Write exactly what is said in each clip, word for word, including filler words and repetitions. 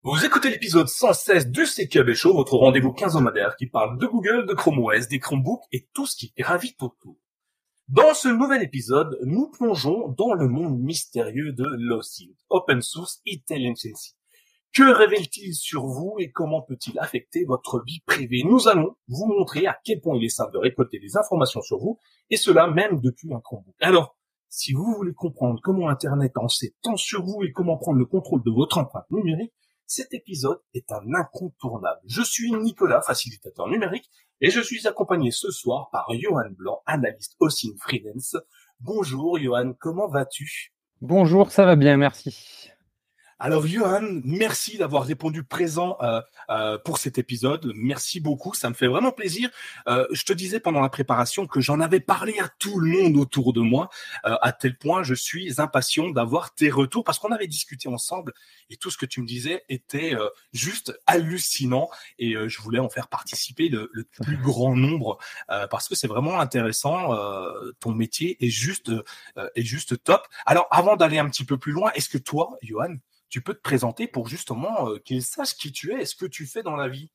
Vous écoutez l'épisode cent seize du C K B Show, votre rendez-vous quinzomadaire qui parle de Google, de Chrome O S, des Chromebooks et tout ce qui gravite autour. Dans ce nouvel épisode, nous plongeons dans le monde mystérieux de l'OSINT, Open Source Intelligence. Que révèle-t-il sur vous et comment peut-il affecter votre vie privée? Nous allons vous montrer à quel point il est simple de récolter des informations sur vous, et cela même depuis un Chromebook. Alors, si vous voulez comprendre comment Internet en sait tant sur vous et comment prendre le contrôle de votre empreinte numérique, cet épisode est un incontournable. Je suis Nicolas, facilitateur numérique, et je suis accompagné ce soir par Johan Blanc, analyste OSINT freelance. Bonjour Johan, comment vas-tu? Bonjour, ça va bien, merci. Alors Johan, merci d'avoir répondu présent euh, euh, pour cet épisode. Merci beaucoup, ça me fait vraiment plaisir. Euh, je te disais pendant la préparation que j'en avais parlé à tout le monde autour de moi, euh, à tel point je suis impatient d'avoir tes retours parce qu'on avait discuté ensemble et tout ce que tu me disais était euh, juste hallucinant et euh, je voulais en faire participer le, le plus grand nombre euh, parce que c'est vraiment intéressant. Euh, ton métier est juste euh, est juste top. Alors avant d'aller un petit peu plus loin, est-ce que toi, Johan, tu peux te présenter pour justement euh, qu'ils sachent qui tu es et ce que tu fais dans la vie?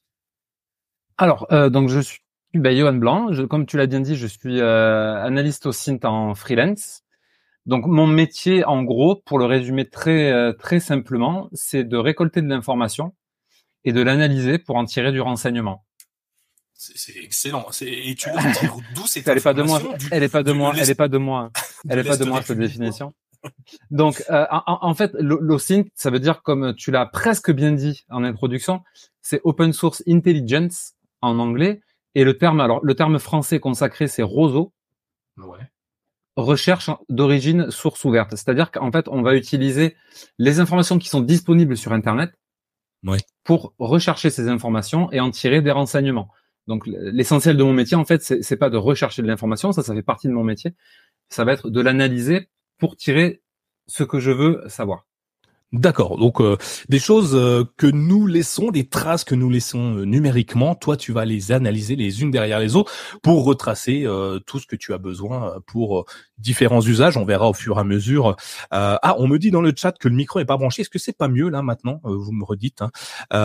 Alors, euh, donc je suis bah, Johan Blanc. Je, comme tu l'as bien dit, je suis euh, analyste OSINT en freelance. Donc mon métier, en gros, pour le résumer très euh, très simplement, c'est de récolter de l'information et de l'analyser pour en tirer du renseignement. C'est, c'est excellent. C'est, et tu la tires d'où cette Elle est pas de moi. information? Du, Elle est pas de du, moi. de Elle est pas de moi. Elle est pas de moi cette définition. Donc, euh, en, en fait, l'OSINT, ça veut dire, comme tu l'as presque bien dit en introduction, c'est Open Source Intelligence en anglais, et le terme, alors le terme français consacré, c'est ROSO, ouais. recherche d'origine source ouverte. C'est-à-dire qu'en fait, on va utiliser les informations qui sont disponibles sur Internet ouais. pour rechercher ces informations et en tirer des renseignements. Donc, l'essentiel de mon métier, en fait, c'est, c'est pas de rechercher de l'information, ça, ça fait partie de mon métier. Ça va être de l'analyser pour tirer ce que je veux savoir. D'accord, donc euh, des choses euh, que nous laissons, des traces que nous laissons euh, numériquement, toi tu vas les analyser les unes derrière les autres pour retracer euh, tout ce que tu as besoin pour euh, différents usages, on verra au fur et à mesure. Euh, ah, on me dit dans le chat que le micro est pas branché, est-ce que c'est pas mieux là maintenant? euh, Vous me redites. Hein.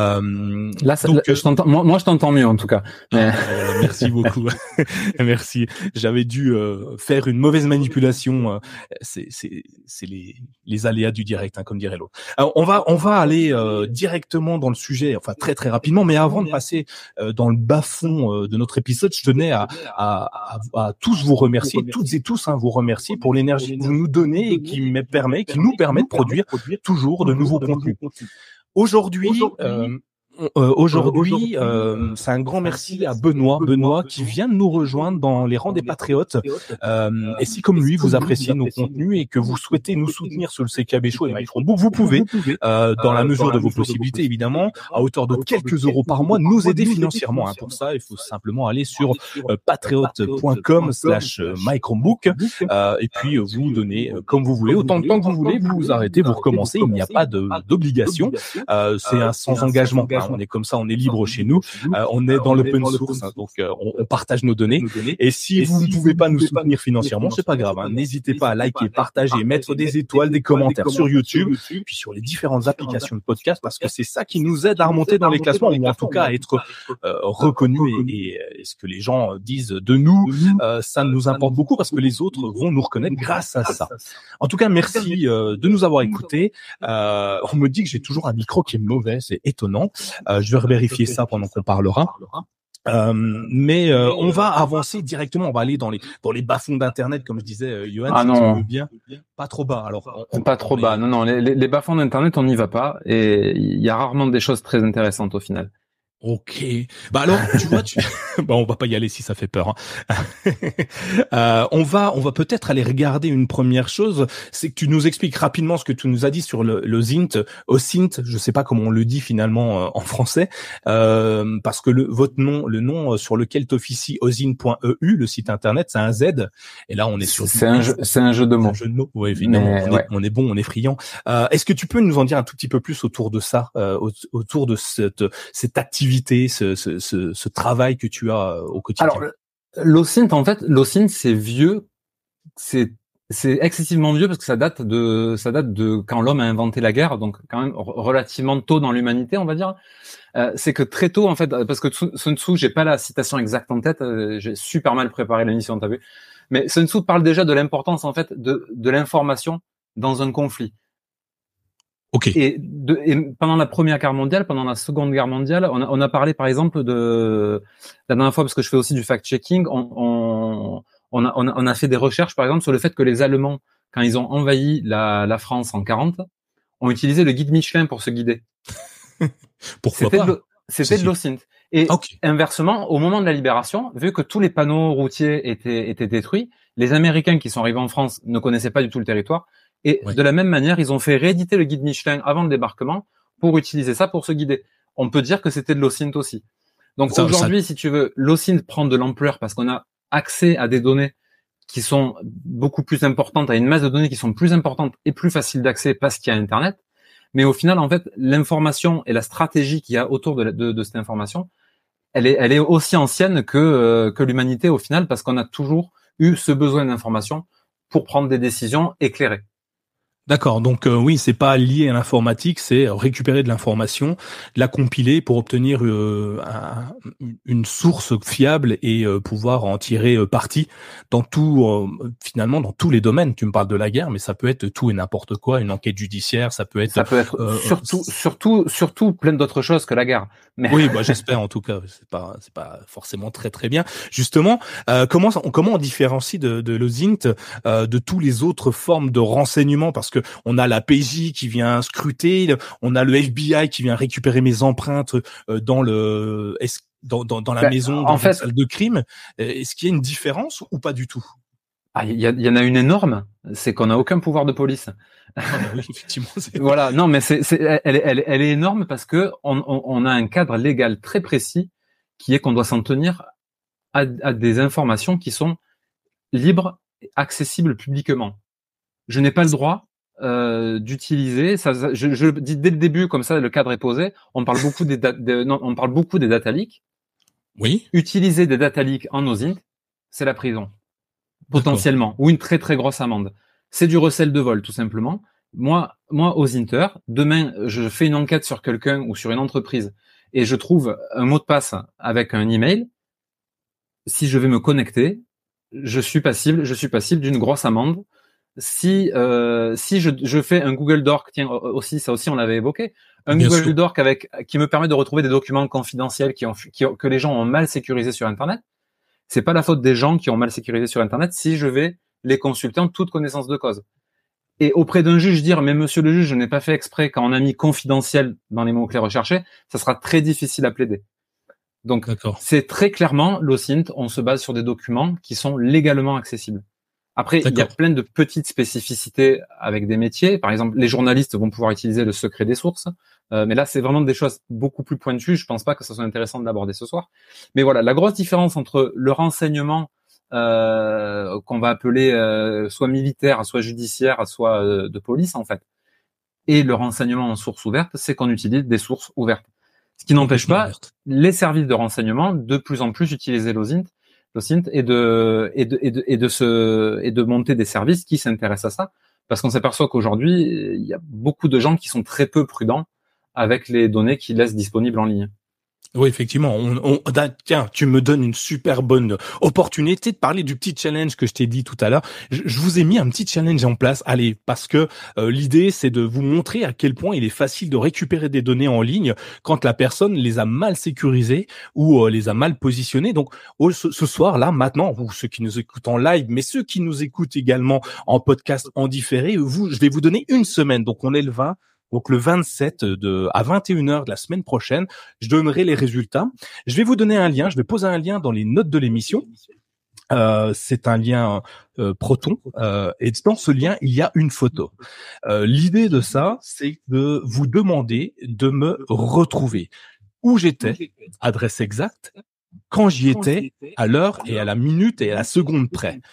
Euh, là, ça, donc, là, je t'entends, moi, moi je t'entends mieux en tout cas. Mais... Ah, voilà, merci beaucoup, merci. J'avais dû euh, faire une mauvaise manipulation, euh, c'est, c'est, c'est les, les aléas du direct, hein, comme dirait l'autre. Alors, on va on va aller euh, directement dans le sujet, enfin très très rapidement, mais avant de passer euh, dans le bas-fond euh, de notre épisode, je tenais à, à, à, à tous vous remercier, toutes et tous, hein, vous remercier pour l'énergie que vous nous donnez et qui me permet, qui nous permet de produire toujours de nouveaux contenus. Aujourd'hui, euh, Euh, aujourd'hui, euh, c'est un grand merci à Benoît, Benoît qui vient de nous rejoindre dans les rangs des patriotes. Euh, et si comme lui, vous appréciez nos contenus et que vous souhaitez nous soutenir sur le C K B Show et MyChromebook, vous pouvez, euh, dans la mesure de vos possibilités évidemment, à hauteur de quelques euros par mois, nous aider financièrement. Hein. Pour ça, il faut simplement aller sur euh, patriote.com slash MyChromebook euh, et puis euh, vous donner euh, comme vous voulez, autant de temps que vous voulez, vous vous arrêtez, vous recommencez. Il n'y a pas de, d'obligation. Euh, c'est un sans engagement. Hein. On est comme ça, on est libre chez nous. Euh, on est dans l'open source, hein, donc euh, on, on partage nos données. Et si vous ne pouvez pas nous soutenir financièrement, c'est pas grave. Hein, n'hésitez pas à liker, partager, mettre des étoiles, des commentaires sur YouTube, puis sur les différentes applications de podcast, parce que c'est ça qui nous aide à remonter dans les classements, ou en tout cas à être euh, reconnus. Et, et, et ce que les gens disent de nous, euh, ça nous importe beaucoup parce que les autres vont nous reconnaître grâce à ça. En tout cas, merci euh, de nous avoir écoutés. Euh, on me dit que j'ai toujours un micro qui est mauvais, c'est étonnant. Euh, je vais vérifier ça pendant qu'on parlera. Euh, mais euh, on va avancer directement. On va aller dans les dans les bas-fonds d'internet, comme je disais, euh, Johan, ah si non. tu veux bien. Pas trop bas. Alors on, pas trop bas. Non, non. Les, les, les bas-fonds d'internet, on n'y va pas. Et il y a rarement des choses très intéressantes au final. Ok. Bah alors, tu vois, tu... bah on va pas y aller si ça fait peur. Hein. euh, on va, on va peut-être aller regarder une première chose, c'est que tu nous expliques rapidement ce que tu nous as dit sur le, le Zint, OSINT. Je sais pas comment on le dit finalement euh, en français, euh, parce que le votre nom, le nom sur lequel t'officie osint point e u, le site internet, c'est un Z. Et là, on est sur. C'est un jeu, c'est un jeu de mots. Un jeu de mots. Oui, évidemment. Mais, on, ouais. est, on est bon, on est friand. Euh, est-ce que tu peux nous en dire un tout petit peu plus autour de ça, euh, autour de cette cette activité? Ce, ce, ce, ce travail que tu as au quotidien. Alors, l'OSINT, en fait, l'OSINT, c'est vieux, c'est c'est excessivement vieux parce que ça date de ça date de quand l'homme a inventé la guerre, donc quand même relativement tôt dans l'humanité, on va dire. Euh, c'est que très tôt, en fait, parce que Sun Tzu, j'ai pas la citation exacte en tête, euh, j'ai super mal préparé l'émission, t'as vu. Mais Sun Tzu parle déjà de l'importance, en fait, de de l'information dans un conflit. Ok. Et, de, et pendant la Première Guerre mondiale, pendant la Seconde Guerre mondiale, on a, on a parlé, par exemple, de la dernière fois, parce que je fais aussi du fact-checking, on, on On a, on, a, on a fait des recherches, par exemple, sur le fait que les Allemands, quand ils ont envahi la, la France en quarante, ont utilisé le guide Michelin pour se guider. Pourquoi c'était pas de C'était de l'O-Synth. Et okay. Inversement, au moment de la libération, vu que tous les panneaux routiers étaient, étaient détruits, les Américains qui sont arrivés en France ne connaissaient pas du tout le territoire. Et oui. De la même manière, ils ont fait rééditer le guide Michelin avant le débarquement pour utiliser ça pour se guider. On peut dire que c'était de l'O-Synth aussi. Donc ça, aujourd'hui, ça... si tu veux, l'O-Synth prend de l'ampleur parce qu'on a accès à des données qui sont beaucoup plus importantes, à une masse de données qui sont plus importantes et plus faciles d'accès parce qu'il y a Internet. Mais au final, en fait, l'information et la stratégie qu'il y a autour de, la, de, de cette information, elle est, elle est aussi ancienne que, euh, que l'humanité au final, parce qu'on a toujours eu ce besoin d'information pour prendre des décisions éclairées. D'accord, donc euh, oui, c'est pas lié à l'informatique, c'est récupérer de l'information, la compiler pour obtenir euh, un, une source fiable et euh, pouvoir en tirer euh, parti dans tout, euh, finalement, dans tous les domaines. Tu me parles de la guerre, mais ça peut être tout et n'importe quoi, une enquête judiciaire, ça peut être. Ça peut être euh, surtout, surtout, surtout plein d'autres choses que la guerre. Mais... Oui, bah j'espère en tout cas. C'est pas, c'est pas forcément très très bien. Justement, euh, comment on comment on différencie de, de l'O-Synth euh, de tous les autres formes de renseignements, parce que on a la P J qui vient scruter, on a le F B I qui vient récupérer mes empreintes dans le dans dans, dans la ben, maison, dans la fait, salle de crime. Est-ce qu'il y a une différence ou pas du tout? Ah, il y, y en a une énorme, c'est qu'on n'a aucun pouvoir de police. Ah bah oui, effectivement. Voilà, non, mais c'est, c'est elle, elle, elle est énorme parce que on, on, on a un cadre légal très précis qui est qu'on doit s'en tenir à, à des informations qui sont libres, accessibles publiquement. Je n'ai pas le droit Euh, d'utiliser ça, ça je, je le dis dès le début, comme ça le cadre est posé. On parle beaucoup des da- de, non, on parle beaucoup des data leaks. Oui. Utiliser des data leaks en O-Synth, c'est la prison potentiellement. D'accord. Ou une très très grosse amende. C'est du recel de vol tout simplement. Moi moi O-Synther, demain je fais une enquête sur quelqu'un ou sur une entreprise et je trouve un mot de passe avec un email. Si je vais me connecter, je suis passible, je suis passible d'une grosse amende. Si euh, si je, je fais un Google Doc, tiens aussi ça aussi on l'avait évoqué, un Bien Google sûr. Doc avec qui me permet de retrouver des documents confidentiels qui ont, qui ont que les gens ont mal sécurisés sur Internet. C'est pas la faute des gens qui ont mal sécurisé sur Internet si je vais les consulter en toute connaissance de cause. Et auprès d'un juge dire mais monsieur le juge, je n'ai pas fait exprès, quand on a mis confidentiel dans les mots-clés recherchés, ça sera très difficile à plaider. Donc D'accord. C'est très clairement l'O-Synth, on se base sur des documents qui sont légalement accessibles. Après, D'accord. Il y a plein de petites spécificités avec des métiers. Par exemple, les journalistes vont pouvoir utiliser le secret des sources. Euh, mais là, c'est vraiment des choses beaucoup plus pointues. Je pense pas que ce soit intéressant de l'aborder ce soir. Mais voilà, la grosse différence entre le renseignement euh, qu'on va appeler euh, soit militaire, soit judiciaire, soit euh, de police, en fait, et le renseignement en source ouverte, c'est qu'on utilise des sources ouvertes. Ce qui n'empêche pas ouverte. Les services de renseignement de plus en plus utiliser l'O-Synth. l'O-Synth et de et de et de et de se et de monter des services qui s'intéressent à ça, parce qu'on s'aperçoit qu'aujourd'hui il y a beaucoup de gens qui sont très peu prudents avec les données qu'ils laissent disponibles en ligne. Oui, effectivement. On, on, tiens, tu me donnes une super bonne opportunité de parler du petit challenge que je t'ai dit tout à l'heure. Je, je vous ai mis un petit challenge en place. Allez, parce que euh, l'idée, c'est de vous montrer à quel point il est facile de récupérer des données en ligne quand la personne les a mal sécurisées ou euh, les a mal positionnées. Donc, oh, ce, ce soir, là, maintenant, vous, ceux qui nous écoutent en live, mais ceux qui nous écoutent également en podcast en différé, vous, je vais vous donner une semaine. Donc, on est le vingt. Donc le vingt-sept de à vingt et une heures de la semaine prochaine, je donnerai les résultats. Je vais vous donner un lien, je vais poser un lien dans les notes de l'émission. Euh, c'est un lien euh, Proton euh, et dans ce lien, il y a une photo. Euh, l'idée de ça, c'est de vous demander de me retrouver où j'étais, adresse exacte, quand j'y étais, à l'heure et à la minute et à la seconde près.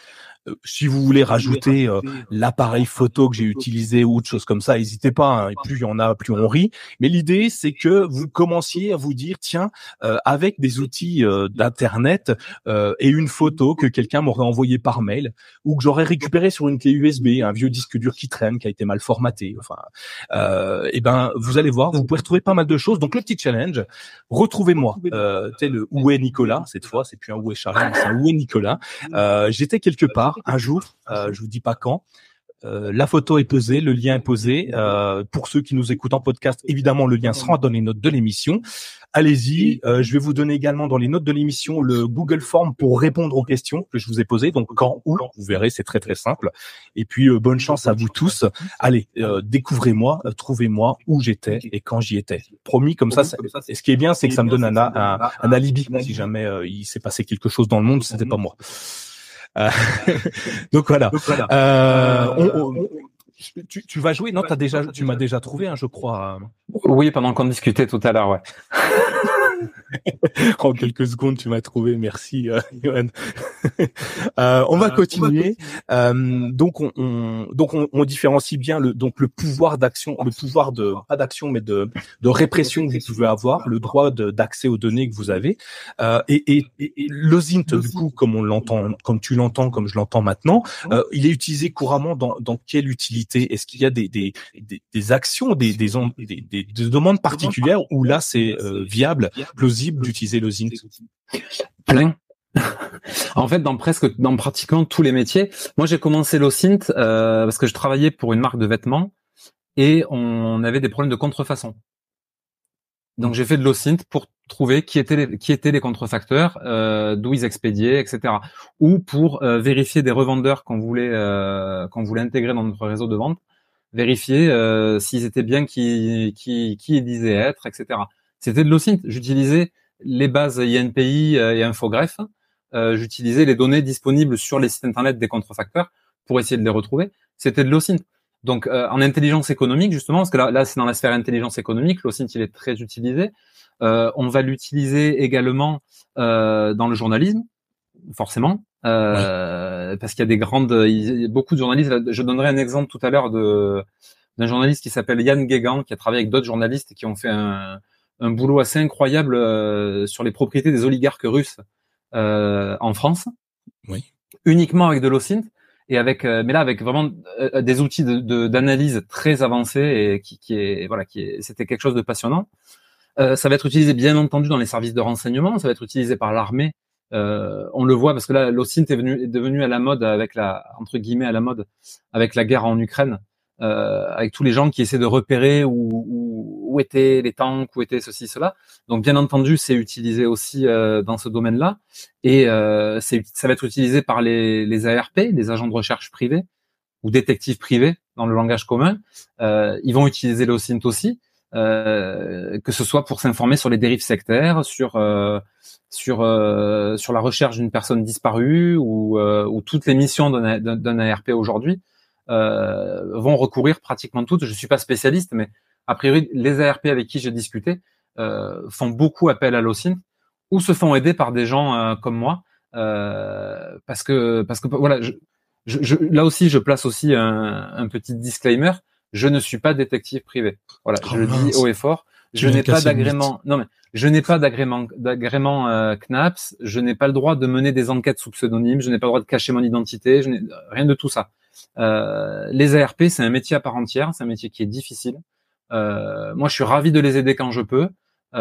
si vous voulez rajouter euh, l'appareil photo que j'ai utilisé ou autre chose comme ça, n'hésitez pas. Hein, et plus il y en a, plus on rit. Mais l'idée, c'est que vous commenciez à vous dire, tiens, euh, avec des outils euh, d'internet euh, et une photo que quelqu'un m'aurait envoyée par mail ou que j'aurais récupéré sur une clé U S B, un vieux disque dur qui traîne, qui a été mal formaté. Enfin, euh, et ben, vous allez voir, vous pouvez retrouver pas mal de choses. Donc le petit challenge, retrouvez-moi. Euh, tu sais, le où est Nicolas cette fois, c'est plus un où est Charlie, mais c'est un où est Nicolas. Euh, j'étais quelque part un jour, euh, je vous dis pas quand. Euh, la photo est posée, le lien est posé. Euh, pour ceux qui nous écoutent en podcast, évidemment, le lien sera dans les notes de l'émission. Allez-y. Euh, je vais vous donner également dans les notes de l'émission le Google Form pour répondre aux questions que je vous ai posées. Donc, quand, où, vous verrez, c'est très, très simple. Et puis, euh, bonne chance à vous tous. Allez, euh, découvrez-moi, euh, trouvez-moi où j'étais et quand j'y étais. Promis, comme ça, ça et ce qui est bien, c'est que ça me donne un, un, un alibi. Si jamais euh, il s'est passé quelque chose dans le monde, c'était pas moi. Euh, donc voilà. Donc, voilà. Euh, on, on, tu, tu vas jouer? Non, t'as déjà, tu m'as déjà trouvé, hein, je crois. Oui, pendant qu'on discutait tout à l'heure, ouais. En quelques secondes, tu m'as trouvé. Merci, euh, Johan. euh, on va continuer. Euh, donc, on, on donc on, on différencie bien le donc le pouvoir d'action, le pouvoir de pas d'action, mais de de répression que vous pouvez avoir, le droit de, d'accès aux données que vous avez, euh, et, et, et l'O S I N T du coup, comme on l'entend, comme tu l'entends, comme je l'entends maintenant, euh, il est utilisé couramment dans dans quelle utilité? Est-ce qu'il y a des des des, des actions, des des, des des des demandes particulières où là c'est euh, viable, plausible d'utiliser l'O S I N T? Plein. En fait, dans presque, dans pratiquement tous les métiers. Moi, j'ai commencé l'O S I N T euh, parce que je travaillais pour une marque de vêtements et on avait des problèmes de contrefaçon. Donc, j'ai fait de l'O S I N T pour trouver qui étaient les, qui étaient les contrefacteurs, euh, d'où ils expédiaient, et cetera. Ou pour euh, vérifier des revendeurs qu'on voulait euh, qu'on voulait intégrer dans notre réseau de vente, vérifier euh, s'ils étaient bien qui qui qui ils disaient être, et cetera. C'était de l'O S I N T. J'utilisais les bases I N P I et Infogreffe. Euh, j'utilisais les données disponibles sur les sites internet des contrefacteurs pour essayer de les retrouver. C'était de l'O S I N T. Donc, euh, en intelligence économique, justement, parce que là, là c'est dans la sphère intelligence économique, l'O S I N T, il est très utilisé. Euh, on va l'utiliser également euh, dans le journalisme, forcément, euh, oui. Parce qu'il y a des grandes, il y a beaucoup de journalistes. Je donnerai un exemple tout à l'heure de d'un journaliste qui s'appelle Yann Guégan, qui a travaillé avec d'autres journalistes et qui ont fait un un boulot assez incroyable euh, sur les propriétés des oligarques russes euh, en France, oui. Uniquement avec de l'O S I N T et avec, euh, mais là avec vraiment euh, des outils de, de, d'analyse très avancés et qui, qui est voilà, qui est, c'était quelque chose de passionnant. Euh, ça va être utilisé bien entendu dans les services de renseignement, ça va être utilisé par l'armée. Euh, on le voit parce que là, l'O S I N T est, venu, est devenu à la mode avec la entre guillemets à la mode avec la guerre en Ukraine. Euh, avec tous les gens qui essaient de repérer où, où, où étaient les tanks, où étaient ceci, cela. Donc, bien entendu, c'est utilisé aussi euh, dans ce domaine-là. Et euh, c'est, ça va être utilisé par les, les A R P, les agents de recherche privés, ou détectives privés, dans le langage commun. Euh, ils vont utiliser l'O S I N T aussi, euh, que ce soit pour s'informer sur les dérives sectaires, sur euh, sur euh, sur la recherche d'une personne disparue, ou, euh, ou toutes les missions d'un, d'un, d'un A R P aujourd'hui. Euh, vont recourir pratiquement toutes. Je suis pas spécialiste, mais a priori, les A R P avec qui j'ai discuté euh, font beaucoup appel à l'O S I N T ou se font aider par des gens euh, comme moi, euh, parce que parce que voilà, je, je, je, là aussi, je place aussi un, un petit disclaimer. Je ne suis pas détective privé. Voilà, oh, je mince. le dis haut et fort. Je n'ai pas d'agrément. Non mais je n'ai pas d'agrément d'agrément euh, C N A P S. Je n'ai pas le droit de mener des enquêtes sous pseudonyme. Je n'ai pas le droit de cacher mon identité. Je n'ai rien de tout ça. Euh, les A R P, c'est un métier à part entière, c'est un métier qui est difficile. Euh, moi, je suis ravi de les aider quand je peux,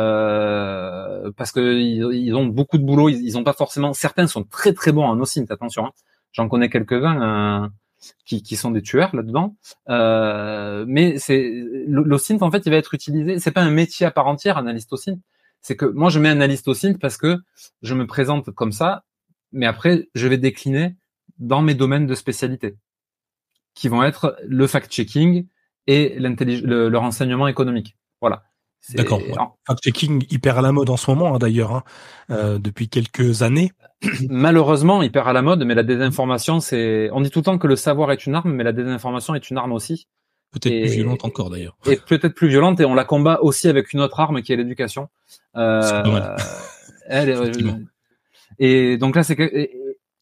euh, parce que ils, ils ont beaucoup de boulot. Ils, ils ont pas forcément. Certains sont très très bons en O S I N T. Attention, hein. J'en connais quelques-uns euh, qui, qui sont des tueurs là-dedans. Euh, mais c'est l'O S I N T en fait, il va être utilisé. C'est pas un métier à part entière, analyste O S I N T. C'est que moi, je mets analyste O S I N T parce que je me présente comme ça, mais après, je vais décliner dans mes domaines de spécialité, qui vont être le fact-checking et le, le renseignement économique. Voilà. C'est... D'accord. Ouais. Fact-checking hyper à la mode en ce moment, hein, d'ailleurs, hein, euh, depuis quelques années. Malheureusement, hyper à la mode, mais la désinformation, c'est... On dit tout le temps que le savoir est une arme, mais la désinformation est une arme aussi. Peut-être et... plus violente encore, d'ailleurs. Et peut-être plus violente, et on la combat aussi avec une autre arme qui est l'éducation. Euh... C'est pas mal. Elle est... Et donc là, c'est que... Et...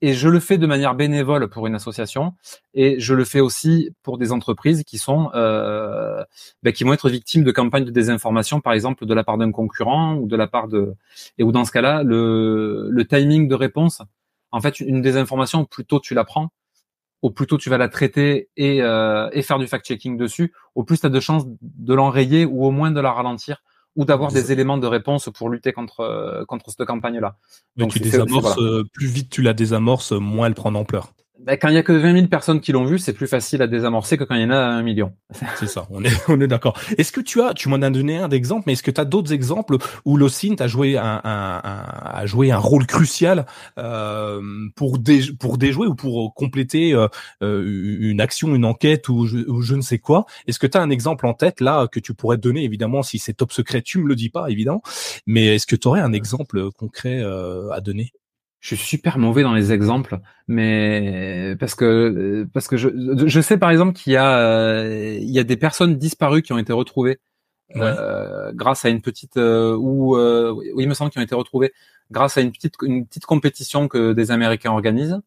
et je le fais de manière bénévole pour une association, et je le fais aussi pour des entreprises qui sont euh, ben, qui vont être victimes de campagnes de désinformation, par exemple de la part d'un concurrent ou de la part de et où dans ce cas-là le le timing de réponse, en fait, une désinformation, plus tôt tu la prends, au plus tôt tu vas la traiter et euh, et faire du fact-checking dessus, au plus tu as de chances de l'enrayer ou au moins de la ralentir, ou d'avoir des éléments de réponse pour lutter contre euh, contre cette campagne-là. Mais Donc tu c'est, désamorces, c'est, voilà. euh, plus vite tu la désamorces, moins elle prend d'ampleur. Ben, quand il y a que vingt mille personnes qui l'ont vu, c'est plus facile à désamorcer que quand il y en a un million. C'est ça, on est on est d'accord. Est-ce que tu as, tu m'en as donné un d'exemple, mais est-ce que tu as d'autres exemples où l'OSINT a joué un, un, un a joué un rôle crucial euh, pour dé, pour déjouer ou pour compléter euh, une action, une enquête ou je, ou je ne sais quoi. Est-ce que tu as un exemple en tête là que tu pourrais te donner? Évidemment, si c'est top secret, tu me le dis pas, évidemment. Mais est-ce que tu aurais un exemple concret euh, à donner? Je suis super mauvais dans les exemples, mais parce que parce que je je sais par exemple qu'il y a euh, il y a des personnes disparues qui ont été retrouvées Ouais. euh, grâce à une petite euh, ou euh, oui il me semble qu'ils ont été retrouvées grâce à une petite une petite compétition que des Américains organisent.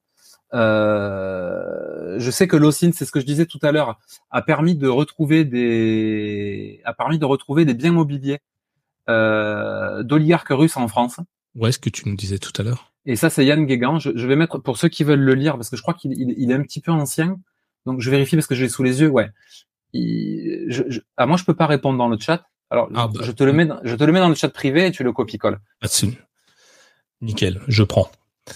Euh, je sais que l'OSINT, c'est ce que je disais tout à l'heure, a permis de retrouver des a permis de retrouver des biens mobiliers euh, d'oligarques russes en France. Ouais, ce que tu nous disais tout à l'heure. Et ça, c'est Yann Guégan. Je, je vais mettre, pour ceux qui veulent le lire, parce que je crois qu'il il, il est un petit peu ancien, donc je vérifie parce que je l'ai sous les yeux. Ouais. Il, je, je, ah, moi, je peux pas répondre dans le chat. Alors, Ah, bah, je te le mets, dans, je te le mets dans le chat privé et tu le copies-colles. Nickel, je prends.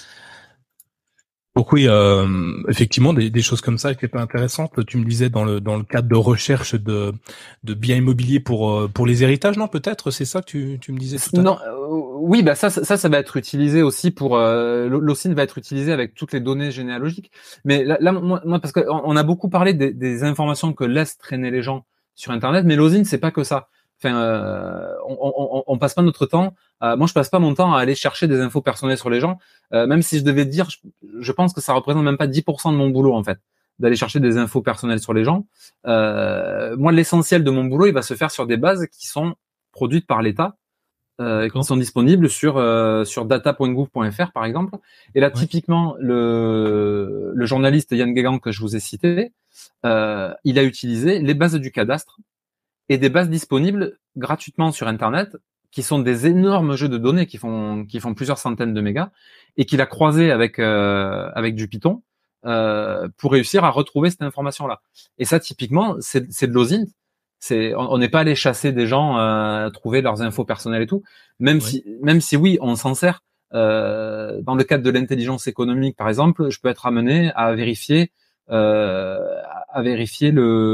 Donc oui, euh, effectivement, des, des choses comme ça qui étaient pas intéressantes. Tu me disais dans le dans le cadre de recherche de de biens immobiliers pour pour les héritages, non? Peut-être, c'est ça que tu tu me disais tout à l'heure. Non, euh, oui, bah ça, ça, ça va être utilisé aussi pour euh, l'OSINT va être utilisé avec toutes les données généalogiques. Mais là, là moi, moi, parce qu'on on a beaucoup parlé des, des informations que laissent traîner les gens sur Internet, mais l'OSINT c'est pas que ça. Enfin, euh, on, on, on passe pas notre temps. Euh, moi, je passe pas mon temps à aller chercher des infos personnelles sur les gens, euh, même si je devais dire, je, je pense que ça représente même pas dix pour cent de mon boulot en fait, d'aller chercher des infos personnelles sur les gens. Euh, moi, l'essentiel de mon boulot, il va se faire sur des bases qui sont produites par l'État, euh, qui sont disponibles sur euh, sur data point gouv point f r par exemple. Et là, ouais. Typiquement, le le journaliste Yann Guégan que je vous ai cité, euh, il a utilisé les bases du cadastre et des bases disponibles gratuitement sur Internet, qui sont des énormes jeux de données qui font qui font plusieurs centaines de mégas, et qu'il a croisé avec euh, avec du Python euh, pour réussir à retrouver cette information-là. Et ça, typiquement, c'est, c'est de l'OSINT. C'est, on n'est pas allé chasser des gens, euh, trouver leurs infos personnelles et tout. Même oui. si, même si oui, on s'en sert. Euh, dans le cadre de l'intelligence économique, par exemple, je peux être amené à vérifier, euh, à vérifier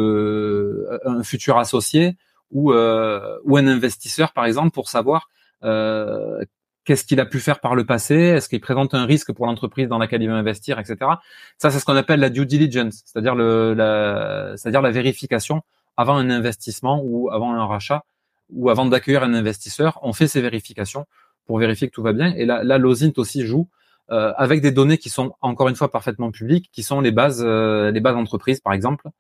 le un futur associé ou euh, ou un investisseur, par exemple, pour savoir euh, qu'est-ce qu'il a pu faire par le passé, est-ce qu'il présente un risque pour l'entreprise dans laquelle il veut investir, et cetera. Ça, c'est ce qu'on appelle la due diligence, c'est-à-dire le, la, c'est-à-dire la vérification avant un investissement ou avant un rachat ou avant d'accueillir un investisseur. On fait ces vérifications pour vérifier que tout va bien. Et là, là l'OSINT aussi joue euh, avec des données qui sont encore une fois parfaitement publiques, qui sont les bases, euh, les bases entreprises, par exemple,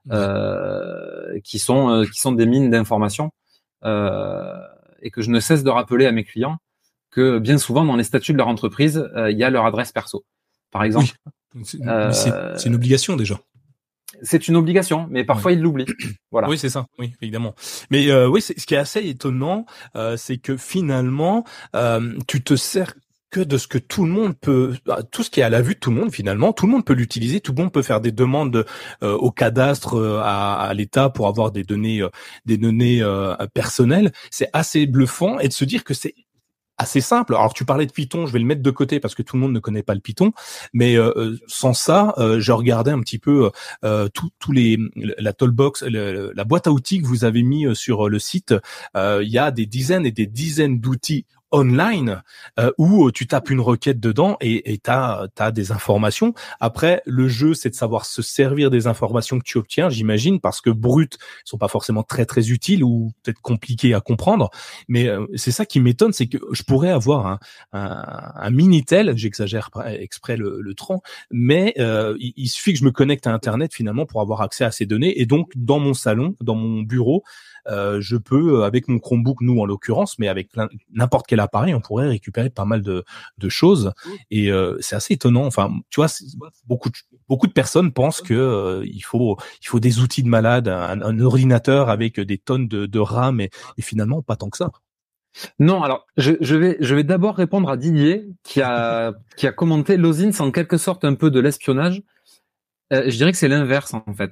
euh, qui sont euh, qui sont des mines d'informations euh, et que je ne cesse de rappeler à mes clients que bien souvent dans les statuts de leur entreprise, euh, il y a leur adresse perso, par exemple. Oui. C'est, euh, c'est, c'est une obligation déjà. C'est une obligation, mais parfois ouais. ils l'oublient. Voilà. Oui, c'est ça. Oui, évidemment. Mais euh, oui, c'est, ce qui est assez étonnant, euh, c'est que finalement, euh, tu te sers que de ce que tout le monde peut, tout ce qui est à la vue de tout le monde finalement, tout le monde peut l'utiliser, tout le monde peut faire des demandes euh, au cadastre, euh, à, à l'État pour avoir des données, euh, des données euh, personnelles. C'est assez bluffant et de se dire que c'est assez simple. Alors tu parlais de Python, je vais le mettre de côté parce que tout le monde ne connaît pas le Python, mais euh, sans ça, euh, je regardais un petit peu euh, tous tous les la toolbox, le, la boîte à outils que vous avez mis sur le site. Euh, il y a des dizaines et des dizaines d'outils online euh, où tu tapes une requête dedans et et t'as t'as des informations. Après, le jeu, c'est de savoir se servir des informations que tu obtiens, j'imagine, parce que brutes sont pas forcément très très utiles ou peut-être compliquées à comprendre. Mais euh, c'est ça qui m'étonne, c'est que je pourrais avoir un un, un minitel, j'exagère exprès le, le tronc, mais euh, il, il suffit que je me connecte à Internet finalement pour avoir accès à ces données. Et donc dans mon salon, dans mon bureau, euh, je peux avec mon Chromebook, nous en l'occurrence, mais avec plein, n'importe quel appareil, on pourrait récupérer pas mal de, de choses. Et euh, c'est assez étonnant. Enfin, tu vois, beaucoup de, beaucoup de personnes pensent que euh, il faut il faut des outils de malade, un, un ordinateur avec des tonnes de, de RAM, et, et finalement pas tant que ça. Non, alors je, je vais je vais d'abord répondre à Didier qui a qui a commenté l'O S I N T, c'est en quelque sorte un peu de l'espionnage. Euh, je dirais que c'est l'inverse en fait.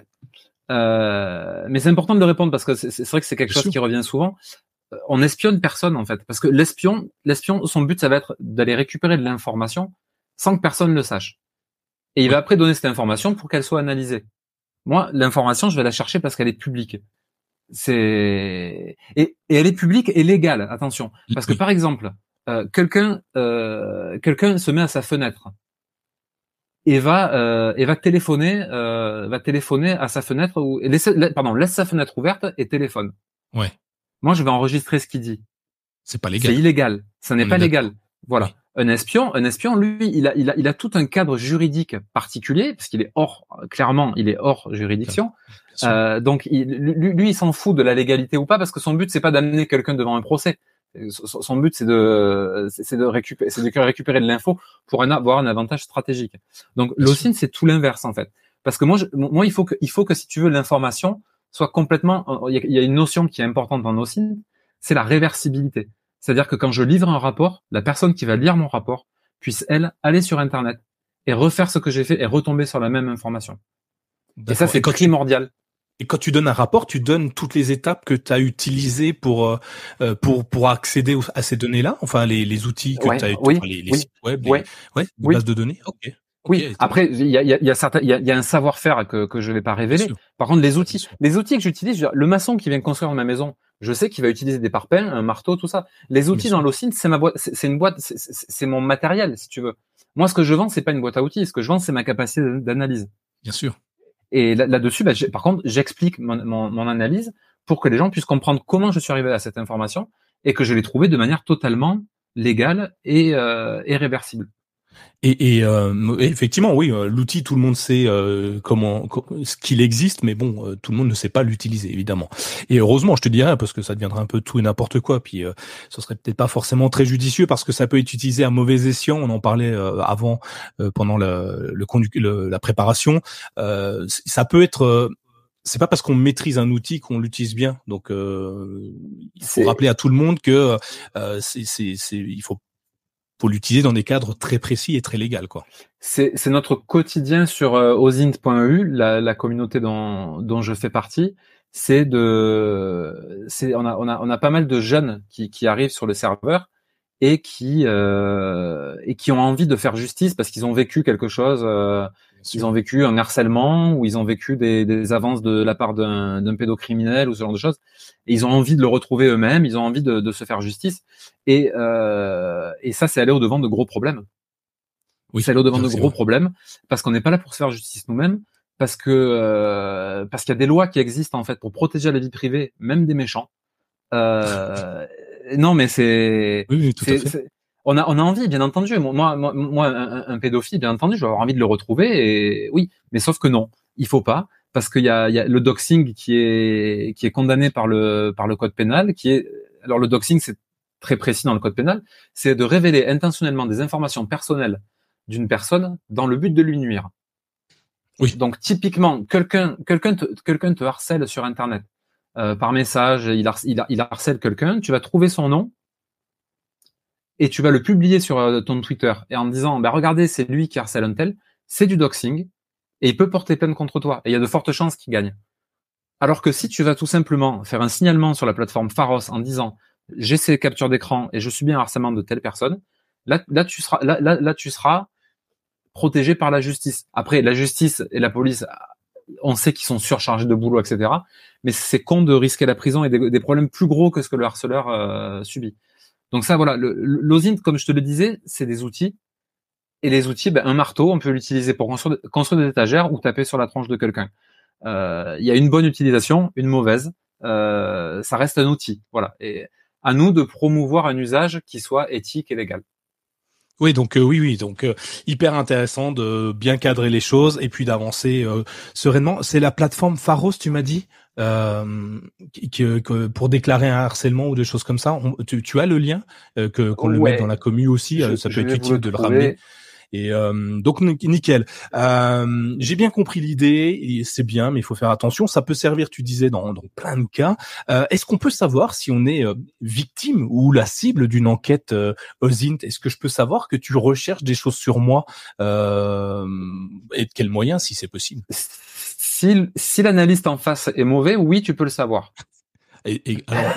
Euh, mais c'est important de le répondre parce que c'est, c'est vrai que c'est quelque Bien chose sûr. qui revient souvent. Euh, On espionne personne en fait parce que l'espion, l'espion, son but ça va être d'aller récupérer de l'information sans que personne le sache. Et il Oui. va après donner cette information pour qu'elle soit analysée. Moi, l'information, je vais la chercher parce qu'elle est publique. C'est et, et elle est publique et légale. Attention, parce que Oui. par exemple, euh, quelqu'un euh, quelqu'un se met à sa fenêtre et va euh, et va téléphoner euh, va téléphoner à sa fenêtre ou laisse, pardon laisse sa fenêtre ouverte et téléphone. Ouais. Moi, je vais enregistrer ce qu'il dit. C'est pas C'est légal. illégal. Ça n'est On pas est légal. d'accord. Voilà. Oui. Un espion, un espion, lui, il a, il a, il a tout un cadre juridique particulier parce qu'il est hors, clairement, il est hors juridiction. Bien sûr. Euh, donc, il, lui, lui, il s'en fout de la légalité ou pas parce que son but, c'est pas d'amener quelqu'un devant un procès. Son, son but, c'est de, c'est de récupérer, c'est de récupérer de l'info pour un, avoir un avantage stratégique. Donc, Bien l'O S sûr. I N T, c'est tout l'inverse en fait. Parce que moi, je, moi, il faut que, il faut que si tu veux l'information soit complètement, il y a, il y a une notion qui est importante dans l'O S I N T, c'est la réversibilité. C'est-à-dire que quand je livre un rapport, la personne qui va lire mon rapport puisse, elle, aller sur Internet et refaire ce que j'ai fait et retomber sur la même information. Et ça, D'accord. c'est quand tu- primordial. Et quand tu donnes un rapport, tu donnes toutes les étapes que tu as utilisées pour euh, pour pour accéder aux- à ces données-là, enfin les les outils que Ouais, tu as, oui, enfin les, les oui, sites web, les ouais, ouais, les oui, bases de données. OK. OK, oui. étonnant. Après, il y a, il y a, il y a certains, il y a, il y a un savoir-faire que que je vais pas Bien révéler. sûr. Par contre, les Bien outils, sûr. les outils que j'utilise, je veux dire, le maçon qui vient construire ma maison, je sais qu'il va utiliser des parpaings, un marteau, tout ça. Les Bien outils sûr. dans l'O S I N T, c'est ma boîte, c'est c'est une boîte, c'est- c'est c'est mon matériel, si tu veux. Moi, ce que je vends, c'est pas une boîte à outils. Ce que je vends, c'est ma capacité d'analyse. Bien sûr. Et là- là-dessus, bah, j'ai- par contre, j'explique mon, mon, mon analyse pour que les gens puissent comprendre comment je suis arrivé à cette information et que je l'ai trouvée de manière totalement légale et, euh, et réversible. Et, et euh, effectivement, oui, euh, l'outil, tout le monde sait euh, comment, co- ce qu'il existe, mais bon, euh, tout le monde ne sait pas l'utiliser, évidemment. Et heureusement, je te dirais, parce que ça deviendrait un peu tout et n'importe quoi, puis euh, ce serait peut-être pas forcément très judicieux, parce que ça peut être utilisé à mauvais escient. On en parlait euh, avant, euh, pendant le, le, condu- le la préparation. Euh, c- ça peut être euh, c'est pas parce qu'on maîtrise un outil qu'on l'utilise bien. Donc, euh, il faut C'est rappeler à tout le monde que euh, c'est, c'est, c'est, il faut faut l'utiliser dans des cadres très précis et très légaux, quoi. c'est c'est notre quotidien sur euh, osint point e u, la, la communauté dont, dont je fais partie. C'est de, c'est on a on a on a pas mal de jeunes qui qui arrivent sur le serveur et qui euh, et qui ont envie de faire justice parce qu'ils ont vécu quelque chose. Euh, Bien ils sûr. ont vécu un harcèlement ou ils ont vécu des, des avances de la part d'un, d'un pédocriminel ou ce genre de choses. Et ils ont envie de le retrouver eux-mêmes. Ils ont envie de, de se faire justice. Et euh, et ça, c'est aller au devant de gros problèmes. C'est Oui, aller au devant ça, de c'est gros vrai. problèmes parce qu'on n'est pas là pour se faire justice nous-mêmes. Parce que euh, parce qu'il y a des lois qui existent en fait pour protéger la vie privée, même des méchants. Euh, non, mais c'est, Oui, oui, tout à c'est, fait. c'est- on a, on a envie, bien entendu. Moi, moi, moi, un, un pédophile, bien entendu, je vais avoir envie de le retrouver. Et oui, mais sauf que non, il faut pas, parce qu'il y a, il y a le doxing qui est, qui est condamné par le, par le code pénal, qui est, alors le doxing, c'est très précis dans le code pénal, c'est de révéler intentionnellement des informations personnelles d'une personne dans le but de lui nuire. Oui. Donc typiquement, quelqu'un, quelqu'un, te, quelqu'un te harcèle sur Internet. Euh, par message, il, har- il, har- il harcèle quelqu'un, tu vas trouver son nom et tu vas le publier sur euh, ton Twitter et en disant, bah regardez, c'est lui qui harcèle un tel, c'est du doxing et il peut porter plainte contre toi et il y a de fortes chances qu'il gagne. Alors que si tu vas tout simplement faire un signalement sur la plateforme Pharos en disant, j'ai ces captures d'écran et je subis un harcèlement de telle personne, là, là tu seras, là, là, là tu seras protégé par la justice. Après, la justice et la police, on sait qu'ils sont surchargés de boulot, et cetera. Mais c'est con de risquer la prison et des, des problèmes plus gros que ce que le harceleur euh, subit. Donc ça, voilà, le, l'O S I N T, comme je te le disais, c'est des outils. Et les outils, ben, un marteau, on peut l'utiliser pour construire, construire des étagères ou taper sur la tronche de quelqu'un. Euh, il y a une bonne utilisation, une mauvaise. Euh, ça reste un outil, voilà. Et à nous de promouvoir un usage qui soit éthique et légal. Oui, donc euh, oui, oui, donc euh, hyper intéressant de bien cadrer les choses et puis d'avancer euh, sereinement. C'est la plateforme Pharos, tu m'as dit, euh, qui- que, que pour déclarer un harcèlement ou des choses comme ça. On- tu, tu as le lien euh, que qu'on le mette dans Ouais, la commu aussi. je, Euh, ça peut je être vais vous le utile de le ramener. trouver. Et euh, donc nic- nickel. Euh, j'ai bien compris l'idée et c'est bien, mais il faut faire attention. Ça peut servir, tu disais, dans, dans plein de cas. Euh, est-ce qu'on peut savoir si on est euh, victime ou la cible d'une enquête euh, OSINT? Est-ce que je peux savoir que tu recherches des choses sur moi euh, et de quels moyens, si c'est possible? Si, si l'analyste en face est mauvais, oui, tu peux le savoir. Et, et alors,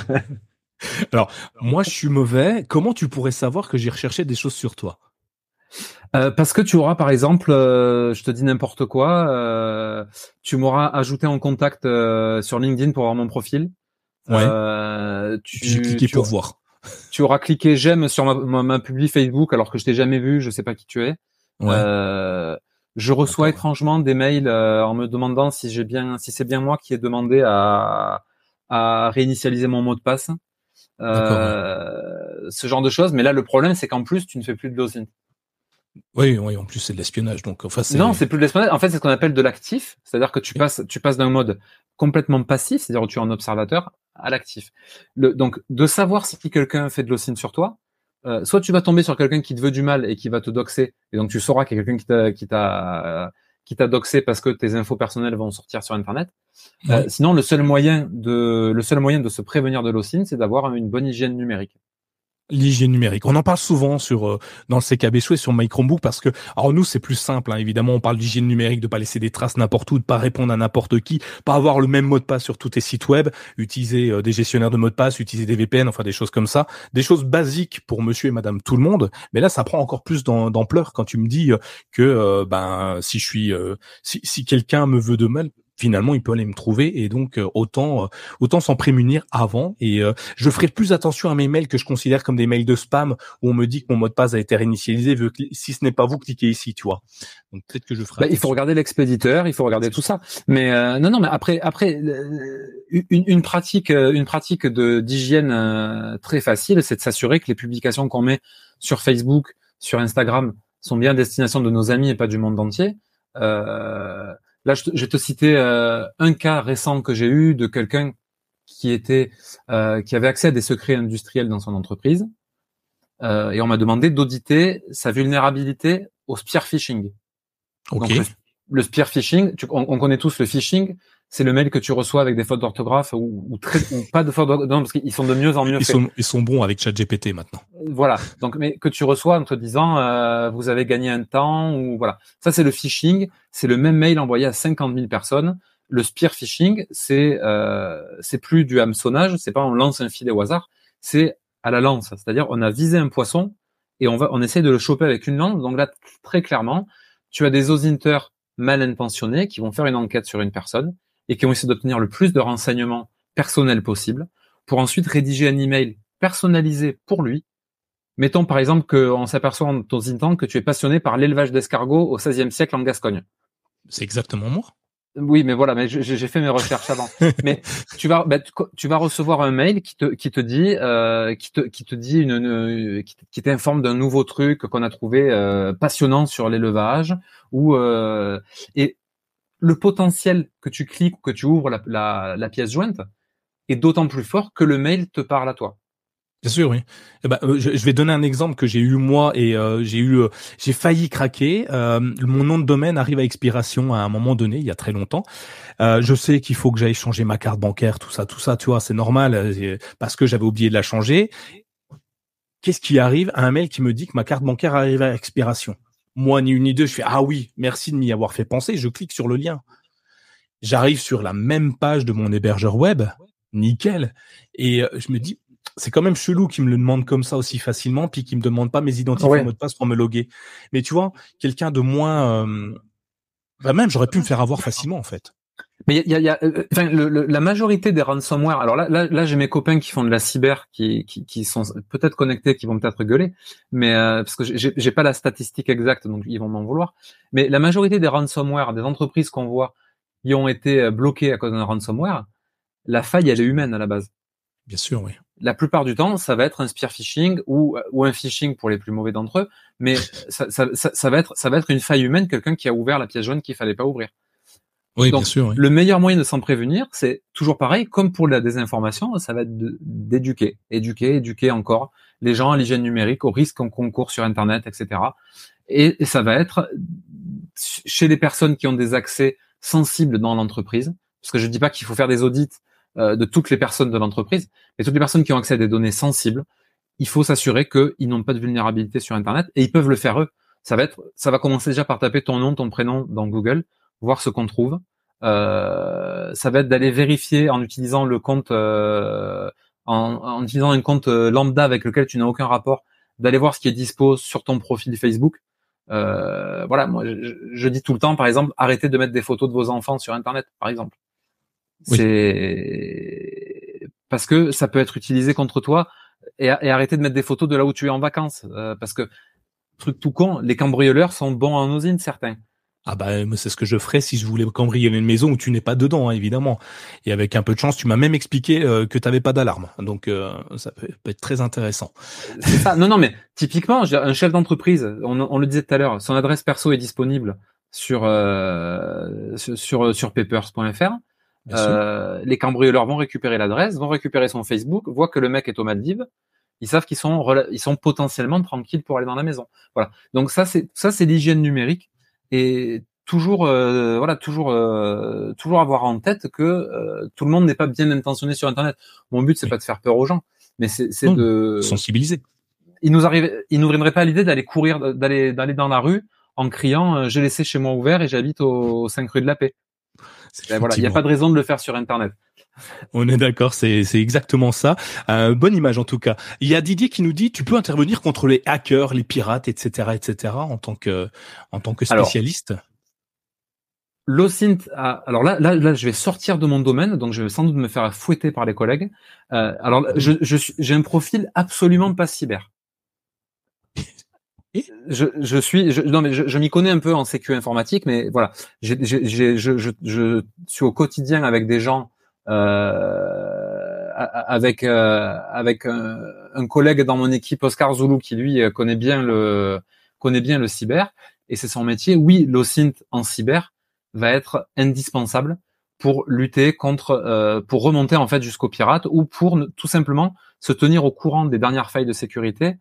alors, moi, je suis mauvais. Comment tu pourrais savoir que j'ai recherché des choses sur toi? Euh, parce que tu auras, par exemple, euh, je te dis n'importe quoi, euh, tu m'auras ajouté en contact euh, sur LinkedIn pour voir mon profil. Ouais. Euh, Et puis j'ai tu, cliqué tu, pour voir. tu auras cliqué j'aime sur ma, ma, ma publi Facebook alors que je t'ai jamais vu, je sais pas qui tu es. Ouais. Euh, je reçois D'accord. étrangement des mails euh, en me demandant si j'ai bien, si c'est bien moi qui ai demandé à, à réinitialiser mon mot de passe. D'accord. Ouais. Euh, ce genre de choses. Mais là, le problème, c'est qu'en plus, tu ne fais plus de login. Oui, oui. En plus, c'est de l'espionnage. Donc, enfin, Non, c'est. c'est plus de l'espionnage. En fait, c'est ce qu'on appelle de l'actif. C'est-à-dire que tu passes, tu passes d'un mode complètement passif, c'est-à-dire où tu es un observateur, à l'actif. Le, donc, de savoir si quelqu'un fait de l'hosting sur toi, euh, soit tu vas tomber sur quelqu'un qui te veut du mal et qui va te doxer, et donc tu sauras qu'il y a quelqu'un qui t'a, qui t'a, euh, qui t'a doxé parce que tes infos personnelles vont sortir sur Internet. Euh, Ouais. sinon, le seul moyen de, le seul moyen de se prévenir de l'hosting, c'est d'avoir une bonne hygiène numérique. L'hygiène numérique. On en parle souvent sur euh, dans le C K B Show et sur My Chromebook parce que alors nous c'est plus simple hein, évidemment on parle d'hygiène numérique, de pas laisser des traces n'importe où, de pas répondre à n'importe qui, pas avoir le même mot de passe sur tous tes sites web, utiliser euh, des gestionnaires de mots de passe, utiliser des V P N, enfin des choses comme ça, des choses basiques pour monsieur et madame tout le monde. Mais là ça prend encore plus d'am- d'ampleur quand tu me dis euh, que euh, ben si je suis euh, si si quelqu'un me veut de mal, finalement il peut aller me trouver et donc euh, autant euh, autant s'en prémunir avant et euh, je ferai plus attention à mes mails que je considère comme des mails de spam où on me dit que mon mot de passe a été réinitialisé, vu que si ce n'est pas vous, cliquez ici, tu vois. Donc peut-être que je ferai Bah, il faut attention. regarder l'expéditeur, il faut regarder tout ça. Mais euh, non, non, mais après, après, euh, une, une pratique, euh, une pratique de d'hygiène euh, très facile, c'est de s'assurer que les publications qu'on met sur Facebook, sur Instagram, sont bien à destination de nos amis et pas du monde entier. Euh, là, je, te- je vais te citer euh, un cas récent que j'ai eu de quelqu'un qui était, euh, qui avait accès à des secrets industriels dans son entreprise, euh, et on m'a demandé d'auditer sa vulnérabilité au spear phishing. Ok. Donc le, le spear phishing, tu, on, on connaît tous le phishing, c'est le mail que tu reçois avec des fautes d'orthographe ou, ou, très, ou pas de fautes d'orthographe, non, parce qu'ils sont de mieux en mieux Ils faits. sont ils sont bons avec ChatGPT maintenant. Voilà. Donc, mais que tu reçois en te disant euh, vous avez gagné un temps ou voilà. Ça c'est le phishing. C'est le même mail envoyé à cinquante mille personnes. Le spear phishing, c'est euh, c'est plus du hameçonnage. C'est pas on lance un filet au hasard. C'est à la lance. C'est-à-dire on a visé un poisson et on va on essaie de le choper avec une lance. Donc là très clairement, tu as des osinteurs mal intentionnés qui vont faire une enquête sur une personne et qui vont essayer d'obtenir le plus de renseignements personnels possible pour ensuite rédiger un email personnalisé pour lui. Mettons par exemple qu'on s'aperçoit en ton intent que tu es passionné par l'élevage d'escargots au seizième siècle en Gascogne. C'est exactement moi. Oui, mais voilà, mais j'ai fait mes recherches avant. Mais tu vas, bah, tu, tu vas recevoir un mail qui te qui te dit euh, qui te qui te dit une, une qui t'informe d'un nouveau truc qu'on a trouvé euh, passionnant sur l'élevage ou euh, et le potentiel que tu cliques ou que tu ouvres la, la, la pièce jointe est d'autant plus fort que le mail te parle à toi. Bien sûr, oui. Eh ben, euh, je, je vais donner un exemple que j'ai eu moi et euh, j'ai eu, euh, j'ai failli craquer. Euh, mon nom de domaine arrive à expiration à un moment donné, il y a très longtemps. Euh, je sais qu'il faut que j'aille changer ma carte bancaire, tout ça, tout ça, tu vois, c'est normal euh, parce que j'avais oublié de la changer. Qu'est-ce qui arrive à un mail qui me dit que ma carte bancaire arrive à expiration? Moi, ni une ni deux, je fais ah oui, merci de m'y avoir fait penser. Je clique sur le lien. J'arrive sur la même page de mon hébergeur web, nickel, et euh, je me dis c'est quand même chelou qu'il me le demande comme ça aussi facilement, puis qu'il me demande pas mes identifiants Ouais. mots de passe pour me loguer. Mais tu vois, quelqu'un de moins, euh, bah même j'aurais pu me faire avoir facilement en fait. Mais il y a, y a, euh, enfin, le, le, la majorité des ransomware. Alors là, là, là, j'ai mes copains qui font de la cyber, qui, qui, qui sont peut-être connectés, qui vont peut-être gueuler, mais euh, parce que j'ai, j'ai pas la statistique exacte, donc ils vont m'en vouloir. Mais la majorité des ransomware, des entreprises qu'on voit, qui ont été bloquées à cause d'un ransomware, la faille, elle est humaine à la base. Bien sûr, oui. la plupart du temps, ça va être un spear phishing ou ou un phishing pour les plus mauvais d'entre eux, mais ça, ça, ça, ça va être ça va être une faille humaine, quelqu'un qui a ouvert la pièce jointe qu'il fallait pas ouvrir. Oui, Donc, bien sûr. Oui. Le meilleur moyen de s'en prévenir, c'est toujours pareil, comme pour la désinformation, ça va être de, d'éduquer, éduquer, éduquer encore les gens à l'hygiène numérique, au risque qu'on concourt sur Internet, et cetera. Et, et ça va être chez les personnes qui ont des accès sensibles dans l'entreprise, parce que je dis pas qu'il faut faire des audits euh, de toutes les personnes de l'entreprise, mais toutes les personnes qui ont accès à des données sensibles, il faut s'assurer qu'ils n'ont pas de vulnérabilité sur Internet, et ils peuvent le faire eux. Ça va être, ça va commencer déjà par taper ton nom, ton prénom dans Google, voir ce qu'on trouve. Euh, ça va être d'aller vérifier en utilisant le compte, euh, en, en utilisant un compte lambda avec lequel tu n'as aucun rapport, d'aller voir ce qui est dispo sur ton profil Facebook. Euh, voilà, moi je, je dis tout le temps, par exemple, arrêtez de mettre des photos de vos enfants sur Internet, par exemple. Oui. C'est parce que ça peut être utilisé contre toi, et, et arrêtez de mettre des photos de là où tu es en vacances, euh, parce que truc tout con, les cambrioleurs sont bons en osine, certains. Ah bah c'est ce que je ferais si je voulais cambrioler une maison où tu n'es pas dedans, hein, évidemment. Et avec un peu de chance, tu m'as même expliqué euh, que tu n'avais pas d'alarme. Donc euh, ça peut, peut être très intéressant. C'est ça. Non, non, mais typiquement, un chef d'entreprise, on, on le disait tout à l'heure, son adresse perso est disponible sur euh, sur sur papers point f r. Euh, les cambrioleurs vont récupérer l'adresse, vont récupérer son Facebook, voient que le mec est aux Maldives. Ils savent qu'ils sont ils sont potentiellement tranquilles pour aller dans la maison. Voilà. Donc ça c'est ça c'est l'hygiène numérique. Et toujours, euh, voilà, toujours, euh, toujours avoir en tête que euh, tout le monde n'est pas bien intentionné sur Internet. Mon but, c'est oui. pas de faire peur aux gens, mais c'est, c'est de sensibiliser. Il nous arrive, il nous viendrait pas à l'idée d'aller courir, d'aller, d'aller dans la rue en criant euh, j'ai laissé chez moi ouvert et j'habite au, au cinq rue de la Paix. Ben voilà, il n'y a pas de raison de le faire sur Internet. On est d'accord, c'est c'est exactement ça. Euh, bonne image en tout cas. Il y a Didier qui nous dit tu peux intervenir contre les hackers, les pirates, et cetera, et cetera en tant que en tant que spécialiste. Alors, l'OSINT a, alors là là là je vais sortir de mon domaine, donc je vais sans doute me faire fouetter par les collègues. Euh, alors je je suis j'ai un profil absolument pas cyber. Je, je suis, je, non mais je, je m'y connais un peu en sécu informatique, mais voilà, j'ai, j'ai, j'ai, je, je, je suis au quotidien avec des gens, euh, avec euh, avec un, un collègue dans mon équipe, Oscar Zoulou, qui lui connaît bien le connaît bien le cyber, et c'est son métier. Oui, l'OSINT en cyber va être indispensable pour lutter contre, euh, pour remonter en fait jusqu'aux pirates, ou pour tout simplement se tenir au courant des dernières failles de sécurité.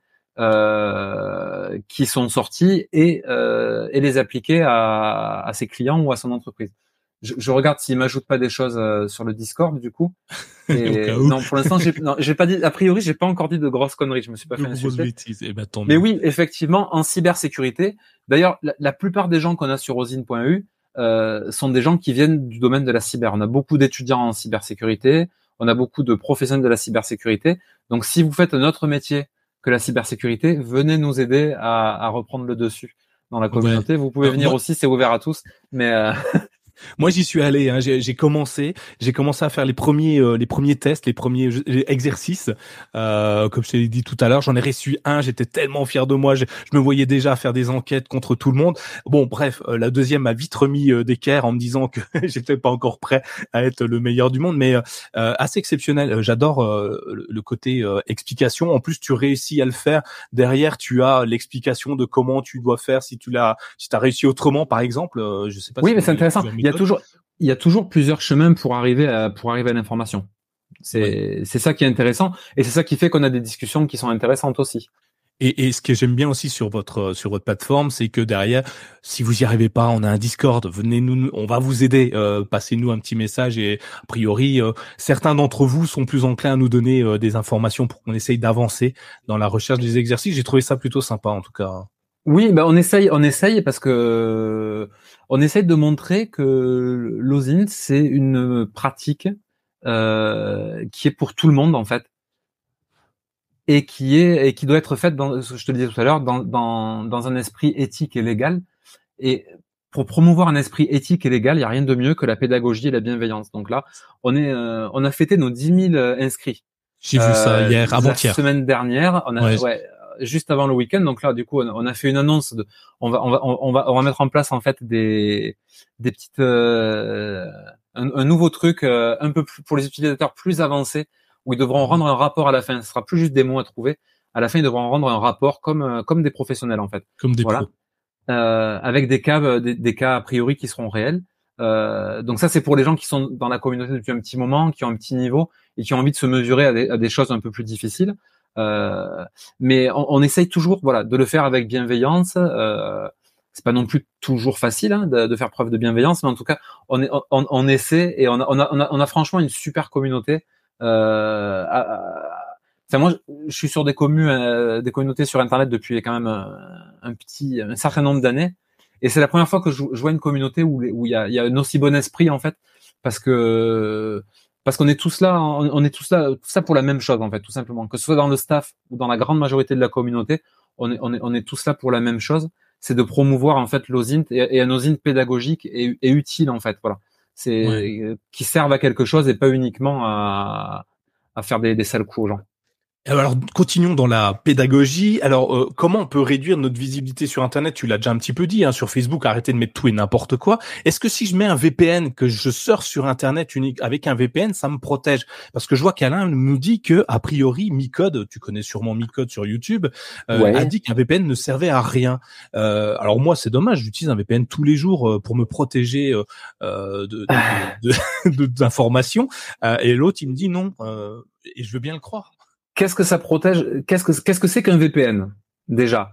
Euh, qui sont sortis et, euh, et les appliquer à, à ses clients ou à son entreprise. Je, je regarde s'il m'ajoute pas des choses euh, sur le Discord du coup. Et non, pour l'instant, j'ai, non, j'ai pas dit. A priori, j'ai pas encore dit de grosses conneries. Je me suis pas fait insulter. Eh ben, tant Mais mieux. oui, effectivement, en cybersécurité. D'ailleurs, la, la plupart des gens qu'on a sur osine point e u euh, sont des gens qui viennent du domaine de la cyber. On a beaucoup d'étudiants en cybersécurité. On a beaucoup de professionnels de la cybersécurité. Donc, si vous faites un autre métier que la cybersécurité, venez nous aider à, à reprendre le dessus dans la communauté. Ouais. Vous pouvez venir moi... aussi, c'est ouvert à tous. Mais euh... moi, j'y suis allé. Hein. J'ai, j'ai commencé, j'ai commencé à faire les premiers, euh, les premiers tests, les premiers exercices. Euh, comme je t'ai dit tout à l'heure, j'en ai reçu un. J'étais tellement fier de moi. Je, je me voyais déjà faire des enquêtes contre tout le monde. Bon, bref, euh, la deuxième m'a vite remis euh, d'équerre en me disant que j'étais pas encore prêt à être le meilleur du monde, mais euh, assez exceptionnel. J'adore euh, le, le côté euh, explication. En plus, tu réussis à le faire. Derrière, tu as l'explication de comment tu dois faire si tu l'as, si t'as réussi autrement, par exemple. Euh, je sais pas. Oui, si mais c'est intéressant. Il y a toujours, il y a toujours plusieurs chemins pour arriver à, pour arriver à l'information. C'est, oui. c'est ça qui est intéressant, et c'est ça qui fait qu'on a des discussions qui sont intéressantes aussi. Et, et ce que j'aime bien aussi sur votre sur votre plateforme, c'est que derrière, si vous y arrivez pas, on a un Discord. Venez nous, on va vous aider. Euh, passez-nous un petit message, et a priori, euh, certains d'entre vous sont plus enclins à nous donner euh, des informations pour qu'on essaye d'avancer dans la recherche des exercices. J'ai trouvé ça plutôt sympa, en tout cas. Oui, bah on essaye, on essaye parce que on essaye de montrer que l'osint c'est une pratique euh, qui est pour tout le monde en fait, et qui est et qui doit être faite dans, je te le disais tout à l'heure, dans dans dans un esprit éthique et légal. Et pour promouvoir un esprit éthique et légal, il y a rien de mieux que la pédagogie et la bienveillance. Donc là, on est euh, on a fêté nos dix mille inscrits. J'ai euh, vu ça hier, avant-hier. La semaine dernière, on a ouais. ouais. juste avant le week-end. Donc là, du coup, on a fait une annonce de, on va, on va, on va, on va mettre en place en fait des, des petites, euh, un, un nouveau truc euh, un peu plus pour les utilisateurs plus avancés, où ils devront rendre un rapport à la fin. Ce sera plus juste des mots à trouver. À la fin, ils devront rendre un rapport comme euh, comme des professionnels en fait. Comme des voilà. pros. Euh, avec des cas des, des cas a priori qui seront réels. Euh, donc ça, c'est pour les gens qui sont dans la communauté depuis un petit moment, qui ont un petit niveau et qui ont envie de se mesurer à des, à des choses un peu plus difficiles. Euh, mais on, on essaye toujours, voilà, de le faire avec bienveillance. Euh, c'est pas non plus toujours facile hein, de, de faire preuve de bienveillance, mais en tout cas, on, est, on, on essaie et on a, on a, on a, on a franchement une super communauté. Euh, à, à, Enfin, moi, je suis sur des communes, euh, des communautés sur Internet depuis quand même un, un petit, un certain nombre d'années. Et c'est la première fois que je, je vois une communauté où où il y a, il y a un aussi bon esprit en fait, parce que parce qu'on est tous là, on, on est tous là, tout ça pour la même chose en fait, tout simplement. Que ce soit dans le staff ou dans la grande majorité de la communauté, on est on est on est tous là pour la même chose. C'est de promouvoir en fait l'OSINT et, et un OSINT pédagogique et, et utile en fait. Voilà, c'est ouais. Qui servent à quelque chose et pas uniquement à à faire des, des sales coups aux gens. Alors, continuons dans la pédagogie. Alors, euh, comment on peut réduire notre visibilité sur Internet? Tu l'as déjà un petit peu dit, hein, sur Facebook, arrêtez de mettre tout et n'importe quoi. Est-ce que si je mets un V P N, que je surfe sur Internet unique avec un V P N, ça me protège? Parce que je vois qu'Alain nous dit que, a priori, Micode, tu connais sûrement Micode sur YouTube, euh, ouais. a dit qu'un V P N ne servait à rien. Euh, alors moi, c'est dommage, j'utilise un V P N tous les jours pour me protéger euh, de, de, de, de, d'informations. Euh, et l'autre, il me dit non, euh, et je veux bien le croire. Qu'est-ce que ça protège? Qu'est-ce que qu'est-ce que c'est qu'un V P N déjà?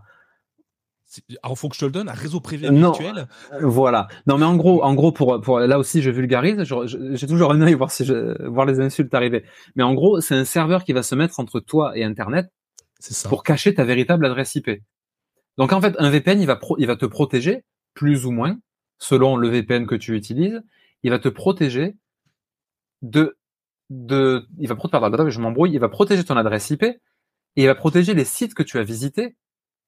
Alors faut que je te le donne, un réseau privé non, virtuel. Voilà. Non mais en gros, en gros pour pour là aussi je vulgarise. Je, je, j'ai toujours un œil voir si je voir les insultes arriver. Mais en gros, c'est un serveur qui va se mettre entre toi et Internet c'est ça. Pour cacher ta véritable adresse I P. Donc en fait, un V P N, il va pro, il va te protéger plus ou moins selon le V P N que tu utilises. Il va te protéger de de, il va protéger, pardon, je m'embrouille, il va protéger ton adresse I P et il va protéger les sites que tu as visités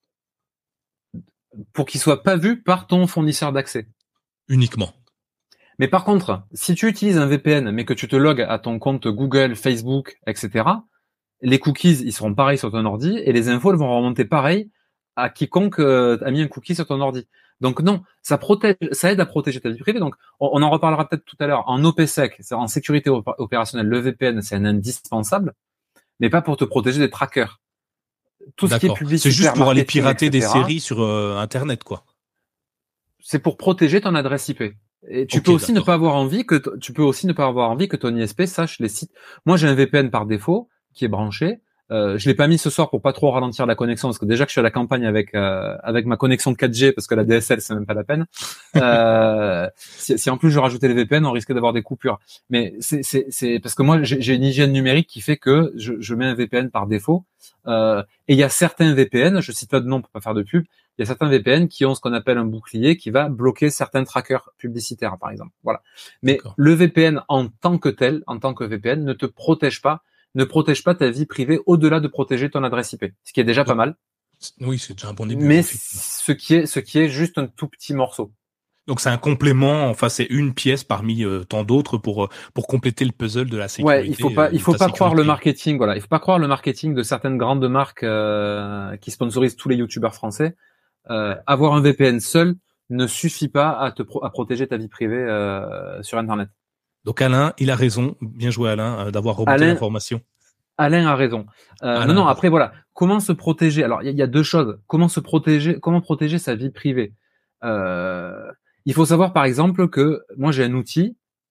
pour qu'ils soient pas vus par ton fournisseur d'accès. Uniquement. Mais par contre, si tu utilises un V P N mais que tu te logs à ton compte Google, Facebook, et cetera, les cookies, ils seront pareils sur ton ordi et les infos elles vont remonter pareil à quiconque euh, a mis un cookie sur ton ordi. Donc non, ça protège, ça aide à protéger ta vie privée. Donc on, on en reparlera peut-être tout à l'heure. En O P S E C, c'est-à-dire en sécurité op- opérationnelle, le V P N c'est un indispensable, mais pas pour te protéger des trackers. Tout D'accord. Ce qui est publicitaire, c'est juste pour aller pirater et cetera, des séries sur euh, Internet, quoi. C'est pour protéger ton adresse I P. Et tu okay, peux aussi d'accord. ne pas avoir envie que t- tu peux aussi ne pas avoir envie que ton I S P sache les sites. Moi, j'ai un V P N par défaut qui est branché. Euh, je l'ai pas mis ce soir pour pas trop ralentir la connexion parce que déjà que je suis à la campagne avec euh, avec ma connexion quatre G parce que la D S L c'est même pas la peine. Euh, si, si en plus je rajoutais les V P N, on risquait d'avoir des coupures. Mais c'est c'est c'est parce que moi j'ai, j'ai une hygiène numérique qui fait que je, je mets un V P N par défaut. Euh, et il y a certains V P N, je cite pas de nom pour pas faire de pub, il y a certains V P N qui ont ce qu'on appelle un bouclier qui va bloquer certains trackers publicitaires par exemple. Voilà. Mais d'accord. Le V P N en tant que tel, en tant que V P N, ne te protège pas. Ne protège pas ta vie privée au-delà de protéger ton adresse I P, ce qui est déjà ouais. pas mal. Oui, c'est déjà un bon début. Mais ce qui est, ce qui est juste un tout petit morceau. Donc c'est un complément, enfin c'est une pièce parmi euh, tant d'autres pour pour compléter le puzzle de la sécurité. Ouais, il faut pas, il faut pas croire le marketing, voilà, il faut pas croire le marketing de certaines grandes marques euh, qui sponsorisent tous les youtubeurs français. Euh, avoir un V P N seul ne suffit pas à te pro- à protéger ta vie privée euh, sur Internet. Donc Alain, il a raison, bien joué Alain, euh, d'avoir remonté Alain, l'information. Alain a raison. Euh, Alain, non, non. Après voilà, comment se protéger? Alors il y, y a deux choses. Comment se protéger? Comment protéger sa vie privée? euh, Il faut savoir par exemple que moi j'ai un outil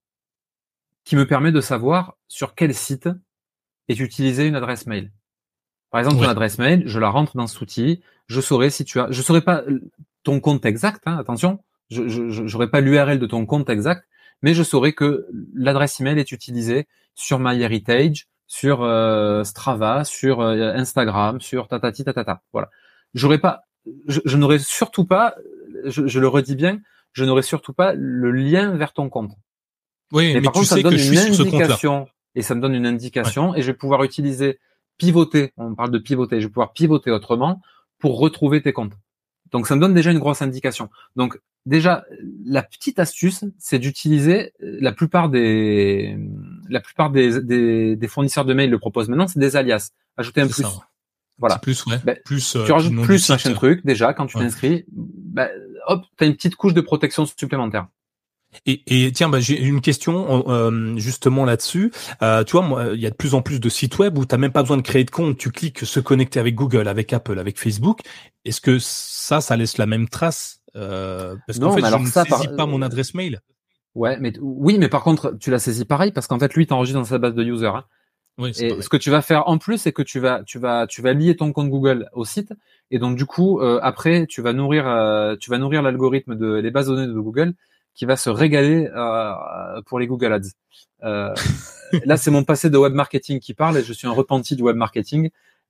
qui me permet de savoir sur quel site est utilisée une adresse mail. Par exemple, ouais. Ton adresse mail, je la rentre dans cet outil. Je saurai si tu as, je saurai pas ton compte exact. Hein, attention, je, je, j'aurai pas l'U R L de ton compte exact. Mais je saurai que l'adresse email est utilisée sur MyHeritage, sur euh, Strava, sur euh, Instagram, sur tatati tatata. Voilà. J'aurais pas, je, je n'aurais surtout pas, je, je le redis bien, je n'aurais surtout pas le lien vers ton compte. Oui, mais, mais par tu contre, sais ça me donne que je suis une sur ce indication, compte-là. Et ça me donne une indication, ouais. Et je vais pouvoir utiliser pivoter. On parle de pivoter. Je vais pouvoir pivoter autrement pour retrouver tes comptes. Donc, ça me donne déjà une grosse indication. Donc, déjà, la petite astuce, c'est d'utiliser la plupart des, la plupart des, des, des fournisseurs de mails le proposent maintenant, c'est des alias. Ajouter un c'est plus. Ça, ouais. Voilà. Plus, ouais. Ben, plus, tu euh, rajoutes plus machin truc, déjà, quand tu ouais. t'inscris, ben, hop, t'as une petite couche de protection supplémentaire. Et, et tiens, bah, j'ai une question euh, justement là-dessus. Euh, tu vois, moi, il y a de plus en plus de sites web où tu n'as même pas besoin de créer de compte. Tu cliques se connecter avec Google, avec Apple, avec Facebook. Est-ce que ça, ça laisse la même trace euh, Parce qu'en Non, fait, mais je alors ne ça, saisis par... pas mon adresse mail. ouais, mais oui, mais par contre, tu l'as saisi pareil parce qu'en fait, lui, t'enregistre dans sa base de user. Hein. Oui, c'est Et pareil. ce que tu vas faire en plus, c'est que tu vas, tu vas, tu vas lier ton compte Google au site. Et donc, du coup, euh, après, tu vas nourrir, euh, tu vas nourrir l'algorithme de les bases de données de Google qui va se régaler euh, pour les Google Ads. Euh, là, c'est mon passé de web marketing qui parle et je suis un repenti du web marketing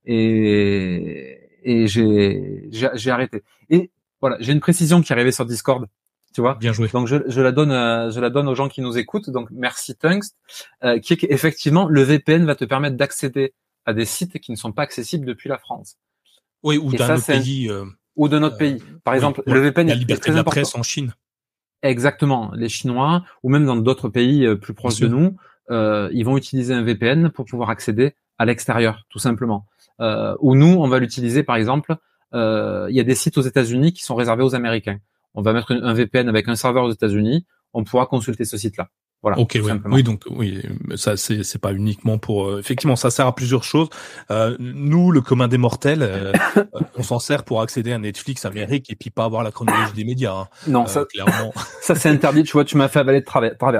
et, et j'ai, j'ai, j'ai arrêté. Et voilà, j'ai une précision qui est arrivée sur Discord, tu vois. Bien joué. Donc je, je la donne, euh, je la donne aux gens qui nous écoutent. Donc merci Tungst, euh, qui est qu'effectivement le V P N va te permettre d'accéder à des sites qui ne sont pas accessibles depuis la France. Oui, ou Et d'un ça, autre c'est un... pays. Euh, ou de notre euh, pays. Par oui, exemple, ouais. le V P N La est, est liberté très de la important. presse en Chine. Exactement, les Chinois ou même dans d'autres pays euh, plus proches de nous, euh, ils vont utiliser un V P N pour pouvoir accéder à l'extérieur, tout simplement. Euh, ou nous, on va l'utiliser, par exemple, euh, il y a des sites aux États-Unis qui sont réservés aux Américains. On va mettre un V P N avec un serveur aux États-Unis, on pourra consulter ce site-là. Voilà, Ok, tout oui, simplement. oui, donc oui, ça c'est c'est pas uniquement pour. Euh, effectivement, ça sert à plusieurs choses. Euh, nous, le commun des mortels, euh, on s'en sert pour accéder à Netflix Amérique et puis pas avoir la chronologie des médias. Hein. Non, euh, ça, clairement, ça c'est interdit. Tu vois, tu m'as fait avaler de travers. travers.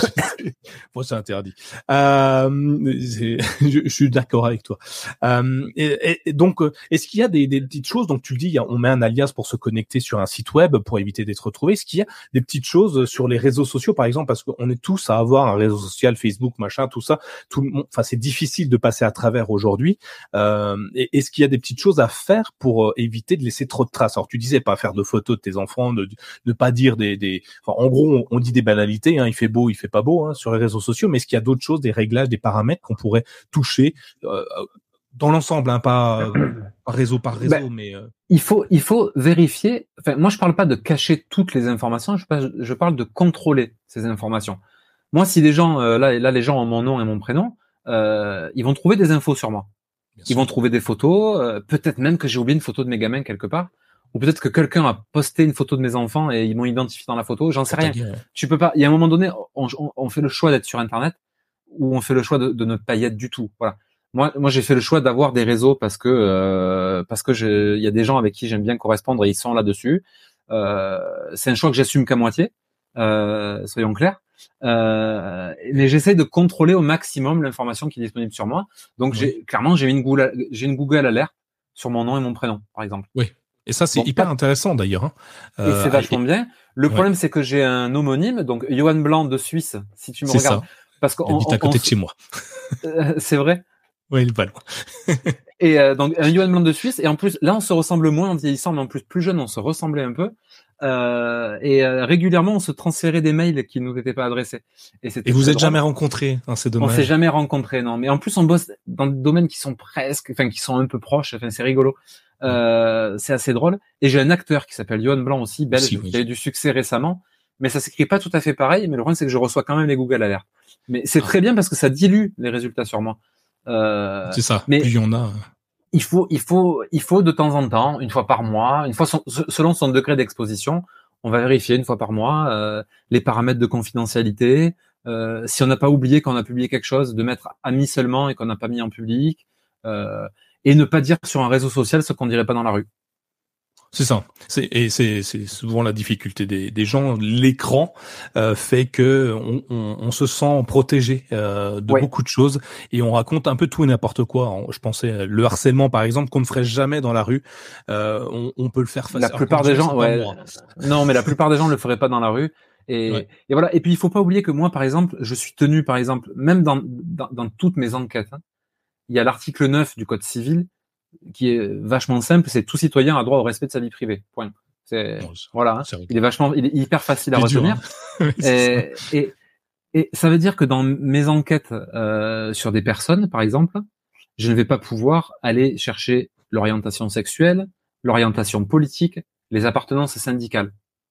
moi c'est interdit. Euh, c'est- je, je suis d'accord avec toi. Euh, et, et donc, est-ce qu'il y a des, des petites choses? Donc, tu le dis, il y a- on met un alias pour se connecter sur un site web pour éviter d'être retrouvé. Est-ce qu'il y a des petites choses sur les réseaux sociaux, par exemple, parce qu'on est tous à avoir un réseau social, Facebook, machin, tout ça. Tout le monde, enfin, c'est difficile de passer à travers aujourd'hui. Euh, et, est-ce qu'il y a des petites choses à faire pour euh, éviter de laisser trop de traces? Alors, tu disais pas faire de photos de tes enfants, de ne pas dire des, des, enfin, en gros, on, on dit des banalités. Hein, il fait beau, il fait pas beau hein, sur les réseaux sociaux. Mais est-ce qu'il y a d'autres choses, des réglages, des paramètres qu'on pourrait toucher euh, dans l'ensemble, hein, pas, pas réseau par réseau, Ben, mais euh... il faut, il faut vérifier. Enfin, moi, je parle pas de cacher toutes les informations. Je parle, je parle de contrôler ces informations. Moi, si les gens, euh, là, là, les gens ont mon nom et mon prénom, euh, ils vont trouver des infos sur moi. Bien Ils sûr. vont trouver des photos. Euh, peut-être même que j'ai oublié une photo de mes gamins quelque part, ou peut-être que quelqu'un a posté une photo de mes enfants et ils m'ont identifié dans la photo. J'en sais rien. Taguer, Tu peux pas. Il y a un moment donné, on, on, on fait le choix d'être sur Internet ou on fait le choix de, de ne pas y être du tout. Voilà. Moi, moi, j'ai fait le choix d'avoir des réseaux parce que euh, parce que il y a des gens avec qui j'aime bien correspondre et ils sont là-dessus. Euh, c'est un choix que j'assume qu'à moitié. Euh, soyons clairs. Euh, mais j'essaie de contrôler au maximum l'information qui est disponible sur moi. Donc, oui. j'ai clairement j'ai une Google, j'ai une Google Alert sur mon nom et mon prénom, par exemple. Oui. Et ça, c'est bon, hyper pas... intéressant d'ailleurs. Hein. Euh, et c'est vachement et... bien. Le ouais. problème, c'est que j'ai un homonyme, donc Johan Blanc de Suisse, si tu me c'est regardes. Ça. Parce qu'on il habite à côté on... de chez moi. euh, c'est vrai. Oui, il est pas loin. et euh, donc un Johan Blanc de Suisse. Et en plus, là, on se ressemble moins en vieillissant, mais en plus plus jeune, on se ressemblait un peu. Euh, et euh, régulièrement, on se transférait des mails qui nous étaient pas adressés. Et, et vous êtes drôle. Jamais rencontrés, hein, c'est dommage. On s'est jamais rencontrés, non. Mais en plus, on bosse dans des domaines qui sont presque, enfin, qui sont un peu proches. Enfin, c'est rigolo. Euh, c'est assez drôle. Et j'ai un acteur qui s'appelle Johan Blanc aussi, belge, si, oui. qui a eu du succès récemment. Mais ça s'écrit pas tout à fait pareil. Mais le problème, c'est que je reçois quand même les Google Alerts. Mais c'est ah. très bien parce que ça dilue les résultats sur moi. Euh, c'est ça. Mais plus il y en a. Il faut, il faut, il faut de temps en temps, une fois par mois, une fois son, selon son degré d'exposition, on va vérifier une fois par mois euh, les paramètres de confidentialité. Euh, si on n'a pas oublié qu'on a publié quelque chose, de mettre amis seulement et qu'on n'a pas mis en public, euh, et ne pas dire sur un réseau social ce qu'on dirait pas dans la rue. C'est ça. C'est, et c'est, c'est souvent la difficulté des, des gens. L'écran euh, fait que on, on, on se sent protégé euh, de ouais. beaucoup de choses et on raconte un peu tout et n'importe quoi. Je pensais le harcèlement, par exemple, qu'on ne ferait jamais dans la rue. Euh, on, on peut le faire face. La plupart des gens, ouais. Non, mais la plupart des gens ne le feraient pas dans la rue. Et, ouais. et voilà. Et puis il faut pas oublier que moi, par exemple, je suis tenu, par exemple, même dans dans, dans toutes mes enquêtes, hein, il y a l'article neuf du Code civil qui est vachement simple, c'est tout citoyen a droit au respect de sa vie privée. Point. C'est non, voilà, hein. Il est vachement, il est hyper facile à c'est retenir. Dur, hein. et, et et ça veut dire que dans mes enquêtes euh, sur des personnes, par exemple, je ne vais pas pouvoir aller chercher l'orientation sexuelle, l'orientation politique, les appartenances syndicales.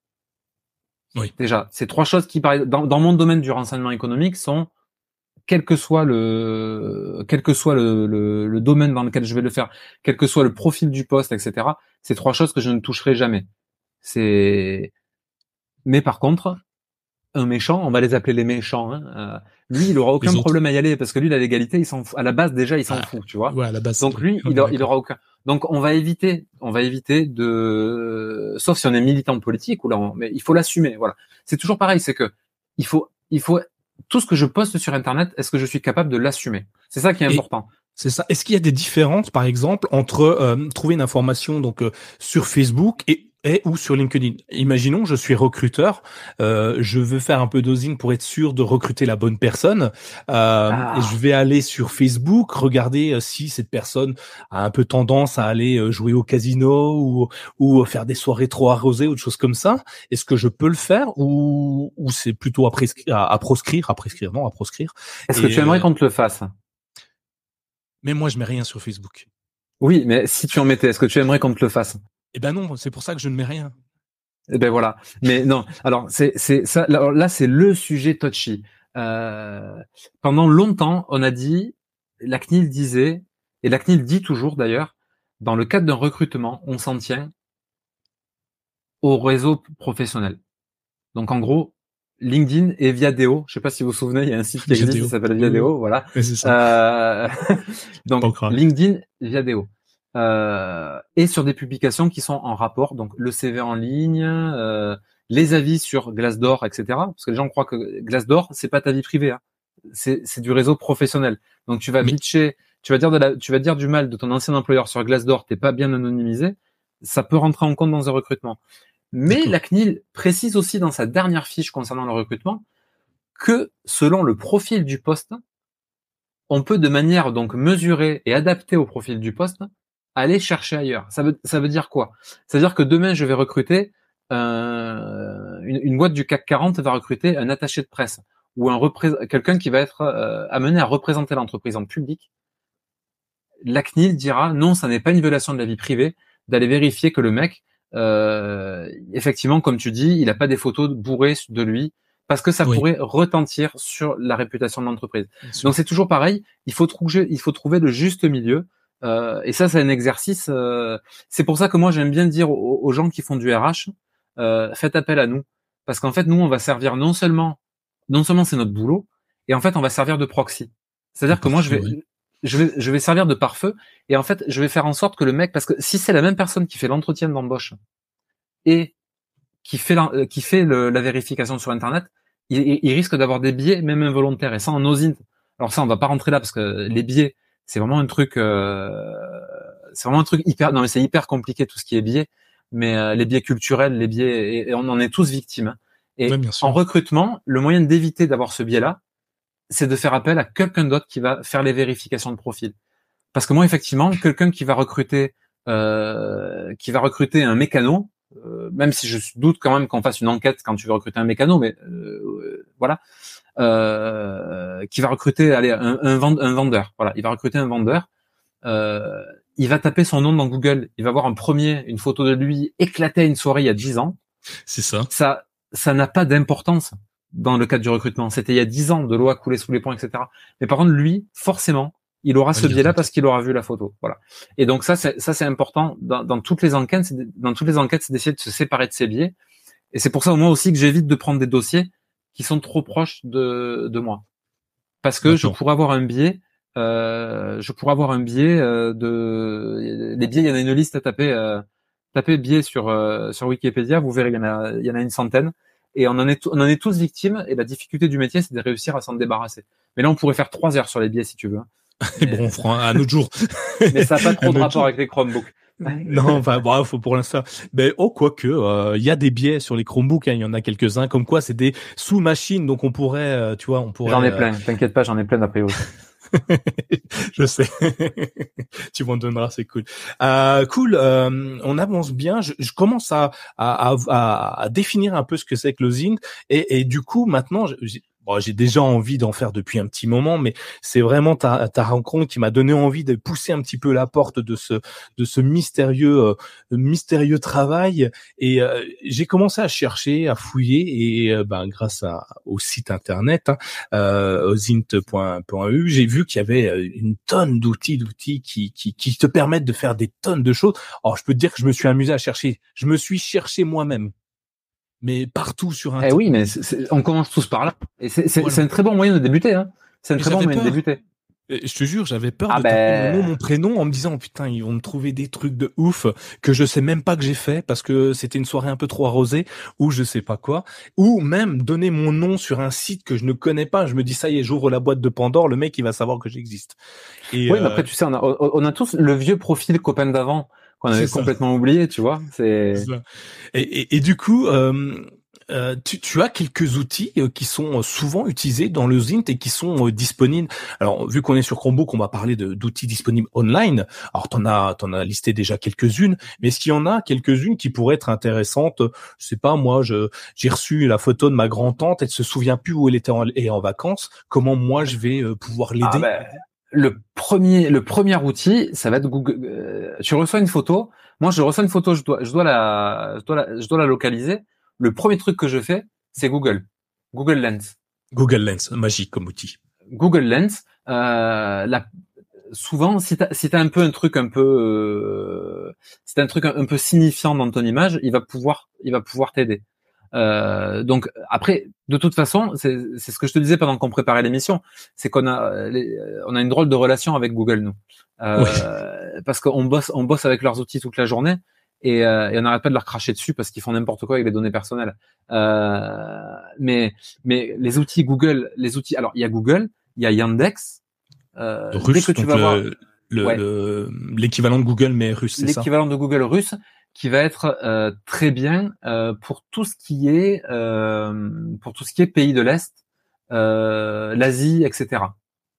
Oui. Déjà, ces trois choses qui, dans, dans mon domaine du renseignement économique, sont quel que soit le quel que soit le, le, le domaine dans lequel je vais le faire, quel que soit le profil du poste, et cetera. C'est trois choses que je ne toucherai jamais. C'est mais par contre, un méchant, on va les appeler les méchants. Hein, euh, lui, il aura aucun problème à y aller parce que lui, la légalité, il s'en fout. À la base, déjà, il s'en ah, fout, tu vois. Ouais, à la base. Donc lui, il, a, il aura aucun. Donc on va éviter, on va éviter de, sauf si on est militant politique ou là, on... mais il faut l'assumer. Voilà. C'est toujours pareil, c'est que il faut, il faut tout ce que je poste sur Internet, est-ce que je suis capable de l'assumer? C'est ça qui est important. Et... C'est ça. Est-ce qu'il y a des différences, par exemple, entre euh, trouver une information donc euh, sur Facebook et et ou sur LinkedIn. Imaginons, je suis recruteur, euh, je veux faire un peu d'osing pour être sûr de recruter la bonne personne, euh, ah. et je vais aller sur Facebook, regarder euh, si cette personne a un peu tendance à aller euh, jouer au casino ou ou faire des soirées trop arrosées ou des choses comme ça. Est-ce que je peux le faire ou ou c'est plutôt à, prescri- à, à proscrire, à prescrire, non, à proscrire. Est-ce et que tu aimerais euh... qu'on te le fasse? Mais moi, je mets rien sur Facebook. Oui, mais si tu en mettais, est-ce que tu aimerais qu'on te le fasse? Eh ben non, c'est pour ça que je ne mets rien. Eh ben voilà. Mais non. Alors c'est c'est ça. Là, là c'est le sujet touchy. Euh, pendant longtemps, on a dit, la C N I L disait, et la C N I L dit toujours d'ailleurs, dans le cadre d'un recrutement, on s'en tient au réseau professionnel. Donc en gros, LinkedIn et Viadeo. Je sais pas si vous vous souvenez, il y a un site qui existe qui s'appelle Viadeo. Voilà. Ouais, c'est ça. Euh, donc LinkedIn, Viadeo. Euh, et sur des publications qui sont en rapport, donc le C V en ligne, euh, les avis sur Glassdoor, et cetera. Parce que les gens croient que Glassdoor, c'est pas ta vie privée, hein. c'est, c'est du réseau professionnel. Donc tu vas Mais... bitcher, tu vas dire de la, tu vas dire du mal de ton ancien employeur sur Glassdoor, t'es pas bien anonymisé, ça peut rentrer en compte dans un recrutement. Mais D'accord. La C N I L précise aussi dans sa dernière fiche concernant le recrutement que selon le profil du poste, on peut de manière donc mesurée et adaptée au profil du poste aller chercher ailleurs. Ça veut, ça veut dire quoi? Ça veut dire que demain, je vais recruter euh, une, une boîte du C A C quarante va recruter un attaché de presse ou un repré- quelqu'un qui va être euh, amené à représenter l'entreprise en public. La C N I L dira non, ça n'est pas une violation de la vie privée d'aller vérifier que le mec, euh, effectivement, comme tu dis, il n'a pas des photos bourrées de lui parce que ça oui. pourrait retentir sur la réputation de l'entreprise. Donc c'est toujours pareil. Il faut trouver, il faut trouver le juste milieu. Euh, et ça, c'est un exercice. Euh, c'est pour ça que moi, j'aime bien dire aux, aux gens qui font du R H, euh, faites appel à nous, parce qu'en fait, nous, on va servir non seulement, non seulement c'est notre boulot, et en fait, on va servir de proxy. C'est-à-dire que moi, je vais, oui. je vais, je vais servir de pare-feu, et en fait, je vais faire en sorte que le mec, parce que si c'est la même personne qui fait l'entretien d'embauche et qui fait la, qui fait le, la vérification sur Internet, il, il risque d'avoir des biais, même involontaires, et ça en osint. Alors ça, on va pas rentrer là parce que les biais, c'est vraiment un truc, euh, c'est vraiment un truc hyper, non mais c'est hyper compliqué tout ce qui est biais, mais euh, les biais culturels, les biais, et, et on en est tous victimes. Hein. Et ouais, en recrutement, le moyen d'éviter d'avoir ce biais-là, c'est de faire appel à quelqu'un d'autre qui va faire les vérifications de profil. Parce que moi, effectivement, quelqu'un qui va recruter, euh, qui va recruter un mécano, euh, même si je doute quand même qu'on fasse une enquête quand tu veux recruter un mécano, mais euh, voilà. Euh, qui va recruter allez, un, un, vend, un vendeur. Voilà, il va recruter un vendeur. Euh, il va taper son nom dans Google. Il va voir un premier, une photo de lui éclaté à une soirée il y a dix ans. C'est ça. Ça, ça n'a pas d'importance dans le cadre du recrutement. C'était il y a dix ans, de l'eau a coulé sous les ponts, et cetera. Mais par contre, lui, forcément, il aura ce biais-là parce qu'il aura vu la photo. Voilà. Et donc ça, c'est, ça c'est important dans, dans toutes les enquêtes. C'est, dans toutes les enquêtes, c'est d'essayer de se séparer de ces biais. Et c'est pour ça, moi aussi, que j'évite de prendre des dossiers qui sont trop proches de, de moi. Parce que D'accord. je pourrais avoir un biais, euh, je pourrais avoir un biais euh, de, les biais, il y en a une liste à taper, euh, taper biais sur, euh, sur Wikipédia, vous verrez, il y en a, il y en a une centaine. Et on en est, on en est tous victimes, et la difficulté du métier, c'est de réussir à s'en débarrasser. Mais là, on pourrait faire trois heures sur les biais, si tu veux. Mais bon, on fera un autre jour. Mais ça n'a pas trop de rapport jour. Avec les Chromebooks. Non, enfin bref, faut pour l'instant. Mais oh quoique, il euh, y a des biais sur les Chromebooks, il hein, y en a quelques-uns. Comme quoi, c'est des sous-machines, donc on pourrait, euh, tu vois, on pourrait. J'en ai plein. Euh... T'inquiète pas, j'en ai plein a priori. Je sais. Tu m'en donneras, c'est cool. Euh, cool. Euh, on avance bien. Je, je commence à, à, à, à définir un peu ce que c'est que l'osint, et, et du coup, maintenant, j'ai, bon, j'ai déjà envie d'en faire depuis un petit moment, mais c'est vraiment ta, ta rencontre qui m'a donné envie de pousser un petit peu la porte de ce, de ce mystérieux, euh, mystérieux travail. Et euh, j'ai commencé à chercher, à fouiller, et euh, ben grâce à, au site internet, hein, euh, osint point e u, j'ai vu qu'il y avait une tonne d'outils, d'outils qui, qui, qui te permettent de faire des tonnes de choses. Alors je peux te dire que je me suis amusé à chercher. Je me suis cherché moi-même. mais partout sur Eh Internet. oui, mais c'est, c'est, on commence tous par là. Et c'est, c'est, Voilà. c'est un très bon moyen de débuter. Hein. C'est un Mais très bon j'avais moyen de peur. débuter. Et je te jure, j'avais peur Ah de taper ben... mon nom, mon prénom en me disant, oh, putain, ils vont me trouver des trucs de ouf que je sais même pas que j'ai fait parce que c'était une soirée un peu trop arrosée ou je sais pas quoi. Ou même donner mon nom sur un site que je ne connais pas. Je me dis, ça y est, j'ouvre la boîte de Pandore, le mec, il va savoir que j'existe. Et Oui, euh, mais après, tu sais, on a, on a tous le vieux profil copain d'avant qu'on avait complètement oublié, tu vois. C'est... c'est ça. Et, et, et du coup, euh, euh, tu, tu as quelques outils euh, qui sont souvent utilisés dans le Zint et qui sont euh, disponibles. Alors, vu qu'on est sur Chromebook, on va parler de, d'outils disponibles online. Alors, t'en as, t'en as listé déjà quelques-unes, mais est-ce qu'il y en a quelques-unes qui pourraient être intéressantes? Je sais pas, moi, je, j'ai reçu la photo de ma grand-tante, elle se souvient plus où elle était en, et en vacances. Comment moi je vais euh, pouvoir l'aider? Ah ben, le premier, le premier outil, ça va être Google. Euh, tu reçois une photo. Moi, je reçois une photo, je dois, je dois la, je dois la, je dois la localiser. Le premier truc que je fais, c'est Google, Google Lens. Google Lens, magique comme outil. Google Lens. Euh, la, souvent, si t'as, si t'as un peu un truc un peu, euh, si t'as un truc un, un peu signifiant dans ton image, il va pouvoir, il va pouvoir t'aider. Euh, donc après, de toute façon, c'est, c'est ce que je te disais pendant qu'on préparait l'émission, c'est qu'on a, les, on a une drôle de relation avec Google, nous, euh, oui. Parce qu'on bosse, on bosse avec leurs outils toute la journée et, euh, et on n'arrête pas de leur cracher dessus parce qu'ils font n'importe quoi avec les données personnelles. Euh, mais, mais les outils Google, les outils, alors il y a Google, il y a Yandex. Euh, russe, dès que tu vas le, voir, le, ouais. le, l'équivalent de Google mais russe, c'est ça? L'équivalent de Google russe, qui va être euh, très bien euh, pour tout ce qui est euh, pour tout ce qui est pays de l'Est, euh, l'Asie, et cetera.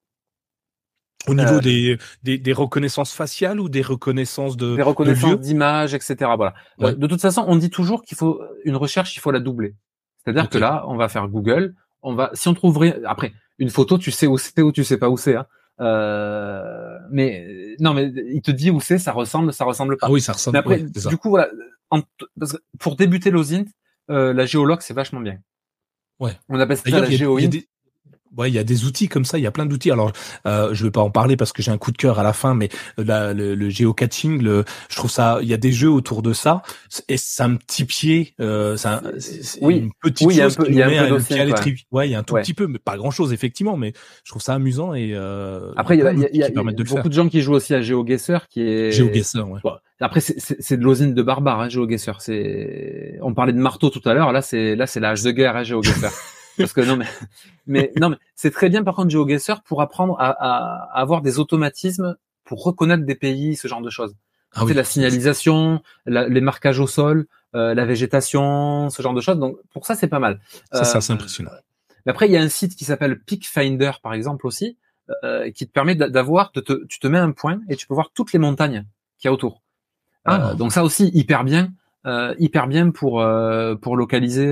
Au niveau euh, des, des des reconnaissances faciales ou des reconnaissances de des reconnaissances de d'images, et cetera. Voilà. Ouais. Euh, de toute façon, on dit toujours qu'il faut une recherche, il faut la doubler. C'est-à-dire okay. que là, on va faire Google, on va si on trouverait après une photo, tu sais où c'est ou tu sais pas où c'est. Hein. Euh, mais non, mais il te dit où c'est, ça ressemble, ça ressemble pas. Ah oui, ça ressemble. Mais après, ouais, du coup, voilà, en, parce que pour débuter l'Ozint, euh, la géologue, c'est vachement bien. Ouais. On appelle ça la géoint. Ouais, il y a des outils comme ça, il y a plein d'outils. Alors, euh, je vais pas en parler parce que j'ai un coup de cœur à la fin, mais la, le, le géocaching, le, je trouve ça, il y a des jeux autour de ça. Et c'est un petit pied, euh, c'est, un, c'est oui. une petite oui, chose peu, qui nous met un peu le pied à l'étrier. Ouais, il y a un tout ouais. petit peu, mais pas grand chose effectivement, mais je trouve ça amusant et euh, après il y a, il y a, il y a, qui permettent de le beaucoup faire. de gens qui jouent aussi à GeoGuessr, qui est GeoGuessr, ouais. Bon, après c'est, c'est, c'est de l'Ozint de barbare, hein, GeoGuessr. C'est, on parlait de marteau tout à l'heure, là c'est, là c'est la hache de guerre, hein, GeoGuessr. Parce que non mais mais non mais c'est très bien par contre GeoGuessr pour apprendre à, à, à avoir des automatismes pour reconnaître des pays, ce genre de choses. Ah c'est oui, la signalisation, la, les marquages au sol, euh, la végétation, ce genre de choses. Donc pour ça c'est pas mal. Ça euh, c'est assez impressionnant. Mais après il y a un site qui s'appelle Peakfinder par exemple aussi, euh, qui te permet d'avoir, de te, tu te mets un point et tu peux voir toutes les montagnes qu'il y a autour. Ah. Euh, donc ça aussi hyper bien, euh, hyper bien pour euh, pour localiser,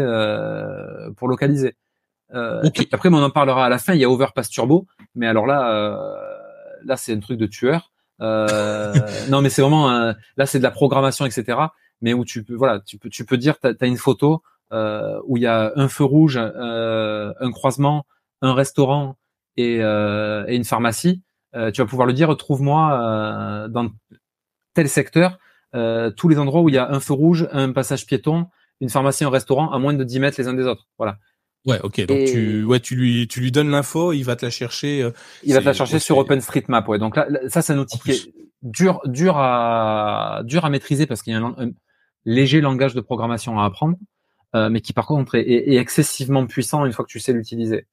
euh, pour localiser. Euh, okay. Après, on en parlera à la fin. Il y a Overpass Turbo, mais alors là, euh, là c'est un truc de tueur. Euh, non, mais c'est vraiment un, là c'est de la programmation, et cetera. Mais où tu peux, voilà, tu peux, tu peux dire, t'as, t'as une photo euh, où il y a un feu rouge, euh, un croisement, un restaurant et, euh, et une pharmacie. Euh, tu vas pouvoir le dire, trouve-moi euh, dans tel secteur euh, tous les endroits où il y a un feu rouge, un passage piéton, une pharmacie, un restaurant à moins de dix mètres les uns des autres. Voilà. Ouais, ok. Donc et tu, ouais, tu lui, tu lui donnes l'info, il va te la chercher. Euh, il va te la chercher sur OpenStreetMap, ouais. Donc là, là ça c'est un outil qui est dur, dur à, dur à maîtriser parce qu'il y a un, un léger langage de programmation à apprendre, euh, mais qui par contre est, est, est excessivement puissant une fois que tu sais l'utiliser.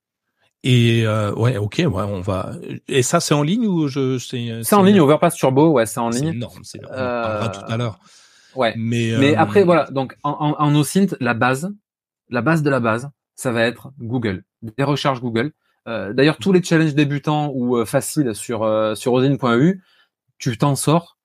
Et euh, ouais, ok, ouais, on va. Et ça, c'est en ligne ou je C'est, c'est, c'est en ligne. Une... Overpass Turbo, ouais, c'est en ligne. C'est énorme. C'est énorme. On en parlera euh... tout à l'heure. Ouais. Mais, mais euh... après, voilà. Donc en, en, en OSINT, la base, la base de la base. Ça va être Google, des recherches Google. Euh, d'ailleurs, tous les challenges débutants ou euh, faciles sur euh, sur ozint point e u, tu t'en sors,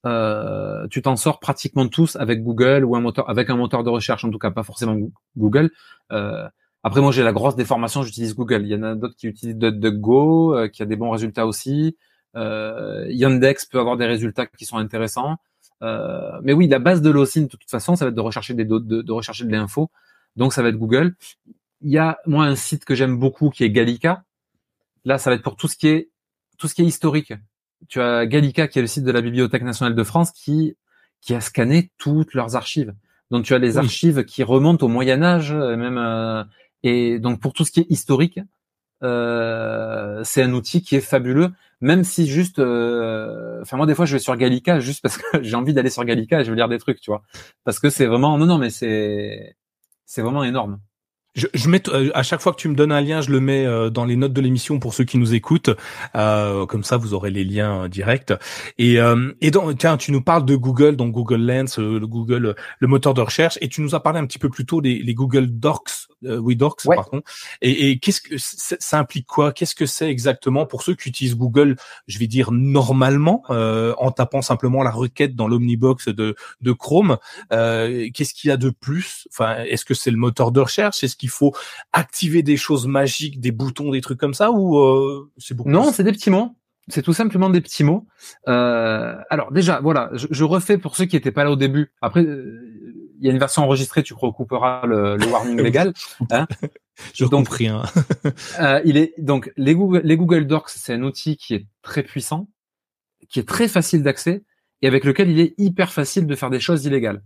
euh, tu t'en sors pratiquement tous avec Google ou un moteur, avec un moteur de recherche, en tout cas pas forcément Google. Euh, après, moi, j'ai la grosse déformation, j'utilise Google. Il y en a d'autres qui utilisent DuckDuckGo, euh, qui a des bons résultats aussi. Euh, Yandex peut avoir des résultats qui sont intéressants. Euh, mais oui, la base de l'OSINT, de toute façon, ça va être de rechercher des de, de rechercher de l'info. Donc, ça va être Google. Il y a, moi, un site que j'aime beaucoup qui est Gallica. Là, ça va être pour tout ce qui est, tout ce qui est historique. Tu as Gallica qui est le site de la Bibliothèque nationale de France qui, qui a scanné toutes leurs archives. Donc tu as les Oui. archives qui remontent au Moyen Âge, même euh, et donc pour tout ce qui est historique, euh, c'est un outil qui est fabuleux. Même si juste, euh, enfin moi des fois je vais sur Gallica juste parce que j'ai envie d'aller sur Gallica et je veux lire des trucs, tu vois, parce que c'est vraiment non non mais c'est c'est vraiment énorme. Je, je mets euh, à chaque fois que tu me donnes un lien, je le mets euh, dans les notes de l'émission pour ceux qui nous écoutent. Euh, comme ça, vous aurez les liens euh, directs. Et euh, et donc, tiens, tu nous parles de Google, donc Google Lens, euh, le Google, le moteur de recherche, et tu nous as parlé un petit peu plus tôt des les Google Docs, euh, oui Docs, Ouais. pardon. Et, et qu'est-ce que ça, ça implique quoi? Qu'est-ce que c'est exactement pour ceux qui utilisent Google? Je vais dire normalement, euh, en tapant simplement la requête dans l'Omnibox de de Chrome. Euh, qu'est-ce qu'il y a de plus? Enfin, est-ce que c'est le moteur de recherche? Est-ce qu'il faut activer des choses magiques, des boutons, des trucs comme ça, ou euh, c'est beaucoup Non, plus... c'est des petits mots. C'est tout simplement des petits mots. Euh, alors déjà, voilà, je, je refais pour ceux qui n'étaient pas là au début. Après, euh, il y a une version enregistrée, tu recouperas le, le warning légal. Hein. Je donc, comprends rien. euh, il est donc les Google, les Google Docs, c'est un outil qui est très puissant, qui est très facile d'accès et avec lequel il est hyper facile de faire des choses illégales.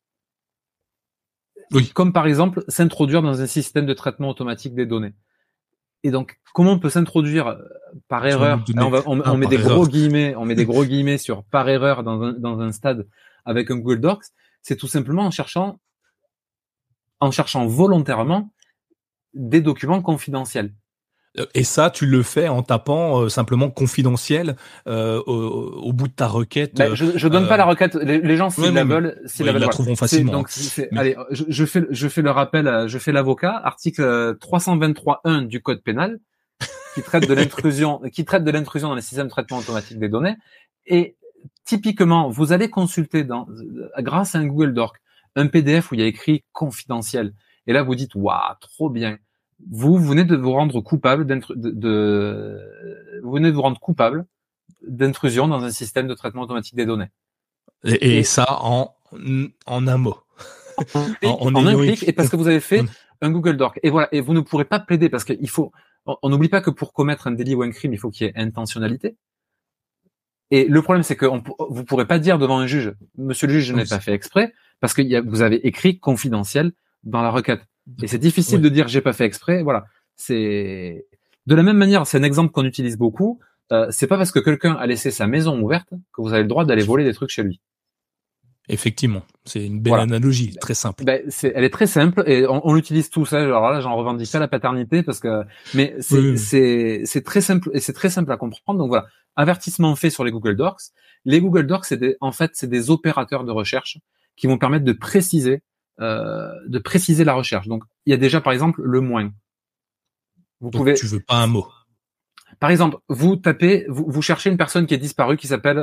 Oui. Comme par exemple s'introduire dans un système de traitement automatique des données. Et donc, comment on peut s'introduire par Tu vas erreur? nous donner On, va, on, un on met par des erreur. gros guillemets, on met des gros guillemets sur par erreur dans un, dans un stade avec un Google Docs. C'est tout simplement en cherchant, en cherchant volontairement des documents confidentiels. Et ça, tu le fais en tapant euh, simplement confidentiel euh, au, au bout de ta requête. Ben, je, je donne euh, pas la requête. Les, les gens, s'ils ouais, la mais- veulent, s'ils ouais, la ils veulent, la voilà. trouveront C'est- facilement. Donc, c'est, Mais- allez, je, je fais, je fais le rappel, euh, je fais l'avocat, article euh, trois cent vingt-trois point un du code pénal, qui traite de l'intrusion, qui traite de l'intrusion dans les systèmes de traitement automatique des données. Et typiquement, vous allez consulter dans, grâce à un Google Doc, un P D F où il y a écrit confidentiel. Et là, vous dites, waouh, trop bien. Vous venez de vous rendre coupable d'intru- de, de, vous venez de vous rendre coupable d'intrusion dans un système de traitement automatique des données. Et, et Et- ça en en un mot. En, En- en en un ayant clic, écrit- et parce que vous avez fait on- un Google Doc. Et voilà. Et vous ne pourrez pas plaider parce qu'il faut, on n'oublie pas que pour commettre un délit ou un crime, il faut qu'il y ait intentionnalité. Et le problème, c'est que on, vous pourrez pas dire devant un juge, monsieur le juge, je n'ai Oui, pas c'est- fait exprès, parce que y a, vous avez écrit confidentiel dans la requête. Et c'est difficile Ouais. de dire j'ai pas fait exprès. Voilà. C'est de la même manière, c'est un exemple qu'on utilise beaucoup. Euh, c'est pas parce que quelqu'un a laissé sa maison ouverte que vous avez le droit d'aller voler des trucs chez lui. Effectivement, c'est une belle Voilà. analogie, très simple. Ben, c'est, elle est très simple et on, on l'utilise tous. Hein. Alors là, j'en revendique pas la paternité parce que, mais c'est, Oui, oui. c'est, c'est très simple et c'est très simple à comprendre. Donc voilà, avertissement fait sur les Google Docs. Les Google Docs, c'est des, en fait, c'est des opérateurs de recherche qui vont permettre de préciser, euh, de préciser la recherche. Donc il y a déjà par exemple le moins. Vous Donc pouvez, tu veux pas un mot. par exemple, vous tapez, vous, vous cherchez une personne qui est disparue qui s'appelle,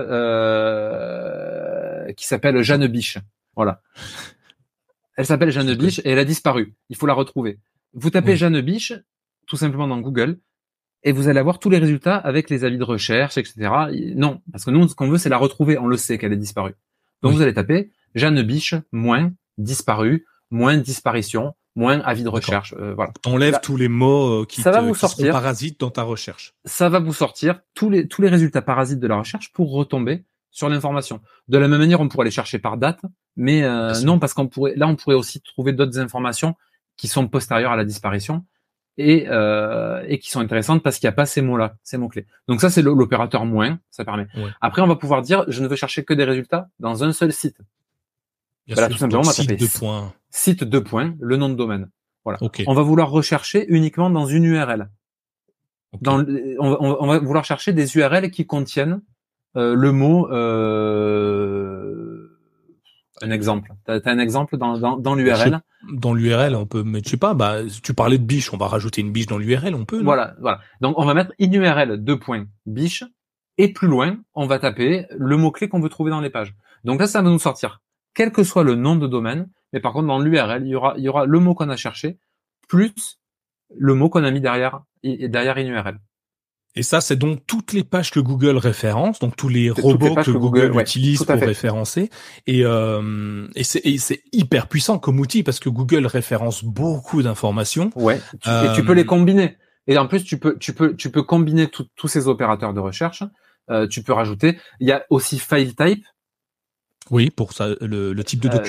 euh, qui s'appelle Jeanne Biche. Voilà. Elle s'appelle Jeanne Je Biche et elle a disparu. Il faut la retrouver. Vous tapez Oui. Jeanne Biche, tout simplement dans Google, et vous allez avoir tous les résultats avec les avis de recherche, et cetera. Non, parce que nous, ce qu'on veut, c'est la retrouver. On le sait qu'elle est disparue. Donc Oui. vous allez taper Jeanne Biche, moins, disparu, moins, disparition, moins, avis de D'accord. recherche. Euh, voilà. T'enlèves Là, tous les mots euh, qui, ça te, va vous qui sont sortir. parasites dans ta recherche. Ça va vous sortir tous les, tous les résultats parasites de la recherche pour retomber sur l'information. De la même manière, on pourrait les chercher par date, mais euh, Bien sûr. non, parce qu'on pourrait, là, on pourrait aussi trouver d'autres informations qui sont postérieures à la disparition et, euh, et qui sont intéressantes parce qu'il n'y a pas ces mots-là, ces mots-clés. Donc ça, c'est le- l'opérateur moins, ça permet. Ouais. Après, on va pouvoir dire, je ne veux chercher que des résultats dans un seul site. Bien Voilà, sûr. tout simplement, Donc, on va site taper de points. Site deux points, le nom de domaine. Voilà. Ok. On va vouloir rechercher uniquement dans une U R L. Ok. Dans, le- on, va- on va vouloir chercher des U R L qui contiennent euh, le mot. Euh, un exemple. T'as, t'as un exemple dans, dans, dans l'U R L. Dans l'U R L, on peut mettre, je sais pas, bah, tu parlais de biche, on va rajouter une biche dans l'U R L, on peut, non? Voilà, voilà. Donc on va mettre in U R L deux points biche et plus loin, on va taper le mot clé qu'on veut trouver dans les pages. Donc là, ça va nous sortir quel que soit le nom de domaine, mais par contre dans l'U R L, il y aura, il y aura le mot qu'on a cherché plus le mot qu'on a mis derrière et derrière in U R L. Et ça, c'est donc toutes les pages que Google référence, donc tous les C'est toutes les robots pages que que Google, Google, ouais, utilise tout à pour fait. référencer. Et, euh, et c'est, et c'est hyper puissant comme outil parce que Google référence beaucoup d'informations. Ouais. Tu, Euh, Et tu peux les combiner. Et en plus, tu peux, tu peux, tu peux combiner tout- tous ces opérateurs de recherche. Euh, tu peux rajouter. Il y a aussi file type. Oui, pour ça, le, le type de Euh, document.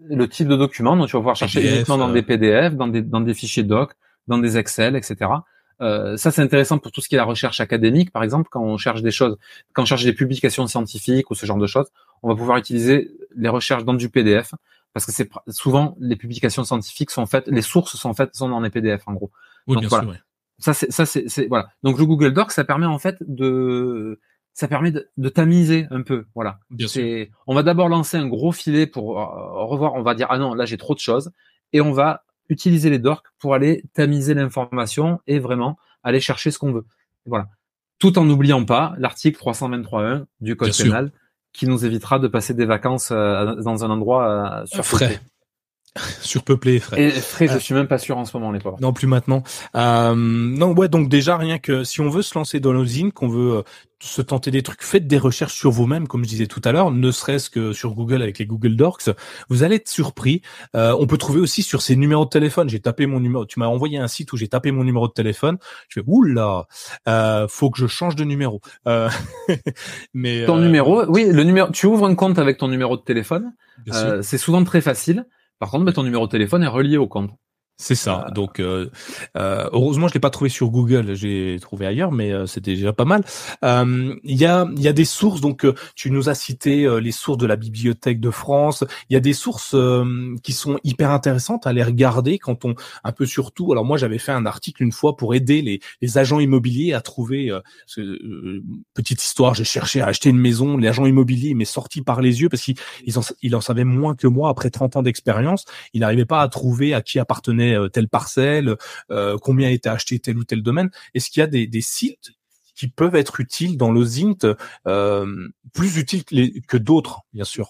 le type de document. Donc, tu vas pouvoir chercher P D F, uniquement dans euh... des P D F, dans des, dans des fichiers doc, dans des Excel, et cetera. Euh, ça, c'est intéressant pour tout ce qui est la recherche académique, par exemple, quand on cherche des choses, quand on cherche des publications scientifiques ou ce genre de choses, on va pouvoir utiliser les recherches dans du P D F, parce que c'est souvent les publications scientifiques sont faites, les sources sont faites sont dans les P D F en gros. Oui, Donc bien voilà. sûr, ouais. Ça, c'est, ça, c'est, c'est, voilà. Donc le Google Doc, ça permet en fait de, ça permet de, de tamiser un peu, voilà. Bien c'est, sûr. On va d'abord lancer un gros filet pour euh, revoir. On va dire ah non, là j'ai trop de choses, et on va utiliser les docs pour aller tamiser l'information et vraiment aller chercher ce qu'on veut. Voilà. Tout en n'oubliant pas l'article trois cent vingt-trois point un du Code Bien pénal sûr. qui nous évitera de passer des vacances euh, dans un endroit euh, surpeuplé. Frais. Surpeuplé, frais. Et frais, je euh, suis même pas sûr en ce moment, les pauvres. Non, plus maintenant. Euh, non, ouais, donc déjà, rien que si on veut se lancer dans l'usine, qu'on veut euh, se tenter des trucs, faites des recherches sur vous-même, comme je disais tout à l'heure, ne serait-ce que sur Google avec les Google Docs. Vous allez être surpris. Euh, on peut trouver aussi sur ces numéros de téléphone. J'ai tapé mon numéro. Tu m'as envoyé un site où j'ai tapé mon numéro de téléphone. Je fais oula, euh, faut que je change de numéro. Euh, mais ton euh, numéro, oui, le numéro. Tu ouvres un compte avec ton numéro de téléphone. Bien euh, sûr. C'est souvent très facile. Par contre, bah, ton numéro de téléphone est relié au compte. C'est ça. Euh... Donc, euh, euh, heureusement, je l'ai pas trouvé sur Google. J'ai trouvé ailleurs, mais euh, c'était déjà pas mal. Euh, Il y a, il y a des sources. Donc, euh, tu nous as cité euh, les sources de la Bibliothèque de France. Il y a des sources euh, qui sont hyper intéressantes à les regarder quand on, un peu surtout. Alors, moi, j'avais fait un article une fois pour aider les, les agents immobiliers à trouver. Euh, ce, euh, petite histoire. J'ai cherché à acheter une maison. L'agent immobilier m'est sorti par les yeux parce qu'il il en, il en savait moins que moi après trente ans d'expérience. Il n'arrivait pas à trouver à qui appartenait telle parcelle, euh, combien était acheté tel ou tel domaine. Est-ce qu'il y a des, des sites qui peuvent être utiles dans l'OSINT, euh, plus utiles que, les, que d'autres, bien sûr?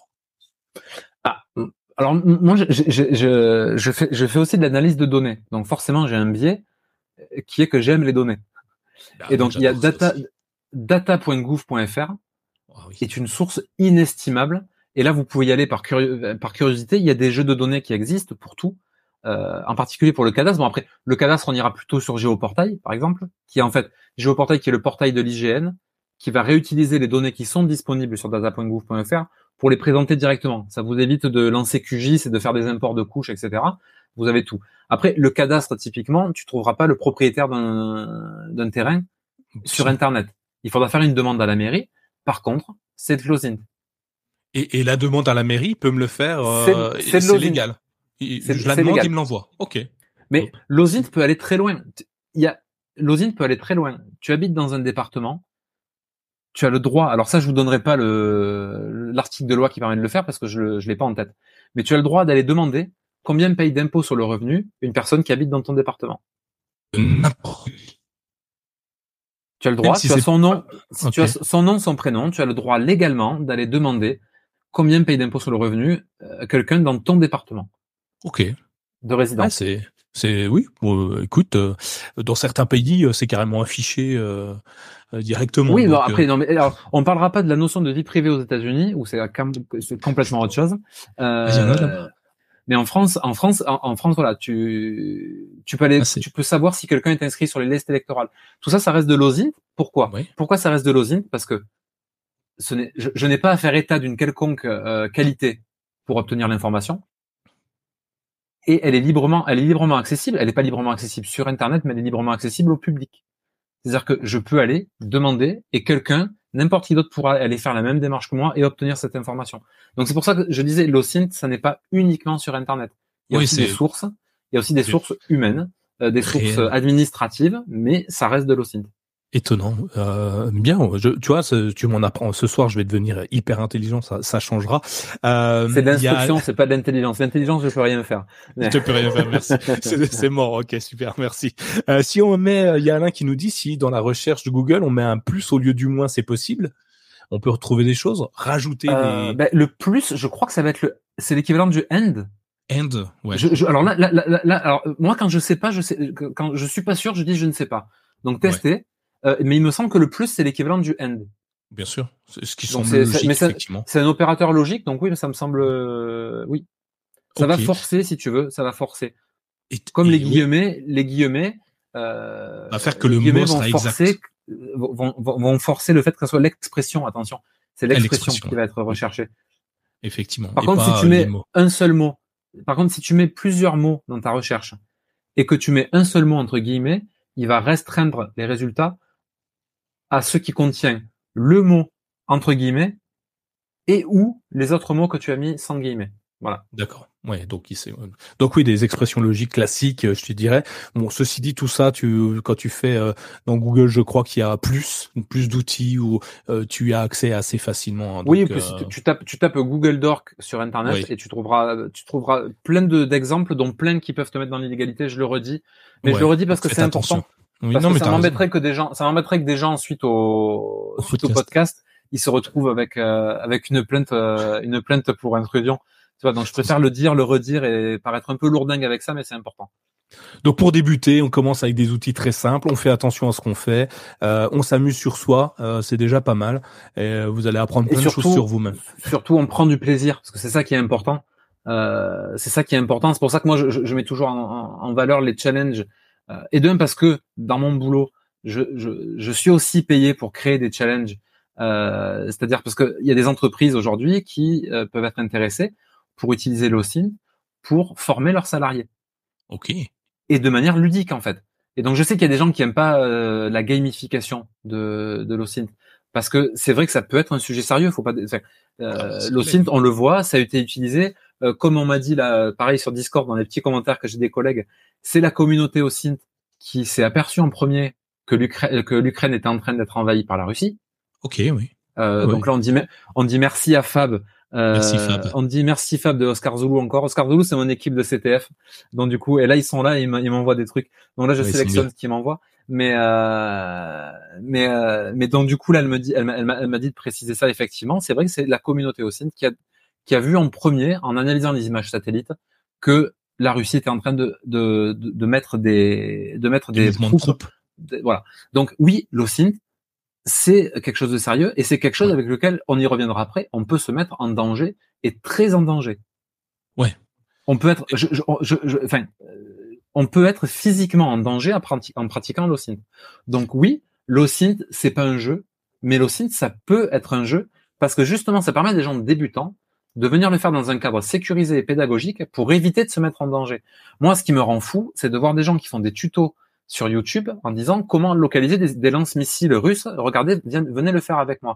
Ah, alors moi, je, je, je, je, fais, je fais aussi de l'analyse de données. Donc forcément, j'ai un biais qui est que j'aime les données. Bah, Et donc, il y a data, aussi. data point gouv point f r oh, oui. est une source inestimable. Et là, vous pouvez y aller par, curi- par curiosité. Il y a des jeux de données qui existent pour tout. Euh, en particulier pour le cadastre. Bon, après, le cadastre, on ira plutôt sur Géoportail, par exemple, qui est en fait Géoportail, qui est le portail de l'I G N, qui va réutiliser les données qui sont disponibles sur data point gouv point f r pour les présenter directement. Ça vous évite de lancer Q G I S et de faire des imports de couches, et cetera. Vous avez tout. Après, le cadastre, typiquement, tu trouveras pas le propriétaire d'un, d'un terrain sur Internet. Il faudra faire une demande à la mairie. Par contre, c'est de l'OSINT. Et, et la demande à la mairie peut me le faire, euh, c'est, c'est, c'est légal. C'est, je la c'est demande, légal. il me l'envoie. Ok. Mais l'OSINT peut aller très loin. Il y a, l'OSINT peut aller très loin. Tu habites dans un département, tu as le droit. Alors ça, je vous donnerai pas le, l'article de loi qui permet de le faire parce que je le, je l'ai pas en tête. Mais tu as le droit d'aller demander combien paye d'impôts sur le revenu une personne qui habite dans ton département. N'importe. Tu as le droit, si tu as son nom, si okay. tu as son nom, son prénom, tu as le droit légalement d'aller demander combien paye d'impôts sur le revenu euh, quelqu'un dans ton département. Ok. De résidence. Ah, c'est, c'est, oui. Euh, écoute, euh, dans certains pays, euh, c'est carrément affiché euh, euh, directement. Oui, donc, non, après, euh... non, mais alors, on parlera pas de la notion de vie privée aux États-Unis où c'est, c'est complètement autre chose. Euh, mais en France, en France, en, en France, voilà, tu, tu peux aller, ah, tu peux savoir si quelqu'un est inscrit sur les listes électorales. Tout ça, ça reste de l'OSINT. Pourquoi oui. Pourquoi ça reste de l'OSINT Parce que ce n'est, je, je n'ai pas à faire état d'une quelconque euh, qualité pour obtenir l'information. Et elle est librement, elle est librement accessible. Elle n'est pas librement accessible sur Internet, mais elle est librement accessible au public. C'est-à-dire que je peux aller demander et quelqu'un, n'importe qui d'autre pourra aller faire la même démarche que moi et obtenir cette information. Donc c'est pour ça que je disais l'OSINT, ça n'est pas uniquement sur Internet. Il y a oui, aussi c'est... des sources, il y a aussi des sources humaines, euh, des Réel. sources administratives, mais ça reste de l'OSINT. Étonnant. Euh, bien, je, tu vois, ce, tu m'en apprends. Ce soir, je vais devenir hyper intelligent. Ça, ça changera. Euh, c'est de l'instruction, a... c'est pas de l'intelligence. L'intelligence, je peux rien faire. Mais... Je peux rien faire. Merci. c'est, c'est mort. Ok, super. Merci. Euh, si on met, il y a Alain qui nous dit si dans la recherche de Google on met un plus au lieu du moins, c'est possible. On peut retrouver des choses, rajouter euh, des. Ben, le plus, je crois que ça va être le, c'est l'équivalent du end. End, ouais. Je, je, alors là, là, là, là, alors moi quand je sais pas, je sais, quand je suis pas sûr, je dis je ne sais pas. Donc tester. Ouais. Euh, mais il me semble que le plus c'est l'équivalent du end. Bien sûr, c'est ce qui donc semble c'est, logique, c'est, mais effectivement. C'est un opérateur logique, donc oui, ça me semble, euh, oui. Ça okay. va forcer, si tu veux, ça va forcer. Et t- Comme et les guillemets, oui. les guillemets, euh, va faire que le mot sera forcer, exact. Vont, vont, vont forcer le fait que ça soit l'expression. Attention, c'est l'expression, l'expression. qui va être recherchée. Effectivement. Par et contre, si tu mets un seul mot par contre, si tu mets plusieurs mots dans ta recherche et que tu mets un seul mot entre guillemets, il va restreindre les résultats à ce qui contient le mot entre guillemets et ou les autres mots que tu as mis sans guillemets. Voilà. D'accord. Ouais, donc il sait. Donc oui, des expressions logiques classiques, je te dirais. Bon, ceci dit, tout ça, tu quand tu fais euh, dans Google, je crois qu'il y a plus, plus d'outils où euh, tu as accès assez facilement. Hein, oui, donc, puis euh... tu, tu tapes, tu tapes Google Doc sur Internet oui. et tu trouveras, tu trouveras plein de d'exemples, dont plein qui peuvent te mettre dans l'illégalité. Je le redis, mais ouais, je le redis parce que c'est important. Oui, parce non, que mais ça m'embêterait raison. que des gens, ça m'embêterait que des gens suite au, au suite podcast. au podcast, ils se retrouvent avec euh, avec une plainte, euh, une plainte pour intrusion. Tu vois, donc je préfère le dire, le redire et paraître un peu lourdingue avec ça, mais c'est important. Donc pour débuter, on commence avec des outils très simples, on fait attention à ce qu'on fait, euh, on s'amuse sur soi, euh, c'est déjà pas mal. Et vous allez apprendre plein surtout, de choses sur vous-même. Surtout, on prend du plaisir, parce que c'est ça qui est important. Euh, c'est ça qui est important. C'est pour ça que moi, je, je mets toujours en, en valeur les challenges. Euh, et d'un, parce que dans mon boulot, je, je, je suis aussi payé pour créer des challenges. Euh, c'est-à-dire parce que il y a des entreprises aujourd'hui qui euh, peuvent être intéressées pour utiliser l'O-SYNT pour former leurs salariés. Ok. Et de manière ludique, en fait. Et donc, je sais qu'il y a des gens qui aiment pas euh, la gamification de, de l'O-SYNT. Parce que c'est vrai que ça peut être un sujet sérieux. Faut pas. Enfin, euh, ah, L'O-SYNT, on le voit, ça a été utilisé. Euh, comme on m'a dit là, pareil sur Discord, dans les petits commentaires que j'ai des collègues, c'est la communauté O-SYNT qui s'est aperçue en premier que l'Ukraine, que l'Ukraine était en train d'être envahie par la Russie. Ok, oui. Euh, oui. Donc là, on dit, on dit merci à Fab. Euh, merci Fab. On dit merci Fab de Oscar Zulu encore. Oscar Zulu, c'est mon équipe de C T F. Donc du coup, et là ils sont là, et ils m'envoient des trucs. Donc là, je ouais, sélectionne ce qu'ils m'envoient. Mais euh, mais euh, mais donc du coup là, elle me dit, elle m'a elle m'a, elle m'a dit de préciser ça effectivement. C'est vrai que c'est la communauté O-SYNT qui a qui a vu en premier, en analysant les images satellites, que la Russie était en train de de de, de mettre des de mettre des, des troupes. troupes. De, voilà. Donc oui, l'O-SYNT, c'est quelque chose de sérieux et c'est quelque chose ouais. avec lequel on y reviendra après. On peut se mettre en danger et très en danger. Ouais. On peut être, je, je, je, je, enfin, on peut être physiquement en danger en, prati- en pratiquant l'O-SYNT. Donc oui, l'O-SYNT c'est pas un jeu, mais l'O-SYNT ça peut être un jeu parce que justement ça permet à des gens débutants de venir le faire dans un cadre sécurisé et pédagogique pour éviter de se mettre en danger. Moi, ce qui me rend fou, c'est de voir des gens qui font des tutos sur YouTube en disant comment localiser des, des lance-missiles russes. Regardez, viens, venez le faire avec moi.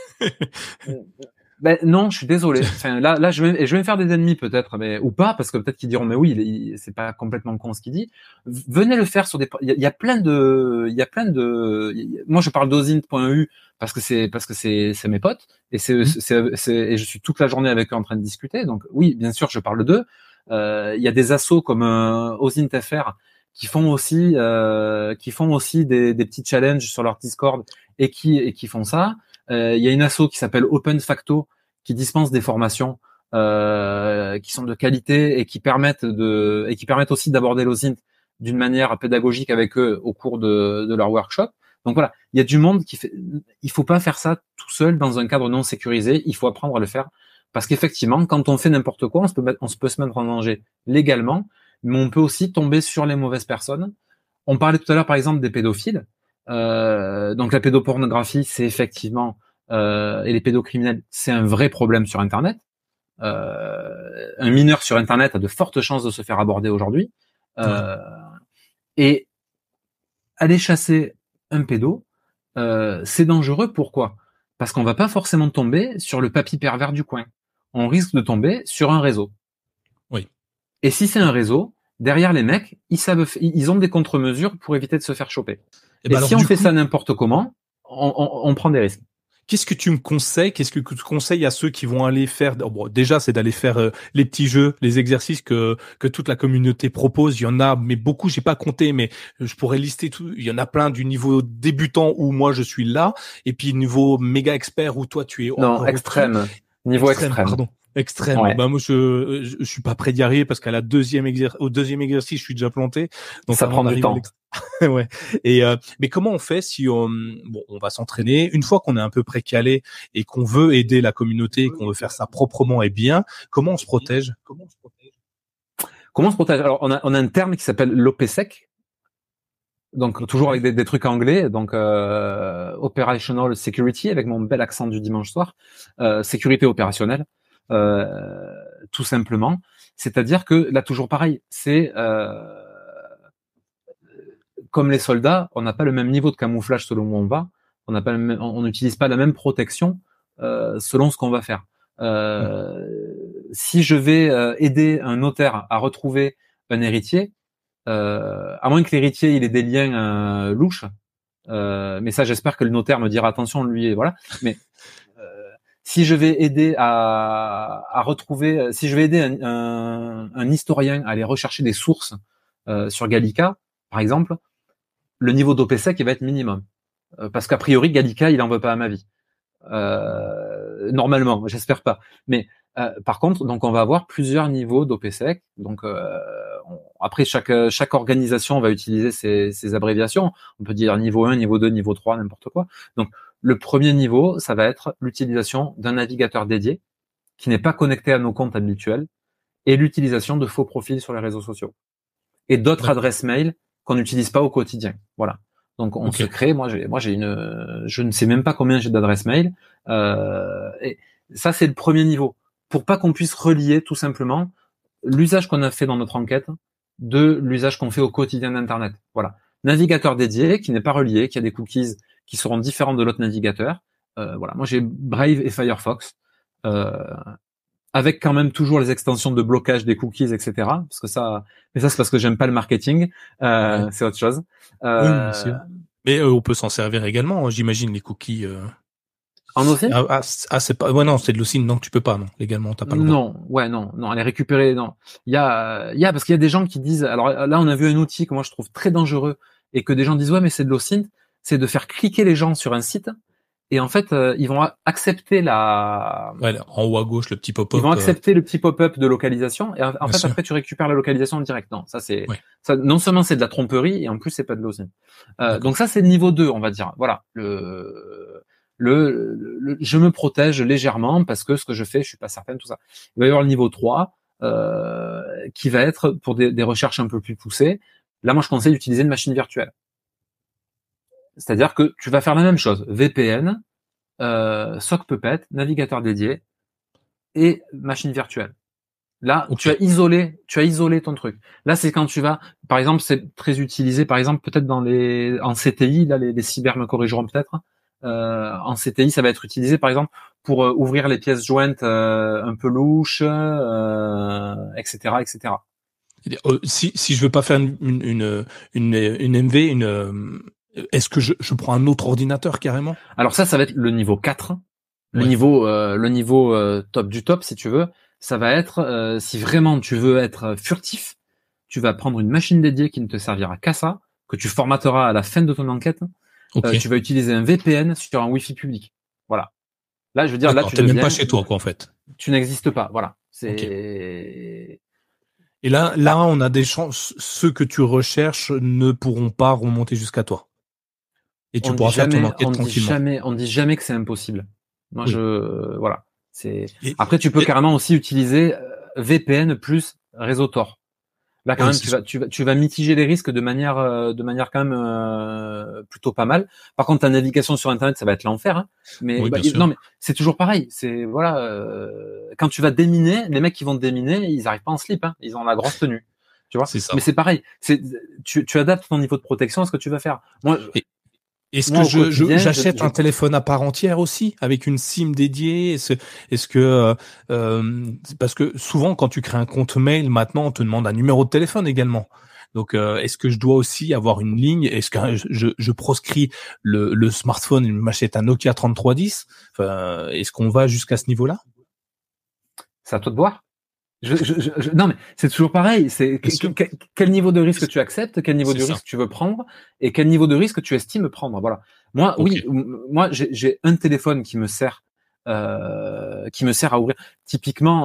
Ben non, je suis désolé. Enfin là, là, je vais, je vais me faire des ennemis peut-être, mais ou pas, parce que peut-être qu'ils diront mais oui, il, il, c'est pas complètement con ce qu'il dit. Venez le faire sur des. Il y a, il y a plein de, il y a plein de. Moi, je parle d'osint point e u parce que c'est parce que c'est c'est mes potes et c'est mmh. c'est, c'est et je suis toute la journée avec eux en train de discuter. Donc oui, bien sûr, je parle d'eux. Euh, il y a des assos comme euh, osint point f r qui font aussi euh, qui font aussi des, des petits challenges sur leur Discord et qui et qui font ça. Euh, il y a une asso qui s'appelle Open Facto qui dispense des formations euh, qui sont de qualité et qui permettent de et qui permettent aussi d'aborder l'osint d'une manière pédagogique avec eux au cours de, de leur workshop. Donc voilà, il y a du monde qui fait. Il faut pas faire ça tout seul dans un cadre non sécurisé. Il faut apprendre à le faire parce qu'effectivement, quand on fait n'importe quoi, on se peut mettre, on se peut se mettre en danger légalement, mais on peut aussi tomber sur les mauvaises personnes. On parlait tout à l'heure, par exemple, des pédophiles. Euh, donc la pédopornographie, c'est effectivement euh, et les pédocriminels, c'est un vrai problème sur Internet. Euh, un mineur sur Internet a de fortes chances de se faire aborder aujourd'hui. Euh, ouais. Et aller chasser un pédo, euh, c'est dangereux. Pourquoi ? Parce qu'on va pas forcément tomber sur le papy pervers du coin. On risque de tomber sur un réseau. Oui. Et si c'est un réseau, derrière les mecs, ils savent, ils ont des contre-mesures pour éviter de se faire choper. Et, et bah si alors, on fait coup, ça n'importe comment, on, on, on prend des risques. Qu'est-ce que tu me conseilles ? Qu'est-ce que tu conseilles à ceux qui vont aller faire ? Bon, déjà, c'est d'aller faire euh, les petits jeux, les exercices que que toute la communauté propose. Il y en a, mais beaucoup. J'ai pas compté, mais je pourrais lister tout. Il y en a plein du niveau débutant où moi je suis là, et puis niveau méga expert où toi tu es. Non, extrême. Niveau extrême. extrême. Pardon. Extrême. Ouais. Bah moi je, je je suis pas prêt d'y arriver parce qu'à la deuxième exer- au deuxième exercice je suis déjà planté. Donc ça prend du temps. Ouais. Et euh, mais comment on fait si on bon on va s'entraîner une fois qu'on est un peu précalé et qu'on veut aider la communauté et qu'on veut faire ça proprement et bien, comment on se protège ? Comment on se protège ? Comment on se protège ? Alors on a on a un terme qui s'appelle l'OPSEC. Donc toujours avec des, des trucs anglais, donc euh, operational security avec mon bel accent du dimanche soir, euh, sécurité opérationnelle. Euh, tout simplement. C'est-à-dire que là, toujours pareil, c'est euh, comme les soldats, on n'a pas le même niveau de camouflage selon où on va, on n'a pas le même, on n'utilise pas la même protection euh, selon ce qu'on va faire. Euh, si je vais euh, aider un notaire à retrouver un héritier, euh, à moins que l'héritier il ait des liens euh, louches, euh, mais ça j'espère que le notaire me dira attention lui, voilà. Mais euh, si je vais aider à, à retrouver, si je vais aider un, un, un historien à aller rechercher des sources euh, sur Gallica, par exemple, le niveau d'OPSEC il va être minimum, euh, parce qu'a priori Gallica il en veut pas à ma vie. Euh, normalement, j'espère pas. Mais euh, par contre, donc on va avoir plusieurs niveaux d'OPSEC. Donc euh, on, après chaque chaque organisation va utiliser ses, ses abréviations. On peut dire niveau un, niveau deux, niveau trois, n'importe quoi. Donc le premier niveau, ça va être l'utilisation d'un navigateur dédié qui n'est pas connecté à nos comptes habituels et l'utilisation de faux profils sur les réseaux sociaux et d'autres D'accord. adresses mail qu'on n'utilise pas au quotidien. Voilà. Donc on Okay. se crée. Moi, j'ai, moi j'ai une, je ne sais même pas combien j'ai d'adresses mail. Euh, et ça, c'est le premier niveau. Pour pas qu'on puisse relier tout simplement l'usage qu'on a fait dans notre enquête de l'usage qu'on fait au quotidien d'Internet. Voilà. Navigateur dédié qui n'est pas relié, qui a des cookies qui seront différents de l'autre navigateur. Euh, voilà. Moi, j'ai Brave et Firefox. Euh, avec quand même toujours les extensions de blocage des cookies, et cetera. Parce que ça, mais ça c'est parce que j'aime pas le marketing, euh, Ouais. c'est autre chose. Oui, Euh, bien sûr. Mais euh, on peut s'en servir également, j'imagine, les cookies. Euh... En O S I N ? Ah, ah, ah, c'est pas. Ouais, non, c'est de l'O S I N. Non, tu peux pas, non. Légalement, t'as pas le droit. Non, ouais, non, non. Aller récupérer, non. Il y a, il y a parce qu'il y a des gens qui disent. Alors là, on a vu un outil que moi je trouve très dangereux et que des gens disent ouais, mais c'est de l'O S I N. C'est de faire cliquer les gens sur un site. Et en fait, euh, ils vont accepter la. Ouais, en haut à gauche, le petit pop-up. Ils vont accepter euh... le petit pop-up de localisation. Et en, en fait, sûr. après, tu récupères la localisation en direct. Non, ça c'est. Ouais. Ça, non seulement c'est de la tromperie, et en plus c'est pas de l'O S I N. Euh, donc ça, c'est le niveau deux, on va dire. Voilà. Le, le, le, le, je me protège légèrement parce que ce que je fais, je suis pas certaine, tout ça. Il va y avoir le niveau trois, euh, qui va être pour des, des recherches un peu plus poussées. Là, moi, je conseille d'utiliser une machine virtuelle. C'est-à-dire que tu vas faire la même chose. V P N, euh, Sock Puppet, navigateur dédié et machine virtuelle. Là, okay. tu as isolé, tu as isolé ton truc. Là, c'est quand tu vas, par exemple, c'est très utilisé, par exemple, peut-être dans les, en C T I, là, les, les cyber me corrigeront peut-être. Euh, en C T I, ça va être utilisé, par exemple, pour euh, ouvrir les pièces jointes euh, un peu louches, euh, et cetera, et cetera. Si si je veux pas faire une une une, une, une M V, une, est-ce que je, je prends un autre ordinateur carrément? Alors ça, ça va être le niveau quatre, le ouais. niveau, euh, le niveau euh, top du top, si tu veux. Ça va être, euh, si vraiment tu veux être furtif, tu vas prendre une machine dédiée qui ne te servira qu'à ça, que tu formateras à la fin de ton enquête. Okay. Euh, tu vas utiliser un V P N sur un Wi-Fi public. Voilà. Là, je veux dire, là, tu n'es deviens, même pas chez toi, quoi, en fait. Tu n'existes pas. Voilà. C'est. Okay. Et là, là, on a des chances. Ceux que tu recherches ne pourront pas remonter jusqu'à toi. Et tu on pourras faire jamais, ton enquête on tranquillement. Dit jamais, on dit jamais que c'est impossible. Moi, oui. je, voilà. C'est. Et, Après, tu peux et... carrément aussi utiliser V P N plus réseau Tor. Là, quand oui, même, tu vas, tu vas, tu vas mitiger les risques de manière, euh, de manière quand même euh, plutôt pas mal. Par contre, ta navigation sur Internet, ça va être l'enfer. Hein. Mais, oui, bah, non, mais c'est toujours pareil. C'est voilà, euh, quand tu vas déminer, les mecs qui vont te déminer, ils arrivent pas en slip. Hein. Ils ont la grosse tenue. Tu vois. C'est ça. Mais c'est pareil. C'est, tu, tu adaptes ton niveau de protection à ce que tu vas faire. Moi. Et... Est-ce que je, je, j'achète je, un je... téléphone à part entière aussi avec une SIM dédiée? Est-ce, est-ce que euh, parce que souvent quand tu crées un compte mail maintenant on te demande un numéro de téléphone également. Donc euh, est-ce que je dois aussi avoir une ligne? Est-ce que je, je proscris le, le smartphone et je m'achète un Nokia trente-trois dix? Enfin, est-ce qu'on va jusqu'à ce niveau-là? C'est à toi de voir. Je, je, je, non mais c'est toujours pareil. C'est que, que, quel niveau de risque tu acceptes, quel niveau de ça. risque tu veux prendre, et quel niveau de risque tu estimes prendre. Voilà. Moi, okay. oui, moi j'ai, j'ai un téléphone qui me sert, euh, qui me sert à ouvrir. Typiquement,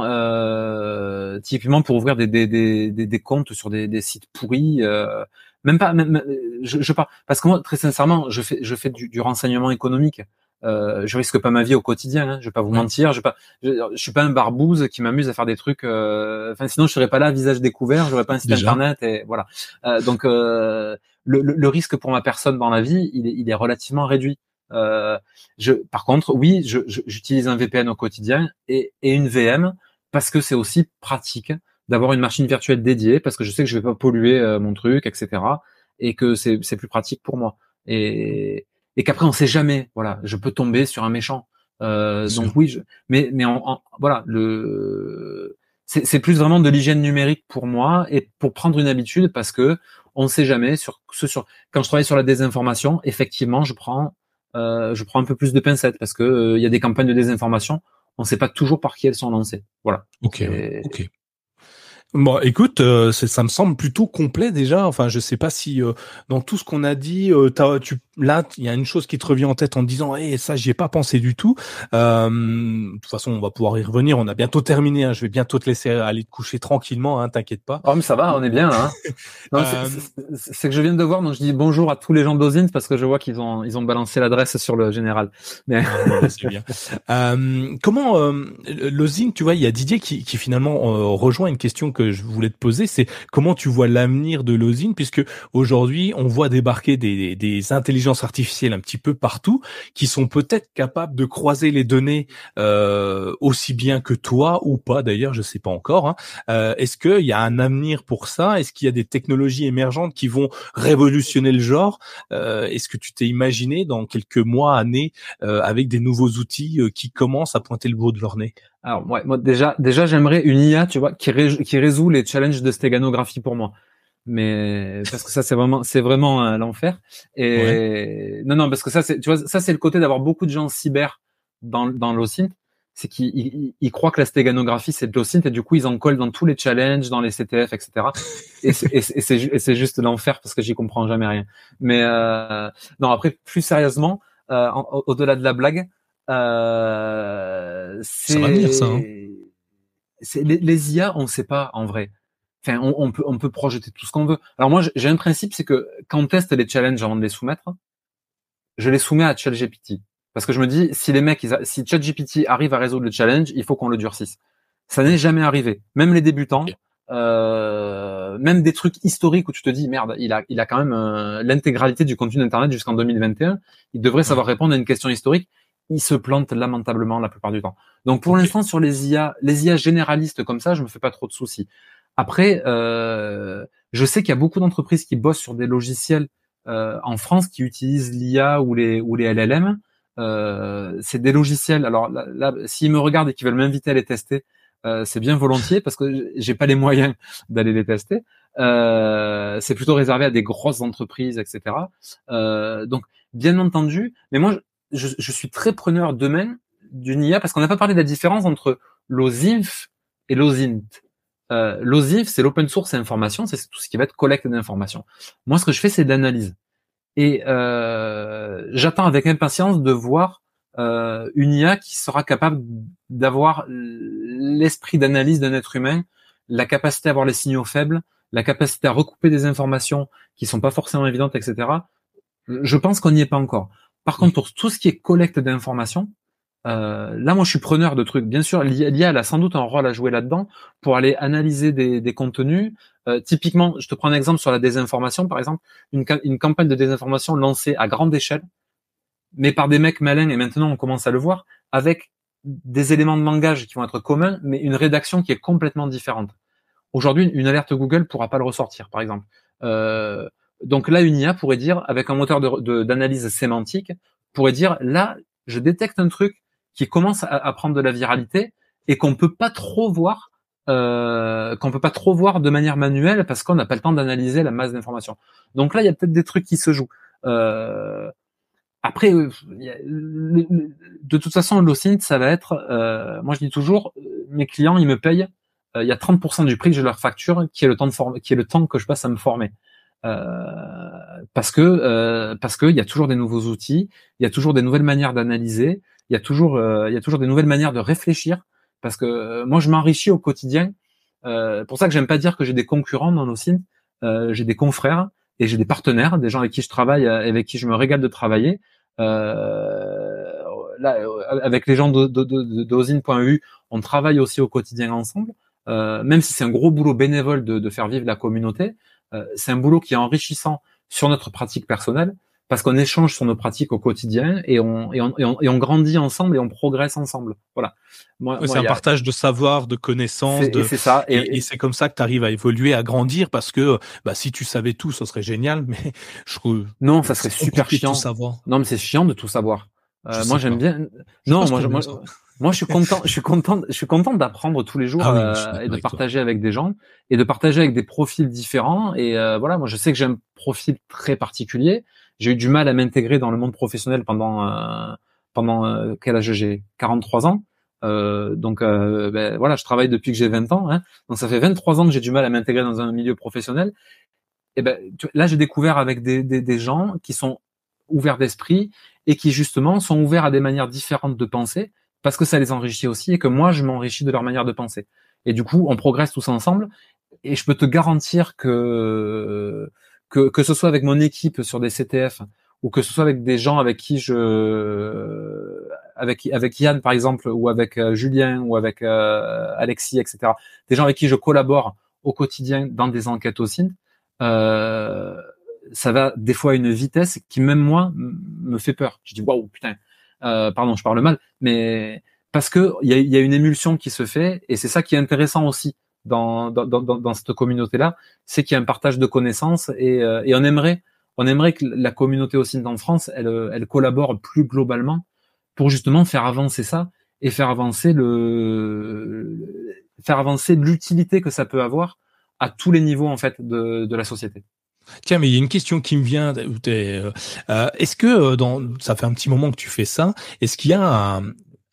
euh, typiquement pour ouvrir des des des des, des comptes sur des, des sites pourris. Euh, même pas. Même, je, je pas. Parce que moi, très sincèrement, je fais je fais du, du renseignement économique. Euh, je risque pas ma vie au quotidien, hein, je vais pas vous ouais. mentir, je vais pas, je, je suis pas un barbouze qui m'amuse à faire des trucs. Euh, enfin, sinon je serais pas là, visage découvert, j'aurais pas un site Déjà. internet et voilà. Euh, donc euh, le, le, le risque pour ma personne dans la vie, il est, il est relativement réduit. Euh, je, par contre, oui, je, je, j'utilise un V P N au quotidien et, et une V M parce que c'est aussi pratique d'avoir une machine virtuelle dédiée, parce que je sais que je vais pas polluer euh, mon truc, et cetera. Et que c'est c'est plus pratique pour moi. Et et qu'après on sait jamais. Voilà, je peux tomber sur un méchant. Euh, donc oui, je, mais mais en, en, voilà, le c'est c'est plus vraiment de l'hygiène numérique pour moi et pour prendre une habitude parce que on ne sait jamais sur ce sur quand je travaille sur la désinformation, effectivement, je prends euh, je prends un peu plus de pincettes parce que euh, il y a des campagnes de désinformation, on ne sait pas toujours par qui elles sont lancées. Voilà. Ok, ouais, ok. Bon, écoute, euh, ça me semble plutôt complet déjà. Enfin, je sais pas si euh, dans tout ce qu'on a dit, euh, t'as, tu, là, il y a une chose qui te revient en tête en te disant, hey, ça, j'y ai pas pensé du tout. Euh, de toute façon, on va pouvoir y revenir. On a bientôt terminé. Hein. Je vais bientôt te laisser aller te coucher tranquillement. Hein, t'inquiète pas. Oh, mais ça va, on est bien là. Hein. Non, euh... c'est, c'est que je viens de voir, donc je dis bonjour à tous les gens d'Ozint parce que je vois qu'ils ont ils ont balancé l'adresse sur le général. Mais ah, c'est bien. Euh, comment euh, l'Ozint, tu vois, il y a Didier qui, qui finalement euh, rejoint une question que je voulais te poser, c'est comment tu vois l'avenir de l'Ozint, puisque aujourd'hui on voit débarquer des, des intelligences artificielles un petit peu partout, qui sont peut-être capables de croiser les données euh, aussi bien que toi ou pas. D'ailleurs, je sais pas encore. Hein. Euh, est-ce qu'il y a un avenir pour ça? Est-ce qu'il y a des technologies émergentes qui vont révolutionner le genre? euh, Est-ce que tu t'es imaginé dans quelques mois, années, euh, avec des nouveaux outils euh, qui commencent à pointer le bout de leur nez? Alors ouais, moi déjà, déjà j'aimerais une I A, tu vois, qui, ré, qui résout les challenges de stéganographie pour moi. Mais parce que ça c'est vraiment, c'est vraiment euh, l'enfer. Et ouais. non, non, parce que ça c'est, tu vois, ça c'est le côté d'avoir beaucoup de gens cyber dans dans l'Ozint, c'est qu'ils ils, ils croient que la stéganographie c'est de l'Ozint et du coup ils en collent dans tous les challenges, dans les C T F, et cetera. et, c'est, et, c'est, et, c'est, et c'est juste l'enfer parce que j'y comprends jamais rien. Mais euh, non, après plus sérieusement, euh, en, au-delà de la blague. Euh, c'est, ça va venir, ça. Hein. C'est, les, les I A, on ne sait pas en vrai. Enfin, on, on peut, on peut projeter tout ce qu'on veut. Alors moi, j'ai un principe, c'est que quand on teste les challenges avant de les soumettre, je les soumets à ChatGPT, parce que je me dis, si les mecs, ils a, si ChatGPT arrive à résoudre le challenge, il faut qu'on le durcisse. Ça n'est jamais arrivé. Même les débutants, okay. euh, même des trucs historiques où tu te dis, merde, il a, il a quand même euh, l'intégralité du contenu d'Internet jusqu'en deux mille vingt et un. Il devrait savoir ouais. répondre à une question historique. Ils se plantent lamentablement la plupart du temps. Donc pour okay. l'instant sur les I A, les I A généralistes comme ça, je me fais pas trop de soucis. Après, euh, je sais qu'il y a beaucoup d'entreprises qui bossent sur des logiciels euh, en France qui utilisent l'I A ou les ou les L L M. Euh, c'est des logiciels. Alors là, là s'ils me regardent et qu'ils veulent m'inviter à les tester, euh, c'est bien volontiers parce que j'ai pas les moyens d'aller les tester. Euh, c'est plutôt réservé à des grosses entreprises, et cetera. Euh, donc bien entendu, mais moi Je, je suis très preneur demain d'une I A parce qu'on n'a pas parlé de la différence entre l'OSINF et l'OSINT. Euh, L'OSINF, c'est l'open source et information, c'est tout ce qui va être collecte d'informations. Moi, ce que je fais, c'est de l'analyse. Et euh, j'attends avec impatience de voir euh, une I A qui sera capable d'avoir l'esprit d'analyse d'un être humain, la capacité à voir les signaux faibles, la capacité à recouper des informations qui sont pas forcément évidentes, et cetera. Je pense qu'on n'y est pas encore. Par contre, pour tout ce qui est collecte d'informations, euh, là, moi, je suis preneur de trucs. Bien sûr, l'I A, elle a sans doute un rôle à jouer là-dedans pour aller analyser des, des contenus. Euh, typiquement, je te prends un exemple sur la désinformation, par exemple, une, une campagne de désinformation lancée à grande échelle, mais par des mecs malins, et maintenant on commence à le voir, avec des éléments de langage qui vont être communs, mais une rédaction qui est complètement différente. Aujourd'hui, une alerte Google pourra pas le ressortir, par exemple. Euh, Donc là, une I A pourrait dire, avec un moteur de, de, d'analyse sémantique, pourrait dire, là, je détecte un truc qui commence à, à prendre de la viralité et qu'on peut pas trop voir, euh, qu'on peut pas trop voir de manière manuelle parce qu'on n'a pas le temps d'analyser la masse d'informations. Donc là, il y a peut-être des trucs qui se jouent. Euh, après, de toute façon, l'Ozint, ça va être, euh, moi je dis toujours, mes clients, ils me payent, euh, il y a trente pour cent du prix que je leur facture qui est le temps de former, qui est le temps que je passe à me former. Euh, parce que euh, parce que il y a toujours des nouveaux outils, il y a toujours des nouvelles manières d'analyser, il y a toujours euh, il y a toujours des nouvelles manières de réfléchir. Parce que euh, moi je m'enrichis au quotidien. Euh, pour ça que j'aime pas dire que j'ai des concurrents dans l'Ozint. Euh, j'ai des confrères et j'ai des partenaires, des gens avec qui je travaille et avec qui je me régale de travailler. Euh, là, avec les gens de, de, de, de ozint point e u, on travaille aussi au quotidien ensemble. Euh, même si c'est un gros boulot bénévole de, de faire vivre la communauté. Euh, c'est un boulot qui est enrichissant sur notre pratique personnelle, parce qu'on échange sur nos pratiques au quotidien et on, et on, et on, et on grandit ensemble et on progresse ensemble. Voilà. Moi, ouais, moi, c'est un a... partage de savoir, de connaissances, de... et c'est ça. Et, et, et c'est comme ça que tu arrives à évoluer, à grandir, parce que bah, si tu savais tout, ça serait génial, mais je trouve... Non, ça serait super chiant. Tout savoir. Non, mais c'est chiant de tout savoir. Euh, moi, j'aime pas. bien... Je non, moi, je, moi, moi, je suis content, je suis content, je suis content d'apprendre tous les jours ah oui, euh, et de avec partager toi. avec des gens et de partager avec des profils différents. Et euh, voilà, moi, je sais que j'ai un profil très particulier. J'ai eu du mal à m'intégrer dans le monde professionnel pendant euh, pendant euh, quel âge j'ai quarante-trois ans. Euh, donc euh, ben, voilà, je travaille depuis que j'ai vingt ans. Hein, donc ça fait vingt-trois ans que j'ai du mal à m'intégrer dans un milieu professionnel. Et ben tu, là, j'ai découvert avec des, des des gens qui sont ouverts d'esprit et qui justement sont ouverts à des manières différentes de penser parce que ça les enrichit aussi et que moi je m'enrichis de leur manière de penser. Et du coup, on progresse tous ensemble. Et je peux te garantir que que que ce soit avec mon équipe sur des C T F ou que ce soit avec des gens avec qui je avec avec Yann par exemple ou avec euh, Julien ou avec euh, Alexis, et cetera. Des gens avec qui je collabore au quotidien dans des enquêtes au C I N T, euh, ça va des fois à une vitesse qui même moi me fait peur. Je dis waouh putain, euh, pardon, je parle mal, mais parce que il y a, y a une émulsion qui se fait et c'est ça qui est intéressant aussi dans dans dans, dans cette communauté-là, c'est qu'il y a un partage de connaissances et, euh, et on aimerait on aimerait que la communauté au C I N T en France, elle elle collabore plus globalement pour justement faire avancer ça et faire avancer le faire avancer l'utilité que ça peut avoir à tous les niveaux en fait de de la société. Tiens, mais il y a une question qui me vient. Euh, est-ce que dans ça fait un petit moment que tu fais ça, est-ce qu'il y a un,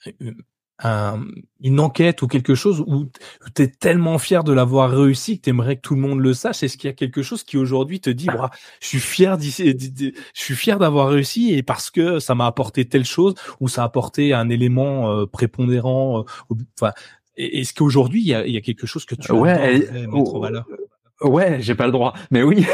un, une enquête ou quelque chose où tu es tellement fier de l'avoir réussi que tu aimerais que tout le monde le sache? Est-ce qu'il y a quelque chose qui aujourd'hui te dit, bah, je suis fier d'ici, je suis fier d'avoir réussi et parce que ça m'a apporté telle chose ou ça a apporté un élément euh, prépondérant. Euh, enfin, est-ce qu'aujourd'hui il y a, il y a quelque chose que tu ouais, as elle, mettre oh, en valeur? Ouais, j'ai pas le droit, mais oui.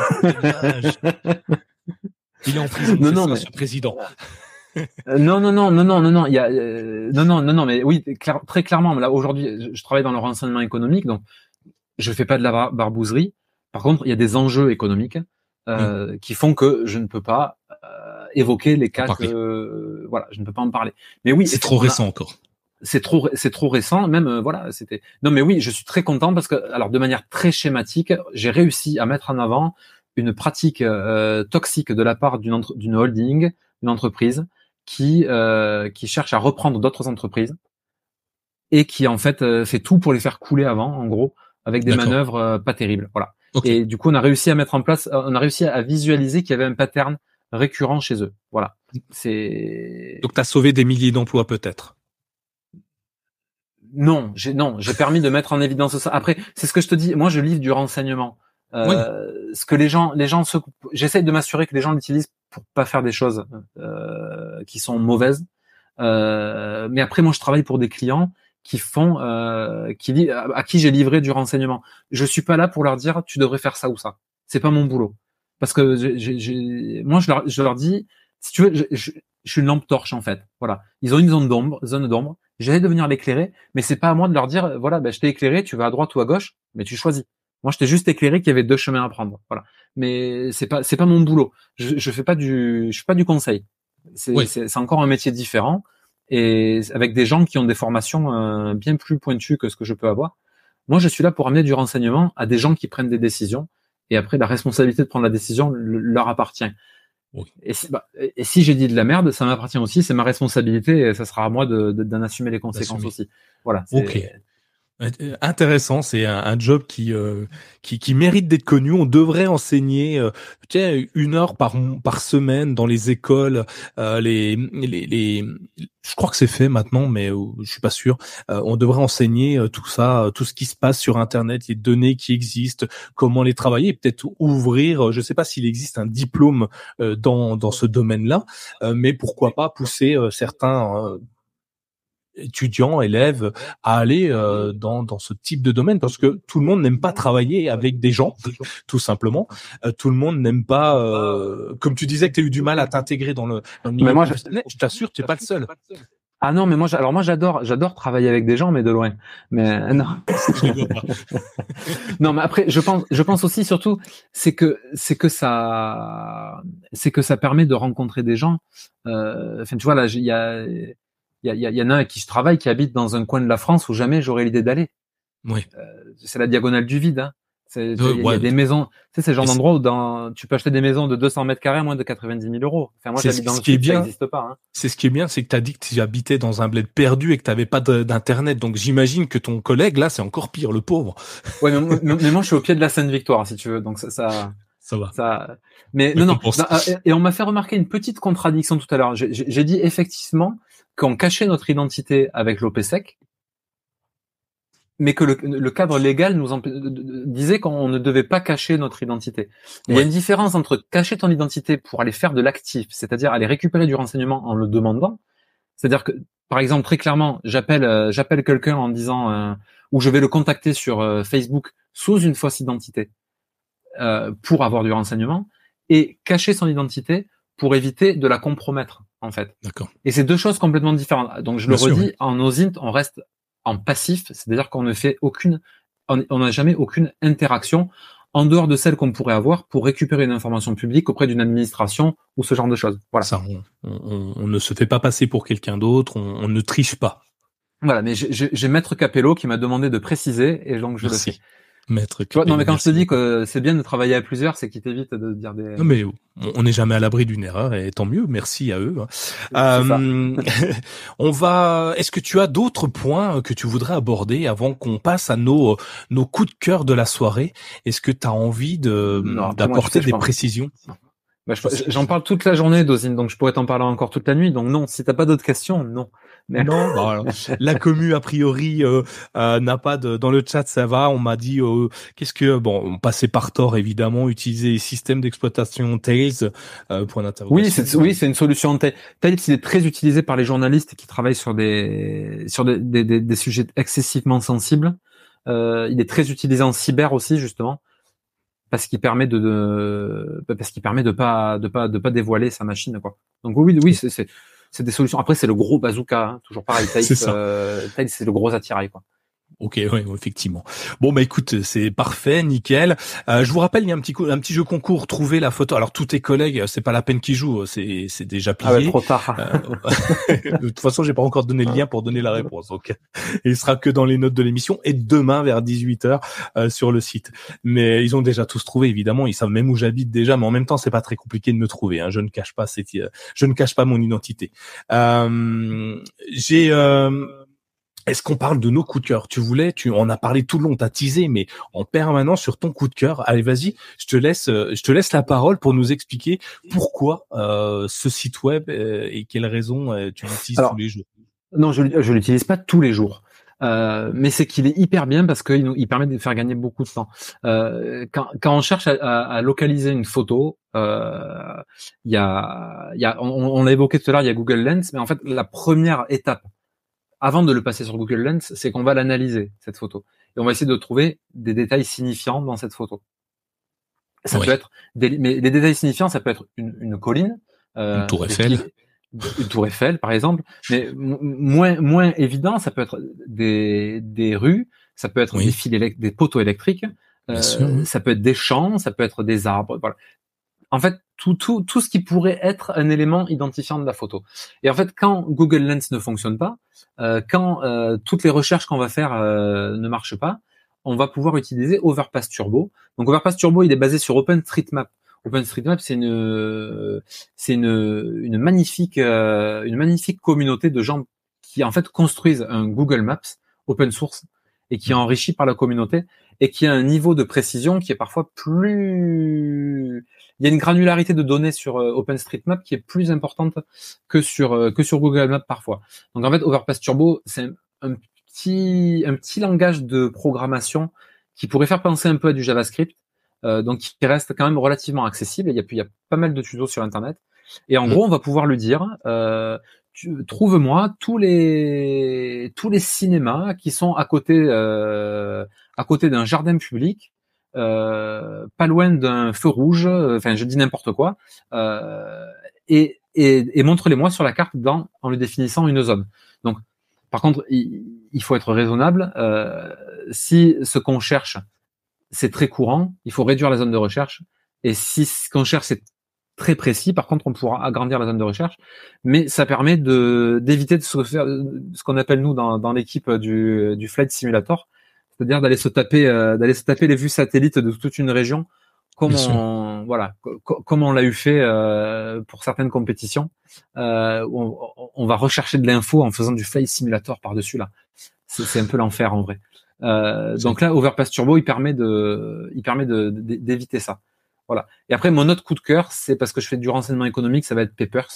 Il est en prison, non, c'est non, ça, mais... ce président. non, non, non, non, non, non, non, il y a, euh, non, non, non, non, mais oui, clair, très clairement. Là, aujourd'hui, je travaille dans le renseignement économique, donc je fais pas de la bar- barbouzerie. Par contre, il y a des enjeux économiques euh, mmh. qui font que je ne peux pas euh, évoquer les cas que, euh, voilà, je ne peux pas en parler. Mais oui, c'est trop récent a... encore. C'est trop, c'est trop récent, même euh, voilà, c'était. Non, mais oui, je suis très content parce que, alors, de manière très schématique, j'ai réussi à mettre en avant une pratique euh, toxique de la part d'une entre... d'une holding, d'une entreprise qui euh, qui cherche à reprendre d'autres entreprises et qui en fait euh, fait tout pour les faire couler avant, en gros, avec des D'accord. manœuvres euh, pas terribles, voilà. Okay. Et du coup, on a réussi à mettre en place, on a réussi à visualiser qu'il y avait un pattern récurrent chez eux, voilà. C'est. Donc, t'as sauvé des milliers d'emplois peut-être. Non, j'ai non, j'ai permis de mettre en évidence ça. Après, c'est ce que je te dis. Moi, je livre du renseignement. Euh, oui. Ce que les gens, les gens se, j'essaye de m'assurer que les gens l'utilisent pour pas faire des choses euh, qui sont mauvaises. Euh, mais après, moi, je travaille pour des clients qui font, euh, qui à qui j'ai livré du renseignement. Je suis pas là pour leur dire tu devrais faire ça ou ça. C'est pas mon boulot. Parce que j'ai, j'ai, moi, je leur, je leur dis, si tu veux, je, je, je suis une lampe torche en fait. Voilà. Ils ont une zone d'ombre, zone d'ombre. J'essaie de venir l'éclairer, mais c'est pas à moi de leur dire, voilà, ben, je t'ai éclairé, tu vas à droite ou à gauche, mais tu choisis. Moi, je t'ai juste éclairé qu'il y avait deux chemins à prendre. Voilà. Mais c'est pas, c'est pas mon boulot. Je, je fais pas du, je fais pas du conseil. C'est, oui. c'est, c'est encore un métier différent et avec des gens qui ont des formations euh, bien plus pointues que ce que je peux avoir. Moi, je suis là pour amener du renseignement à des gens qui prennent des décisions et après, la responsabilité de prendre la décision leur appartient. Oui. Et, si, bah, et si j'ai dit de la merde, ça m'appartient aussi, c'est ma responsabilité et ça sera à moi de, de, d'en assumer les conséquences D'assumer. aussi. Voilà. C'est... Ok. Intéressant, c'est un, un job qui, euh, qui qui mérite d'être connu. On devrait enseigner, euh, tu sais, une heure par par semaine dans les écoles. Euh, les, les les je crois que c'est fait maintenant, mais euh, je suis pas sûr. Euh, on devrait enseigner euh, tout ça, euh, tout ce qui se passe sur Internet, les données qui existent, comment les travailler, et peut-être ouvrir. Je sais pas s'il existe un diplôme euh, dans dans ce domaine-là, euh, mais pourquoi pas pousser euh, certains euh, étudiants, élèves à aller euh, dans dans ce type de domaine parce que tout le monde n'aime pas travailler avec des gens, tout simplement. Euh, tout le monde n'aime pas, euh, comme tu disais que tu as eu du mal à t'intégrer dans le, dans le milieu professionnel. Je t'assure, tu n'es pas le seul. Ah non, mais moi, alors moi, j'adore, j'adore travailler avec des gens, mais de loin. Mais non. Je les vois pas. Non, mais après, je pense, je pense aussi surtout, c'est que, c'est que ça, c'est que ça permet de rencontrer des gens. Euh, enfin, tu vois là, il y a, il y a, il y en a un avec qui je travaille qui habite dans un coin de la France où jamais j'aurais l'idée d'aller. Oui. Euh, c'est la diagonale du vide. Hein. C'est, il Euh, y, a- il y ouais. a des maisons, tu sais, c'est le genre Mais c'est- d'endroit où dans, tu peux acheter des maisons de deux cents mètres carrés à moins de quatre-vingt-dix mille euros. Enfin, moi, C'est ce j'habite dans ce le qui est sud, ça bien. n'existe pas. Hein. C'est ce qui est bien, c'est que tu as dit que tu habitais dans un bled perdu et que tu n'avais pas de- d'internet. Donc j'imagine que ton collègue là, c'est encore pire, le pauvre. Ouais, mais, mais- mais moi, je suis au pied de la Seine-Victoire, si tu veux. Donc ça, ça, Ça va. ça. Mais Ça non, non. compense. non, euh, Et on m'a fait remarquer une petite contradiction tout à l'heure. J'ai j'ai- j'ai dit effectivement qu'on cachait notre identité avec l'OPSEC, mais que le, le cadre légal nous empê- disait qu'on ne devait pas cacher notre identité. Il y a Ouais. une différence entre cacher ton identité pour aller faire de l'actif, c'est-à-dire aller récupérer du renseignement en le demandant. C'est-à-dire que, par exemple, très clairement, j'appelle euh, j'appelle quelqu'un en disant euh, ou je vais le contacter sur euh, Facebook sous une fausse identité euh, pour avoir du renseignement et cacher son identité pour éviter de la compromettre, en fait. D'accord. Et c'est deux choses complètement différentes. Donc, je Bien le sûr, redis, oui. en OSINT, on reste en passif, c'est-à-dire qu'on ne fait aucune, on n'a jamais aucune interaction en dehors de celle qu'on pourrait avoir pour récupérer une information publique auprès d'une administration ou ce genre de choses. Voilà. Ça, on, on, on ne se fait pas passer pour quelqu'un d'autre, on, on ne triche pas. Voilà, mais j'ai- j'ai j'ai Maître Capello qui m'a demandé de préciser et donc je le fais. Merci. Maître Tu vois, non, Capello, mais quand je te merci dis beaucoup. que c'est bien de travailler à plusieurs, c'est qu'il t'évite de dire des... Non mais on on n'est jamais à l'abri d'une erreur et tant mieux, merci à eux. hein. C'est ça. Euh, on va. Est-ce que tu as d'autres points que tu voudrais aborder avant qu'on passe à nos nos coups de cœur de la soirée? Est-ce que tu as envie de Non, après, moi, tu d'apporter sais, je des pense- précisions? Bah, je- j'en parle toute la journée, Dosine, donc je pourrais t'en parler encore toute la nuit. Donc non, si t'as pas d'autres questions, non. Mais... Non, bah, alors, la commu a priori euh, euh, n'a pas de dans le chat, ça va. On m'a dit euh, qu'est-ce que bon, on passait par Tor évidemment, utiliser les systèmes d'exploitation Tails euh, point d'interrogation. Oui, c'est oui, c'est une solution. Tails, il est très utilisé par les journalistes qui travaillent sur des sur des des, des, des sujets excessivement sensibles. Euh, il est très utilisé en cyber aussi justement parce qu'il permet de, de parce qu'il permet de pas de pas de pas dévoiler sa machine quoi. Donc oui, oui, c'est c'est c'est des solutions. Après, c'est le gros bazooka, hein. Toujours pareil. Tails, C'est ça. euh, Tails, c'est le gros attirail quoi. Ok, oui, effectivement. Bon, bah écoute, c'est parfait, nickel. Euh, je vous rappelle, il y a un petit coup, un petit jeu concours. Trouver la photo. Alors tous tes collègues, c'est pas la peine qu'ils jouent, c'est c'est déjà plié. Ah ouais, trop tard. Euh, de toute façon, j'ai pas encore donné le lien pour donner la réponse. Donc, il sera que dans les notes de l'émission et demain vers dix-huit heures euh, sur le site. Mais ils ont déjà tous trouvé, évidemment. Ils savent même où j'habite déjà, mais en même temps, c'est pas très compliqué de me trouver. Hein. Je ne cache pas cette, je ne cache pas mon identité. Euh, j'ai euh, Est-ce qu'on parle de nos coups de cœur? Tu voulais, tu en as parlé tout le long, t'as teasé, mais en permanence sur ton coup de cœur. Allez, vas-y, je te laisse, euh, je te laisse la parole pour nous expliquer pourquoi euh, ce site web euh, et quelles raisons euh, tu l'utilises Alors, tous les jours. Non, je je l'utilise pas tous les jours. Euh, mais c'est qu'il est hyper bien parce qu'il nous il permet de faire gagner beaucoup de temps. Euh, quand, quand on cherche à, à, à localiser une photo, euh, il y a, il y a on, on l'a évoqué tout à l'heure, il y a Google Lens, mais en fait la première étape avant de le passer sur Google Lens, c'est qu'on va l'analyser cette photo et on va essayer de trouver des détails signifiants dans cette photo. Ça Oui. peut être des, mais les détails signifiants, ça peut être une, une colline, euh, Une tour des Eiffel. fils- une tour Eiffel par exemple, mais m- moins moins évident, ça peut être des des rues, ça peut être Oui. des fils élect- des poteaux électriques, Bien euh, sûr, oui. ça peut être des champs, ça peut être des arbres, voilà. En fait, tout tout tout ce qui pourrait être un élément identifiant de la photo. Et en fait, quand Google Lens ne fonctionne pas, euh, quand euh, toutes les recherches qu'on va faire euh, ne marchent pas, on va pouvoir utiliser Overpass Turbo. Donc Overpass Turbo, il est basé sur OpenStreetMap. OpenStreetMap, c'est une, c'est une, une magnifique, euh, une magnifique communauté de gens qui en fait construisent un Google Maps open source et qui est enrichi par la communauté et qui a un niveau de précision qui est parfois plus, il y a une granularité de données sur euh, OpenStreetMap qui est plus importante que sur euh, que sur Google Maps parfois. Donc en fait, Overpass Turbo, c'est un, un petit un petit langage de programmation qui pourrait faire penser un peu à du JavaScript. Euh, donc qui reste quand même relativement accessible. Il y a, il y a pas mal de tutos sur Internet. Et en Mm. gros, on va pouvoir lui dire, euh, tu- trouve-moi tous les tous les cinémas qui sont à côté euh, à côté d'un jardin public, euh, pas loin d'un feu rouge. Enfin, je dis n'importe quoi. Euh, et et, et montre-les-moi sur la carte dans, en lui définissant une zone. Donc, par contre, il, il faut être raisonnable. Euh, si ce qu'on cherche, c'est très courant, il faut réduire la zone de recherche. Et si ce qu'on cherche, c'est très précis, par contre, on pourra agrandir la zone de recherche. Mais ça permet de d'éviter de se faire ce qu'on appelle, nous, dans, dans l'équipe du, du Flight Simulator, c'est-à-dire d'aller se taper euh, d'aller se taper les vues satellites de toute une région, comme on, voilà, co- comme on l'a eu fait euh, pour certaines compétitions. Euh, où on, on va rechercher de l'info en faisant du Flight Simulator par-dessus là. C'est, c'est un peu l'enfer en vrai. Euh, donc là, Overpass Turbo, il permet de, il permet de, de, d'éviter ça. Voilà. Et après, mon autre coup de cœur, c'est parce que je fais du renseignement économique, ça va être Papers.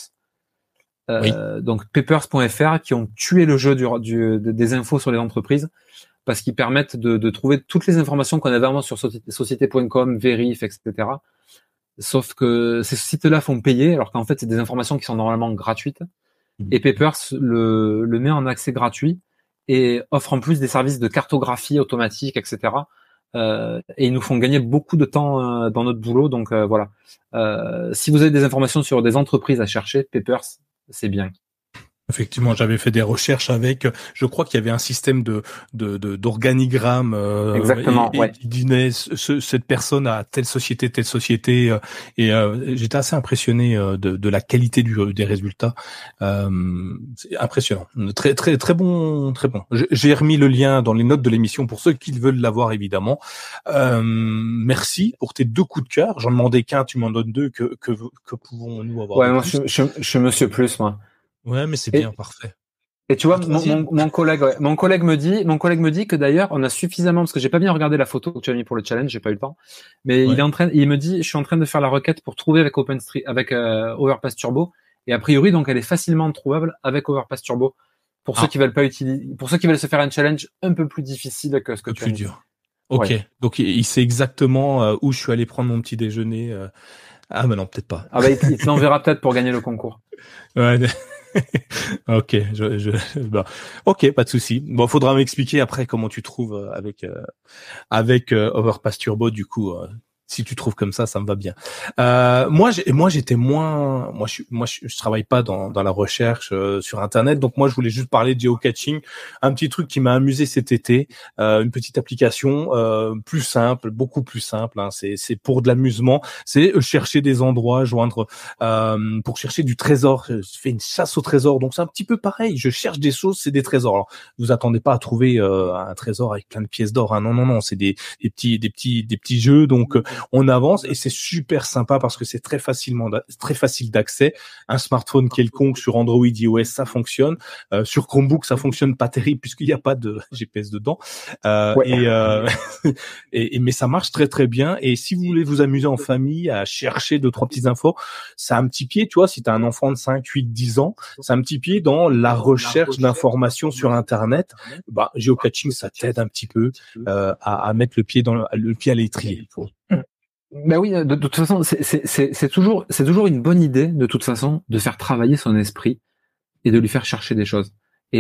Euh, oui. Donc papers point f r qui ont tué le jeu du, du, des infos sur les entreprises parce qu'ils permettent de, de trouver toutes les informations qu'on avait avant sur société point com, Vérif, et cetera. Sauf que ces sites-là font payer, alors qu'en fait, c'est des informations qui sont normalement gratuites. Mmh. Et Papers le, le met en accès gratuit et offre en plus des services de cartographie automatique, et cetera. Euh, et ils nous font gagner beaucoup de temps euh, dans notre boulot. Donc euh, voilà. Euh, si vous avez des informations sur des entreprises à chercher, Papers, c'est bien. Effectivement, j'avais fait des recherches avec. Je crois qu'il y avait un système de de, de d'organigramme. Euh, Exactement. Et, ouais. et il disait ce, cette personne a telle société, telle société. Euh, et euh, j'étais assez impressionné euh, de, de la qualité du, des résultats. Euh, c'est impressionnant. Très très très bon, très bon. J'ai remis le lien dans les notes de l'émission pour ceux qui veulent l'avoir évidemment. Euh, merci pour tes deux coups de cœur. J'en demandais qu'un, tu m'en donnes deux. Que que que pouvons-nous avoir Ouais, de moi plus? je, je, je suis Monsieur Plus, moi. Ouais, mais c'est et, bien, parfait. Et tu vois, mon, mon, mon collègue, ouais, mon collègue me dit, mon collègue me dit que d'ailleurs, on a suffisamment, parce que j'ai pas bien regardé la photo que tu as mis pour le challenge, j'ai pas eu le temps, mais ouais. il est en train, il me dit, je suis en train de faire la requête pour trouver avec OpenStreet, avec euh, Overpass Turbo, et a priori, donc, elle est facilement trouvable avec Overpass Turbo pour ah. ceux qui veulent pas utiliser, pour ceux qui veulent se faire un challenge un peu plus difficile que ce que un tu plus as dur. Mis. Ok, ouais. Donc il sait exactement euh, où je suis allé prendre mon petit déjeuner. Euh... Ah, mais non, peut-être pas. Ah bah il, il te l'enverra peut-être pour gagner le concours. Ouais. Ok, je, je, bah, ok, pas de souci. Bon, faudra m'expliquer après comment tu trouves avec euh, avec euh, Overpass Turbo. Du coup, euh, si tu trouves comme ça, ça me va bien. Euh, moi, j'ai, moi, j'étais moins. Moi, je, moi, je, je travaille pas dans dans la recherche euh, sur Internet, donc moi, je voulais juste parler de geocaching. Un petit truc qui m'a amusé cet été, euh, une petite application euh, plus simple, beaucoup plus simple. Hein, c'est c'est pour de l'amusement. C'est chercher des endroits, joindre euh, pour chercher du trésor. Je fais une chasse au trésor, donc c'est un petit peu pareil. Je cherche des choses, c'est des trésors. Alors, vous attendez pas à trouver euh, un trésor avec plein de pièces d'or. Hein. Non, non, non, c'est des des petits des petits des petits jeux. Donc euh, on avance et c'est super sympa parce que c'est très facilement, très facile d'accès. Un smartphone quelconque sur Android, iOS, ça fonctionne. Euh, sur Chromebook, ça fonctionne pas terrible puisqu'il n'y a pas de G P S dedans. Euh, ouais. et, euh, et, et mais ça marche très très bien. Et si vous voulez vous amuser en famille à chercher deux trois petites infos, c'est un petit pied. Tu vois, si t'as un enfant de cinq, huit, dix ans, c'est un petit pied dans la recherche d'informations sur Internet. Bah, geocaching, ça t'aide un petit peu euh, à, à mettre le pied dans le, le pied à l'étrier. Ben oui, de, de toute façon, c'est, c'est, c'est, c'est toujours, c'est toujours une bonne idée, de toute façon, de faire travailler son esprit et de lui faire chercher des choses.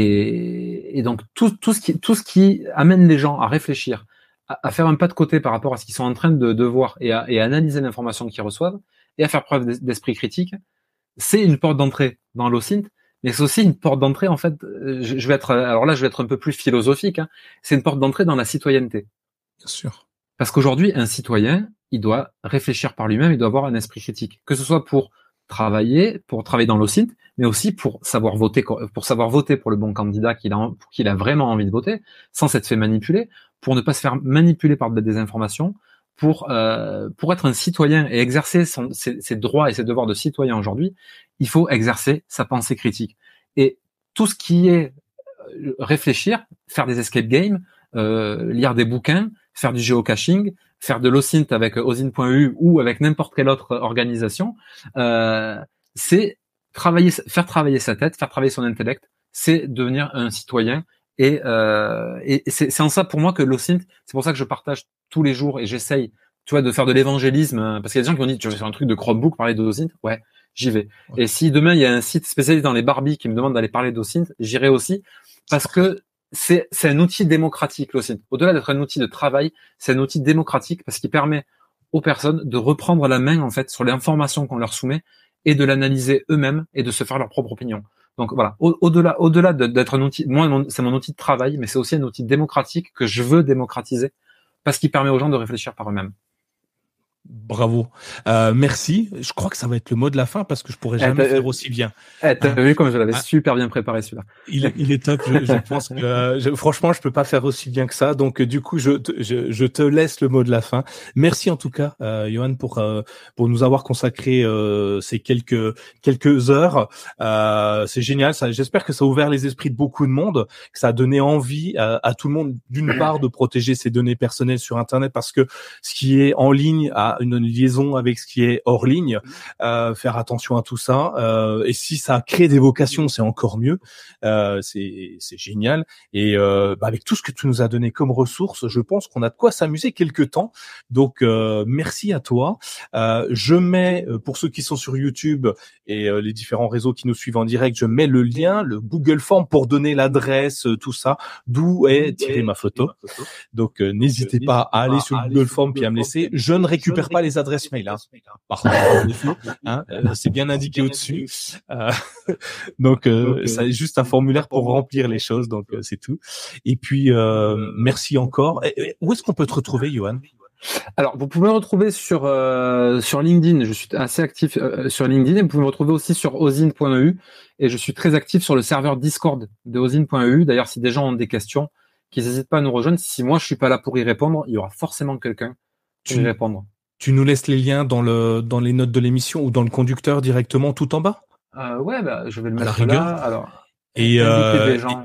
Et, et donc tout, tout ce qui, tout ce qui amène les gens à réfléchir, à, à faire un pas de côté par rapport à ce qu'ils sont en train de, de voir et à, et à analyser l'information qu'ils reçoivent et à faire preuve d'esprit critique, c'est une porte d'entrée dans l'OSINT, mais c'est aussi une porte d'entrée, en fait, je, je vais être, alors là, je vais être un peu plus philosophique, hein, c'est une porte d'entrée dans la citoyenneté. Bien sûr. Parce qu'aujourd'hui, un citoyen, il doit réfléchir par lui-même, il doit avoir un esprit critique, que ce soit pour travailler, pour travailler dans l'OSINT, mais aussi pour savoir voter, pour savoir voter pour le bon candidat qu'il a, pour qu'il a vraiment envie de voter, sans s'être fait manipuler, pour ne pas se faire manipuler par des informations, pour euh, pour être un citoyen et exercer son, ses, ses droits et ses devoirs de citoyen aujourd'hui, il faut exercer sa pensée critique. Et tout ce qui est réfléchir, faire des escape games, euh, lire des bouquins, faire du géocaching, faire de l'OSINT avec osint point e u ou avec n'importe quelle autre organisation, euh, c'est travailler, faire travailler sa tête, faire travailler son intellect, c'est devenir un citoyen. Et, euh, et c'est, c'est en ça pour moi que l'OSINT, c'est pour ça que je partage tous les jours et j'essaye, tu vois, de faire de l'évangélisme, parce qu'il y a des gens qui m'ont dit, tu veux faire un truc de Chromebook, parler d'OSINT, ouais, j'y vais. Ouais. Et si demain il y a un site spécialisé dans les Barbies qui me demande d'aller parler d'OSINT, j'irai aussi, parce que c'est, c'est un outil démocratique, l'OSINT. Au-delà d'être un outil de travail, c'est un outil démocratique parce qu'il permet aux personnes de reprendre la main, en fait, sur les informations qu'on leur soumet et de l'analyser eux-mêmes et de se faire leur propre opinion. Donc voilà, au- au-delà, au-delà de- d'être un outil, moi mon- c'est mon outil de travail, mais c'est aussi un outil démocratique que je veux démocratiser parce qu'il permet aux gens de réfléchir par eux-mêmes. Bravo. Euh, merci. Je crois que ça va être le mot de la fin parce que je pourrais Eh, jamais t'as- faire aussi bien. Eh, t'as Hein vu comme je l'avais Hein super bien préparé celui-là. Il est, il est top. Je, je pense que, euh, je- franchement, je peux pas faire aussi bien que ça. Donc, euh, du coup, je, te- je, je te laisse le mot de la fin. Merci en tout cas, euh, Johan, pour euh, pour nous avoir consacré euh, ces quelques quelques heures. Euh, c'est génial. Ça, j'espère que ça a ouvert les esprits de beaucoup de monde, que ça a donné envie à, à tout le monde, d'une part, de protéger ses données personnelles sur Internet, parce que ce qui est en ligne a une liaison avec ce qui est hors ligne. Euh, faire attention à tout ça. Euh, et si ça crée des vocations, c'est encore mieux. Euh, c'est c'est génial. Et euh, bah, avec tout ce que tu nous as donné comme ressources, je pense qu'on a de quoi s'amuser quelque temps. Donc euh, merci à toi. Euh, je mets, euh, pour ceux qui sont sur YouTube et euh, les différents réseaux qui nous suivent en direct, je mets le lien, le Google Form pour donner l'adresse, euh, tout ça, d'où est tirée ma photo. Donc euh, n'hésitez pas à aller sur le Google Form puis à me laisser. Je ne récupère pas les adresses mail, hein. Par par défaut, hein, euh, c'est bien indiqué au-dessus. Euh, donc euh, c'est juste un formulaire pour remplir les choses, donc euh, c'est tout. Et puis euh, merci encore. Et, et où est-ce qu'on peut te retrouver, Johan? Alors, vous pouvez me retrouver sur euh, sur LinkedIn. Je suis assez actif euh, sur LinkedIn et vous pouvez me retrouver aussi sur ozine point e u et je suis très actif sur le serveur Discord de ozine point e u. D'ailleurs, si des gens ont des questions, qu'ils n'hésitent pas à nous rejoindre. Si moi je suis pas là pour y répondre, il y aura forcément quelqu'un pour Tu, y répondre. tu nous laisses les liens dans le dans les notes de l'émission ou dans le conducteur directement tout en bas? Euh, ouais, bah, je vais le À la mettre rigueur. là. Alors, Et, inviter euh, des gens.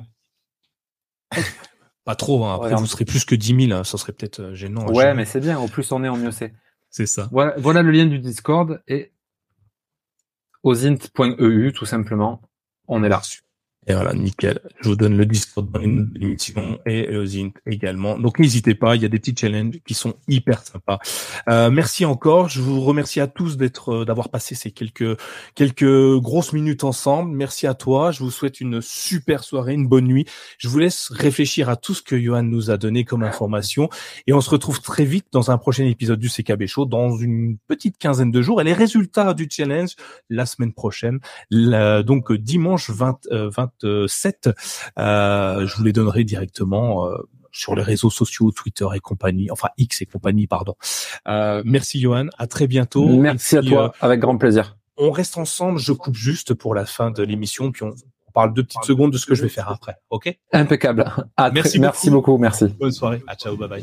Pas trop, hein. Après, Regarde. vous serez plus que dix mille, hein. Ça serait peut-être euh, gênant. à Ouais, gérer. mais c'est bien. Au plus on est, au mieux c'est. C'est ça. Voilà, voilà le lien du Discord et ozint point e u tout simplement. On est là. Et voilà, nickel. Je vous donne le Discord dans l'émission et le Zint également. Donc n'hésitez pas, il y a des petits challenges qui sont hyper sympas. Euh, merci encore. Je vous remercie à tous d'être, euh, d'avoir passé ces quelques quelques grosses minutes ensemble. Merci à toi. Je vous souhaite une super soirée, une bonne nuit. Je vous laisse réfléchir à tout ce que Johan nous a donné comme information et on se retrouve très vite dans un prochain épisode du C K B Show dans une petite quinzaine de jours et les résultats du challenge la semaine prochaine. La, donc dimanche vingt, euh, vingt-sept, euh, je vous les donnerai directement euh, sur les réseaux sociaux, Twitter et compagnie, enfin X et compagnie, pardon. Euh, merci Johan, à très bientôt. Merci puis, à toi, euh, avec grand plaisir. On reste ensemble, je coupe juste pour la fin de l'émission, puis on, on parle deux petites secondes de ce que je vais faire après, ok? Impeccable. À Merci très, merci beaucoup, merci. Bonne soirée, à ciao, bye bye.